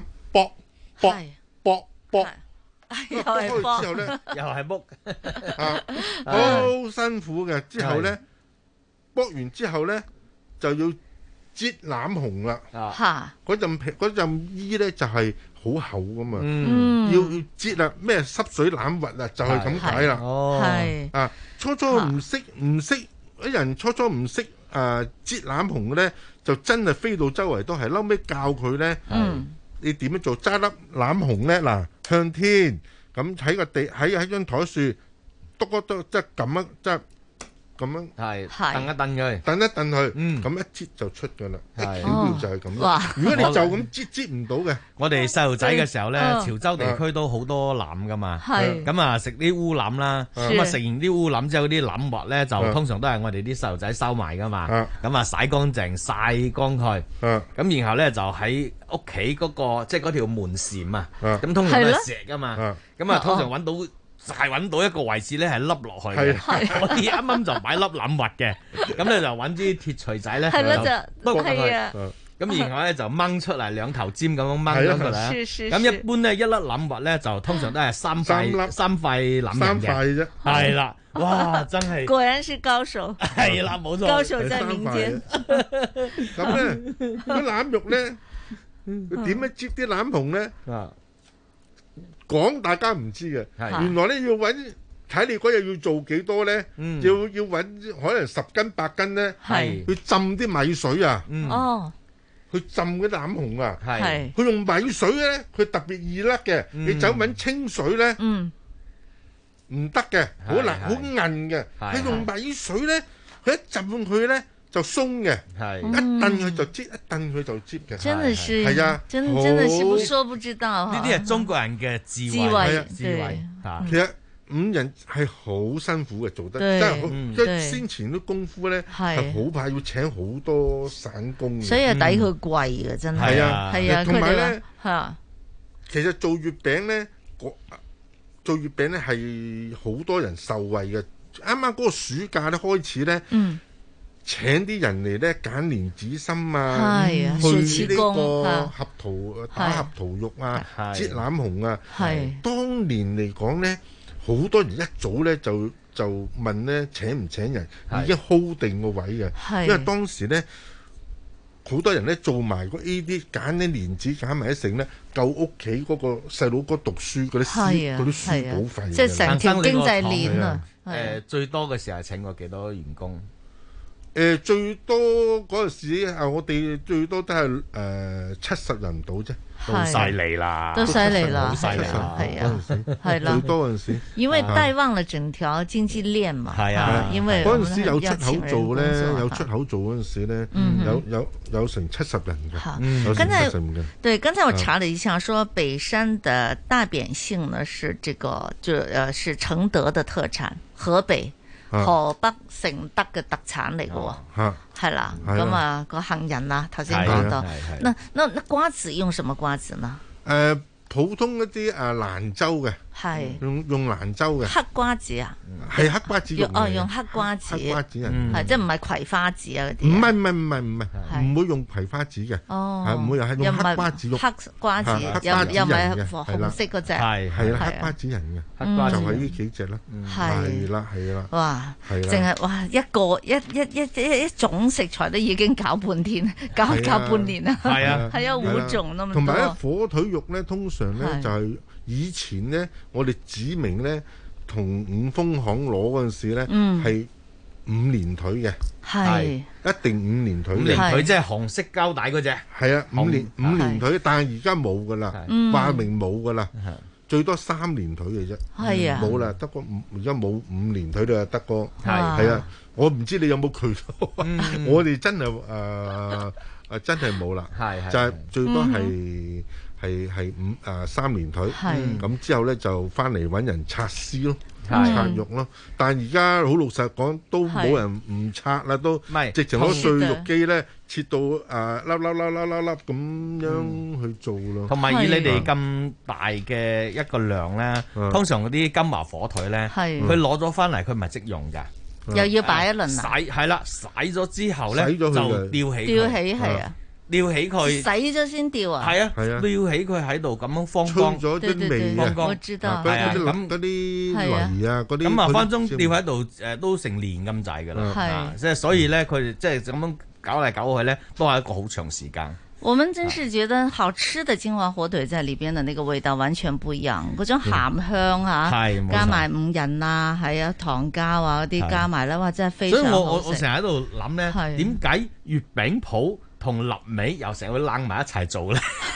剝。 又係剝之後咧， 又係剝好辛苦嘅。之後咧，剝完之後咧，就要擠欖紅啦。嗰陣衣咧就係好厚噶嘛，要擠啦。咩濕水欖核啊，就係咁解啦。初唔識啲人初唔識擠欖紅咧，就真係飛到周圍都係。嬲尾教佢咧。你點樣做？揸粒欖紅咧，嗱向天咁喺個地喺張台樹篤即係撳一即係咁樣係燉一燉佢， 燉一燉佢，咁一擠就出㗎啦。巧妙就係咁咯。如果你就咁擠唔到嘅。 我哋細路仔嘅時候咧，潮州地區都好多欖㗎嘛。咁啊食啲烏欖啦，咁啊食完啲烏欖之後，嗰啲欖核咧就通常都係我哋啲細路仔收埋㗎嘛。咁啊洗乾淨曬乾佢，咁然後咧就喺屋企嗰個即係嗰條門簾啊，咁通常都係石㗎嘛。咁啊通常揾到一個位置咧係凹落去嘅，我哋啱啱就擺粒欖核嘅，咁咧就揾啲鐵錘仔咧就篤落去，咁然後咧就掹出嚟兩頭尖咁樣掹咗佢嚟。咁一般咧一粒欖核咧就通常都係三塊欖仁嘅，係啦，哇真係果然是高手， 係啦冇錯， 高手在民間。 咁咧啲欖肉咧，點樣接啲欖紅咧？講大家唔知嘅，原來咧要揾睇你嗰日要做幾多咧，要揾可能10斤8斤咧，去浸啲米水啊，去浸嗰啲欖紅啊，佢用米水咧，佢特別易甩嘅，你走揾清水咧，唔得嘅，好難好韌嘅，佢用米水咧，佢一浸佢咧。就鬆嘅，一燉佢就擠，一燉佢就擠嘅。 真的是， 係啊， 真的是不說不知道。 呢啲係中國人嘅智慧，智慧嚇。 其實5人係好辛苦嘅，做得真係先前啲功夫咧係好怕要請好多散工嘅， 所以係抵佢貴嘅，真係。 係啊，係啊，同埋咧嚇， 其實做月餅咧，係好多人受惠嘅。啱啱嗰個暑假咧開始咧。請啲人嚟咧揀蓮子心啊，去呢個合桃打合桃肉啊，擠欖紅啊。當年嚟講咧，好多人一早咧就問咧請唔請人，已經 hold 定個位嘅。因為當時咧好多人咧做埋個 AD 揀啲蓮子揀埋一成咧，夠屋企嗰個細佬哥讀書嗰啲書簿費。 即係成條經濟鏈啊！ 最多嘅時候請過幾多員工？ 最多嗰陣時我哋最多都係70人到啫， 都犀利啦， 都犀利啦， 好犀利啦， 係啊，係啦， 最多嗰陣時， 因為帶旺了整條經濟鏈嘛， 係啊， 因為嗰陣時有出口做咧，有出口做嗰陣時咧，有成70人嘅，有成70人嘅。 對，剛才我查了一下，說北山的大扁杏呢是這個是承德的特產，河北。河北承德嘅特產嚟嘅喎，係啦，咁啊個杏仁啊，頭先講到，那瓜子用什麼瓜子呢？ 普通一啲蘭州嘅，係用蘭州嘅黑瓜子啊， 係黑瓜子肉哦，用黑瓜子， 黑瓜子仁係即係唔係葵花籽啊嗰啲？ 唔係，唔會用葵花籽嘅，係唔會係用黑瓜子肉， 黑瓜子又唔係紅色嗰隻， 係啦，黑瓜子仁嘅，黑瓜就係呢幾隻啦，係啦， 哇，淨係哇一個一種食材都已經搞半天，搞半年啦，係啊，5種咁多， 同埋咧火腿肉咧通常咧就係以前咧，我哋指明咧同五豐行攞嗰陣時咧係5連腿嘅，係一定5連腿。5 連腿即係紅色膠帶嗰隻， 係啊，5連腿，但係而家冇噶啦，話明冇噶啦，最多3連腿嘅啫， 係啊， 冇啦，得個而家冇5連腿啦，得個係啊，我唔知你有冇渠道，我哋真係真係冇啦，就係最多係。係3連腿，咁之後咧就翻嚟揾人拆絲咯，拆肉咯。但係而家好老實講，都冇人唔拆啦，都直情攞碎肉機咧切到粒咁樣去做咯。 同埋以你哋咁大嘅一個量咧，通常嗰啲金華火腿咧，佢攞咗翻嚟佢唔係即用㗎， 又要擺一輪洗係啦，洗咗之後咧就吊起， 係啊。 吊起佢， 洗咗先吊啊！ 係啊，吊起佢喺度咁樣風乾咗啲味啊！ 我知道， 咁嗰啲泥啊，嗰啲咁分鐘吊喺度都成年咁滯㗎啦。即係所以咧，佢即係咁樣搞嚟搞去咧，都係一個好長時間。 我們真是覺得好吃的金華火腿在裏邊的那個味道完全不一樣，嗰種鹹香加埋五仁啊，係啊，糖膠啊嗰啲加埋咧，哇！真係非常好食。 所以我成日喺度諗咧，點解月餅鋪同臘味又成日會冷埋一齊做咧？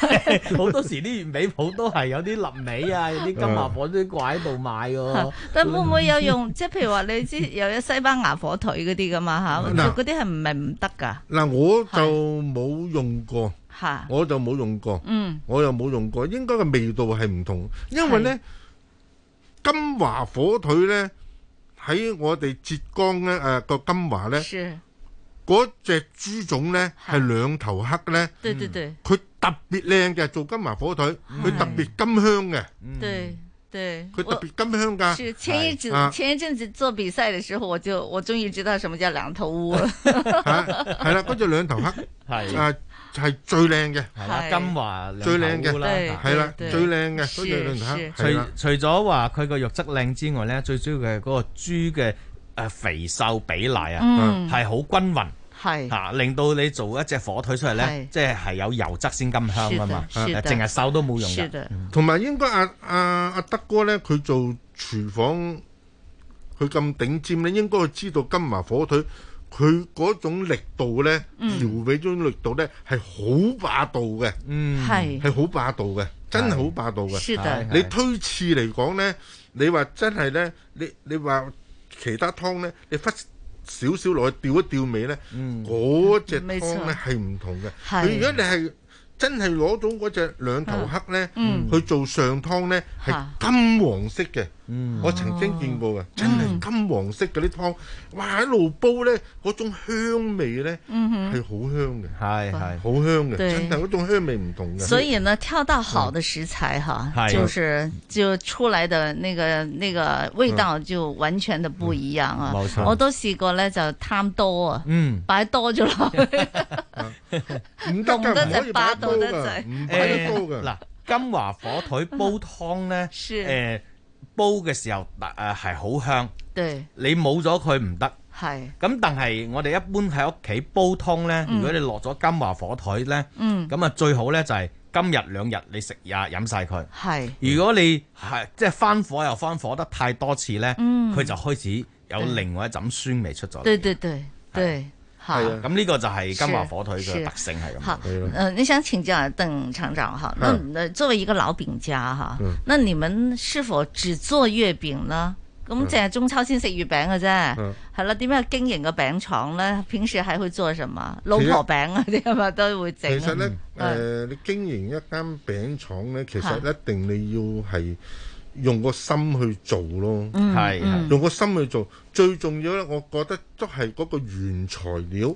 好多時啲月尾鋪都係有啲臘味啊，有啲金華火腿掛喺度賣喎。 但會唔會有用？即係譬如話你知又有西班牙火腿嗰啲噶嘛嚇，嗰啲係唔係唔得㗎？ 嗱，我就冇用過，我就冇用過，我又冇用過，應該個味道係唔同，因為咧金華火腿咧喺我哋浙江咧個金華咧。嗰隻豬種咧係兩頭黑咧，佢特別靚嘅，做金華火腿，佢特別金香嘅。 對， 佢特別金香㗎。 是前一陣子做比賽嘅時候，我終於知道什麼叫兩頭烏啦。 係啦，嗰隻兩頭黑係最靚嘅， 係啦，金華最靚嘅，係啦，最靚嘅嗰隻兩頭黑。 除咗話佢個肉質靚之外咧，最主要嘅嗰個豬嘅肥瘦比例啊，係好均勻。係令到你做一隻火腿出嚟咧，即係有油質先咁香啊嘛，淨係瘦都冇用嘅。 同埋應該阿德哥咧，佢做廚房，佢咁頂尖咧，應該知道金華火腿佢嗰種力度咧，調味嗰種力度咧係好霸道嘅，係好霸道嘅，真係好霸道嘅。你推次嚟講咧，你話真係咧，你話其他湯咧，你忽少少落去調一調味咧，嗰隻湯咧係唔同嘅。佢如果你係真係攞到嗰隻兩頭黑咧，去做上湯咧係金黃色嘅。我曾經見過嘅，真係金黃色嗰啲湯，哇！喺度煲咧，嗰種香味咧係好香嘅，係好香嘅，真係嗰種香味唔同嘅。 所以呢，挑到好的食材哈，就出來的那個味道就完全的不一樣啊！我都試過咧，就貪多啊，擺多咗落去， 唔得㗎，唔可以擺多㗎， 唔擺得多㗎。嗱，金華火腿煲湯咧，煲嘅時候係好香，你冇咗佢唔得。咁但係我哋一般喺屋企煲湯咧，如果你落咗金華火腿咧，咁啊最好咧就係今日兩日你食飲晒佢。如果你係即係翻火又翻火得太多次咧，佢就開始有另外一陣酸味出咗嚟。 對。 係咁呢個就係金華火腿嘅特性係咁。 好，你想請教鄧廠長哈？那作為一個老餅家哈，那你們是否只做月餅呢？咁淨係中秋先食月餅嘅啫，係啦。點樣經營個餅廠咧？平時係會做什麼？老婆餅啊啲係咪都會整？ 其實咧，你經營一間餅廠咧，其實一定你要係用個心去做咯，用個心去做。最重要咧，我覺得都係嗰個原材料。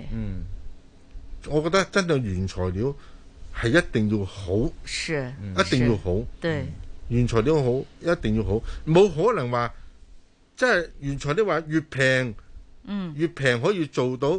我覺得真係原材料係一定要好，一定要好。原材料好，一定要好，冇可能話即係原材料話越平，越平可以做到。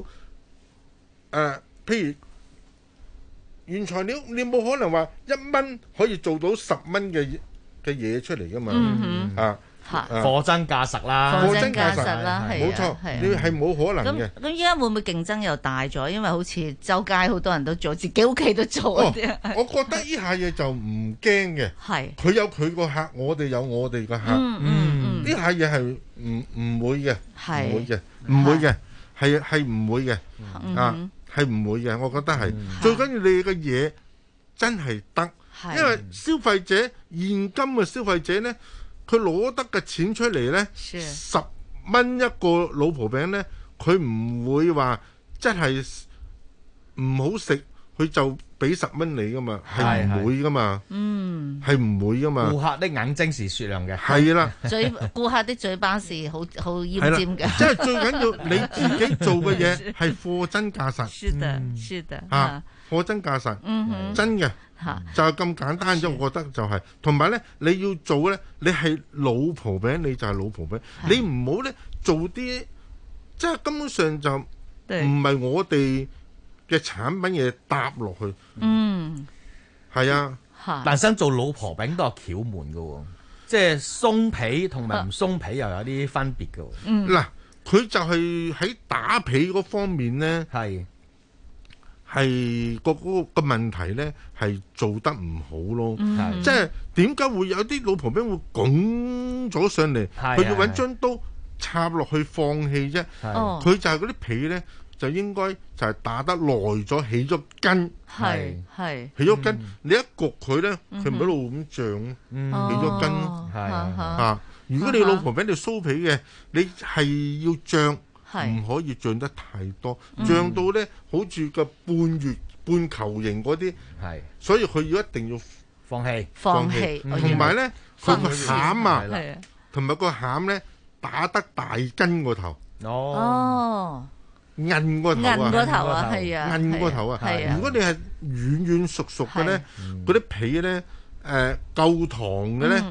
譬如原材料，你冇可能話1蚊可以做到10蚊嘅嘢出嚟噶嘛？ 貨真價實啦， 貨真價實啦， 冇錯，你係冇可能嘅。 咁依家會唔會競爭又大咗？因為好似周街好多人都做，自己屋企都做。 我覺得呢下嘢就唔驚嘅。佢有佢個客，我哋有我哋個客。呢下嘢係唔會嘅，唔會嘅，唔會嘅，係唔會嘅。係唔會嘅。我覺得係最緊要你嘅嘢真係得，因為消費者現今嘅消費者咧。佢攞得嘅錢出嚟呢，10蚊一個老婆餅呢，佢唔會話真係唔好食，佢就俾10蚊你噶嘛，係唔會噶嘛，係唔會噶嘛。 顧客的眼睛是雪亮嘅， 係啦， 顧客的嘴巴是好奄尖嘅， 即係最緊要你自己做嘅嘢係貨真價實。 是的， 貨真價實，真嘅。就係咁簡單啫，我覺得就係，同埋咧，你要做咧，你係老婆餅，你就係老婆餅，你唔好咧做啲，即係根本上就唔係我哋嘅產品嘢搭落去。係啊， 但想做老婆餅都有竅門噶，即係鬆皮同埋唔鬆皮又有啲分別噶。 嗱，佢就係喺打皮嗰方面咧，係個問題咧，係做得唔好咯。即係點解會有啲老婆餅會拱咗上嚟？佢要揾張刀插落去放氣啫。佢就係嗰啲皮咧就應該就係打得耐咗，起咗筋。 係起咗筋，你一焗佢咧，佢唔喺度咁脹，起咗筋。係如果你老婆俾你酥皮嘅，你係要脹，唔可以脹得太多，脹到咧好似個半球形嗰啲。係，所以佢要一定要放氣， 同埋咧佢個餡啊，同埋個餡咧打得大筋個頭。 哦。 韌個頭啊，係啊，韌個頭啊。如果你係軟熟嘅咧，嗰啲皮咧，夠糖嘅咧，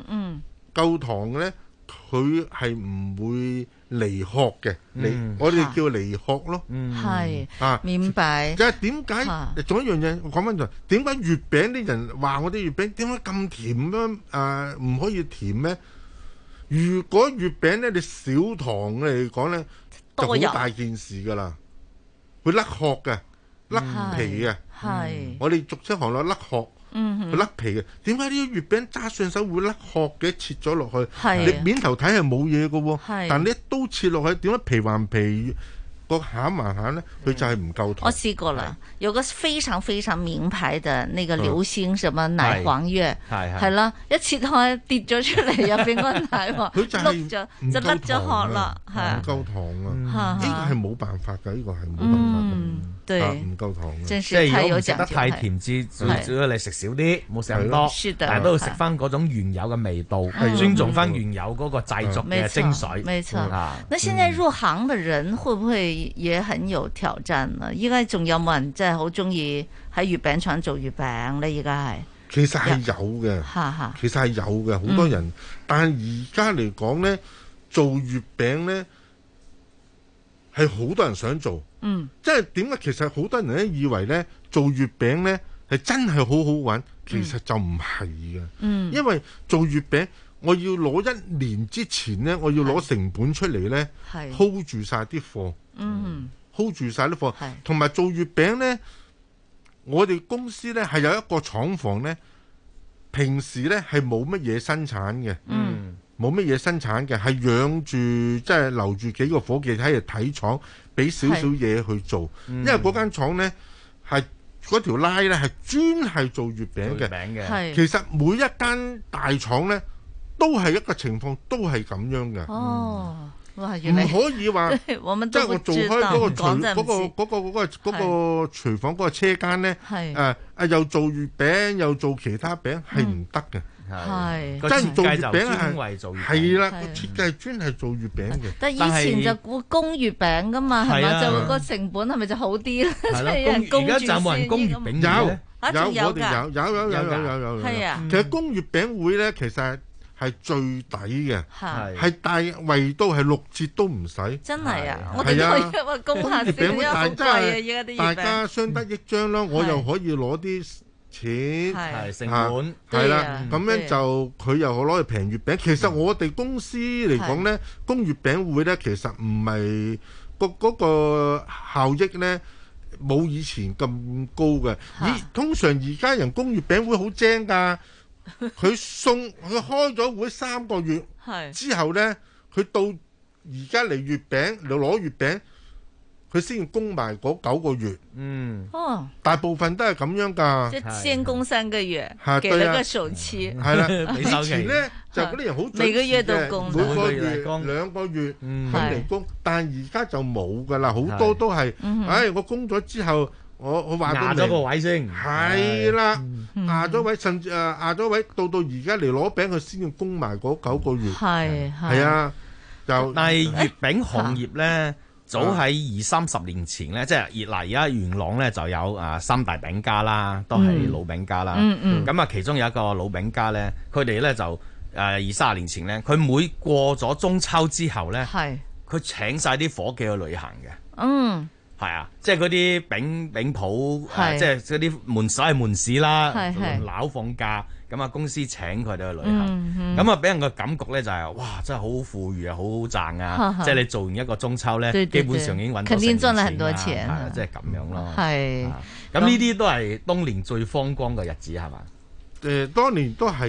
佢係唔會離殼嘅。我哋叫離殼咯。 係明白。 就係點解？仲有一樣嘢，我講翻就係點解月餅啲人話我啲月餅點解咁甜咧？唔可以甜咧？如果月餅咧，你少糖嚟講咧，就好大件事噶啦，會甩殼嘅，甩皮嘅。係我哋俗稱行內甩殼，佢甩皮嘅。點解呢啲月餅揸上手會甩殼嘅？切咗落去，你面頭睇係冇嘢嘅喎，但你一刀切落去，點解皮還皮？個餡還餡咧，佢就係唔夠糖。 我試過啦，有個非常非常名牌嘅那個流星什麼奶黃月，係啦，一切開跌咗出嚟入邊個奶黃， 佢就係就甩咗殼啦，係唔夠糖啊！呢個係冇辦法㗎，呢個係冇辦法㗎。 對， 唔夠糖嘅， 即係如果唔食得太甜，至少你食少啲，冇食咁多，但係都要食翻嗰種原有嘅味道，尊重翻原有嗰個製作嘅精髓。 沒錯。那現在入行嘅人會唔會也很有挑戰呢？依家仲有冇人真係好中意喺月餅廠做月餅咧？依家係其實係有嘅，其實係有嘅，好多人。但係而家嚟講咧，做月餅咧係好多人想做。即係點解？其實好多人咧以為咧做月餅咧係真係好好玩，其實就唔係嘅。因為做月餅，我要攞1年之前咧，我要攞成本出嚟咧，hold 住晒啲貨，hold 住晒啲貨。同埋做月餅咧，我哋公司咧係有一個廠房咧，平時咧係冇乜嘢生產嘅。冇乜嘢生產嘅，係養住即係留住幾個伙計喺度睇廠，俾少少嘢去做。因為嗰間廠咧係嗰條拉咧係專係做月餅嘅。其實每一間大廠咧都係一個情況，都係咁樣嘅。 哦，哇！ 唔可以話即係我做開嗰個廚房嗰個車間咧，又做月餅又做其他餅係唔得嘅。係，真係做月餅係啦，個設計專係做月餅嘅。 但係以前就供月餅噶嘛，係嘛？就個成本係咪就好啲咧？係啦， 而家就冇人供月餅嘅。 有我哋有。係啊，其實供月餅會咧，其實係最抵嘅，係大圍到係6折都唔使。真係啊！我哋都可以供下月餅會大真係，大家相得益彰咯。我又可以攞啲錢成本係啦，咁樣就佢又可攞去平月餅。其實我哋公司嚟講咧，供月餅會咧，其實唔係嗰個效益咧，冇以前咁高嘅。通常而家人供月餅會好精㗎，佢開咗會3個月之後咧，佢到而家嚟月餅嚟攞月餅。佢先供埋嗰9個月，大部分都係咁樣㗎。 即係先供3個月，給了個首期。 係啦，以前咧就嗰啲人好準時嘅， 每個月都供， 每個月2個月咁嚟供。但係而家就冇㗎啦，好多都係，我供咗之後，我話壓咗個位先， 係啦，壓咗位，甚至壓咗位，到而家嚟攞餅，佢先要供埋嗰9個月。係啊，就但係月餅行業咧。早喺20-30年前咧，即係而家元朗咧就有3大餅家啦，都係老餅家啦。咁其中有一個老餅家咧，佢哋咧就20-30年前咧，佢每過咗中秋之後咧，佢請晒啲伙計去旅行嘅。係啊，即係嗰啲餅鋪，即係嗰啲所謂門市啦，撈放假。咁公司請佢哋去旅行，咁俾人個感覺咧就係哇，真係好富裕啊，好好賺啊！即係你做完一個中秋咧，基本上已經揾到成年錢啦，即係咁樣咯。係，咁呢啲都係當年最風光嘅日子係嘛？ 當年都係嘅，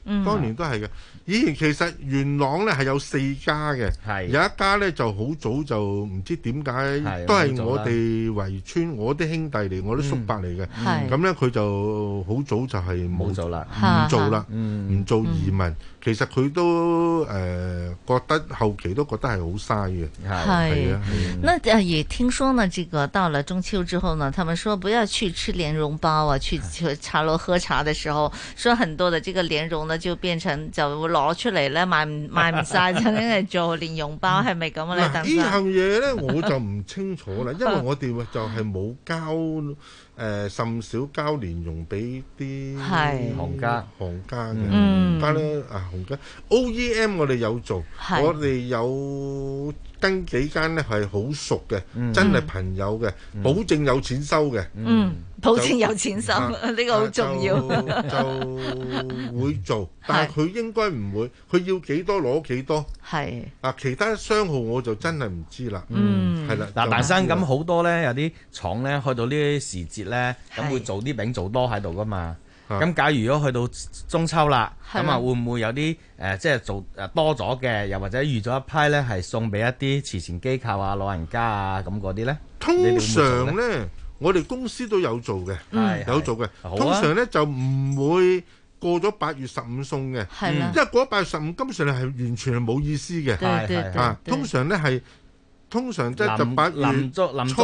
當年都係嘅。以前其實元朗咧係有4家嘅，有一家咧就好早就唔知點解，都係我哋圍村我啲兄弟嚟，我啲叔伯嚟嘅。咁咧佢就好早就係冇做啦，唔做移民。其實佢都覺得後期都覺得係好嘥嘅。係啊。 那也聽說呢，這個到了中秋之後呢，他們說不要去吃蓮蓉包啊，去茶樓喝茶的時候，說很多的這個蓮蓉呢就變成就攞出嚟咧賣唔晒，就拎嚟做蓮蓉包，係咪咁啊？呢樣嘢咧我就唔清楚啦，因為我哋就係冇交甚少交蓮蓉俾啲行家嘅，但係咧行家 OEM 我哋有做，我哋有跟幾間咧係好熟嘅，真係朋友嘅，保證有錢收嘅。 保證有錢收，呢個好重要。 就會做，但係佢應該唔會，佢要幾多攞幾多。係其他商號我就真係唔知啦。係啦。 嗱，大生咁好多咧，有啲廠咧去到呢啲時節咧，咁會做啲餅做多喺度噶嘛。咁假如如果去到中秋啦，咁啊會唔會有啲即係做多咗嘅，又或者預咗一批咧，係送俾一啲慈善機構啊、老人家啊咁嗰啲咧？ 通常咧，我哋公司都有做嘅，有做嘅。通常咧就唔會過咗8月15送嘅，因為過咗8月15，根本上係完全係冇意思嘅。通常咧係。通常即係就8月初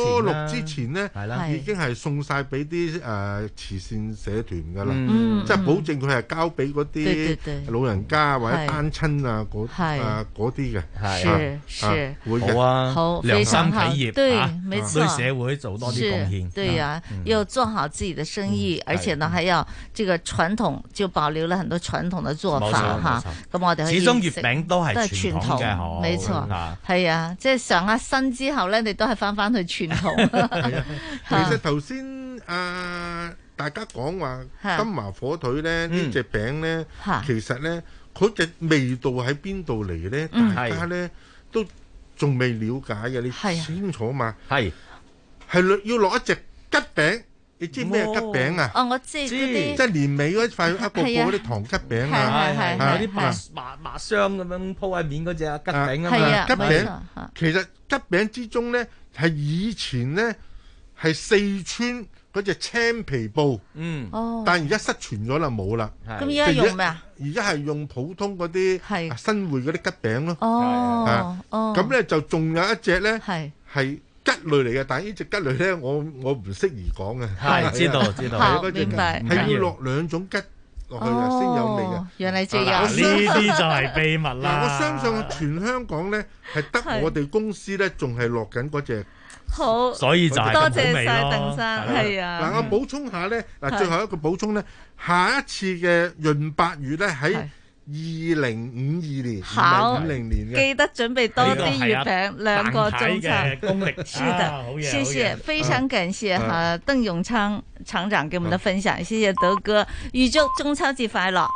6之前咧，已經係送晒俾啲慈善社團㗎啦，即係保證佢係交俾嗰啲老人家或者單親啊嗰啲嘅。 是會好啊，良心企業， 對，沒錯， 對社會做多啲貢獻。 對呀，要做好自己的生意，而且呢，還要這個傳統，就保留了很多傳統的做法哈。咁我哋始終月餅都係傳統嘅， 沒錯，係啊，即係上咗身之後咧，你都係翻去傳統。 其實頭先大家講話金華火腿咧，呢隻餅咧，其實咧佢嘅味道喺邊度嚟咧？大家咧都仲未了解嘅，你清楚嘛？係要落一隻吉餅。你知咩吉餅啊？ 哦，我知嗰啲， 即係年尾嗰塊一個個嗰啲糖吉餅啊， 有啲麻霜咁樣鋪喺面嗰隻吉餅啊嘛。 吉餅其實吉餅之中咧，係以前咧係四川嗰隻青皮布，但係而家失傳咗啦，冇啦。 咁而家用咩啊？ 而家係用普通嗰啲新會嗰啲吉餅咯。咁咧就仲有一隻咧係吉類嚟嘅，但係呢隻吉類咧，我唔適宜講嘅。 係知道， 明白。 係要落2種吉落去先有味嘅。 原來這樣。 呢啲就係秘密啦。 我相信全香港咧係得我哋公司咧仲係落緊嗰隻。 好， 所以就係多謝晒鄧生，係啊。 嗱，我補充下咧，最後一個補充咧，下一次嘅閏8月咧喺2052年， 好 ，50年嘅， 記得準備多啲月餅，2個中秋。 功力是的，謝謝，非常感謝鄧永昌廠長給我們的分享，謝謝德哥，預祝中秋節快樂。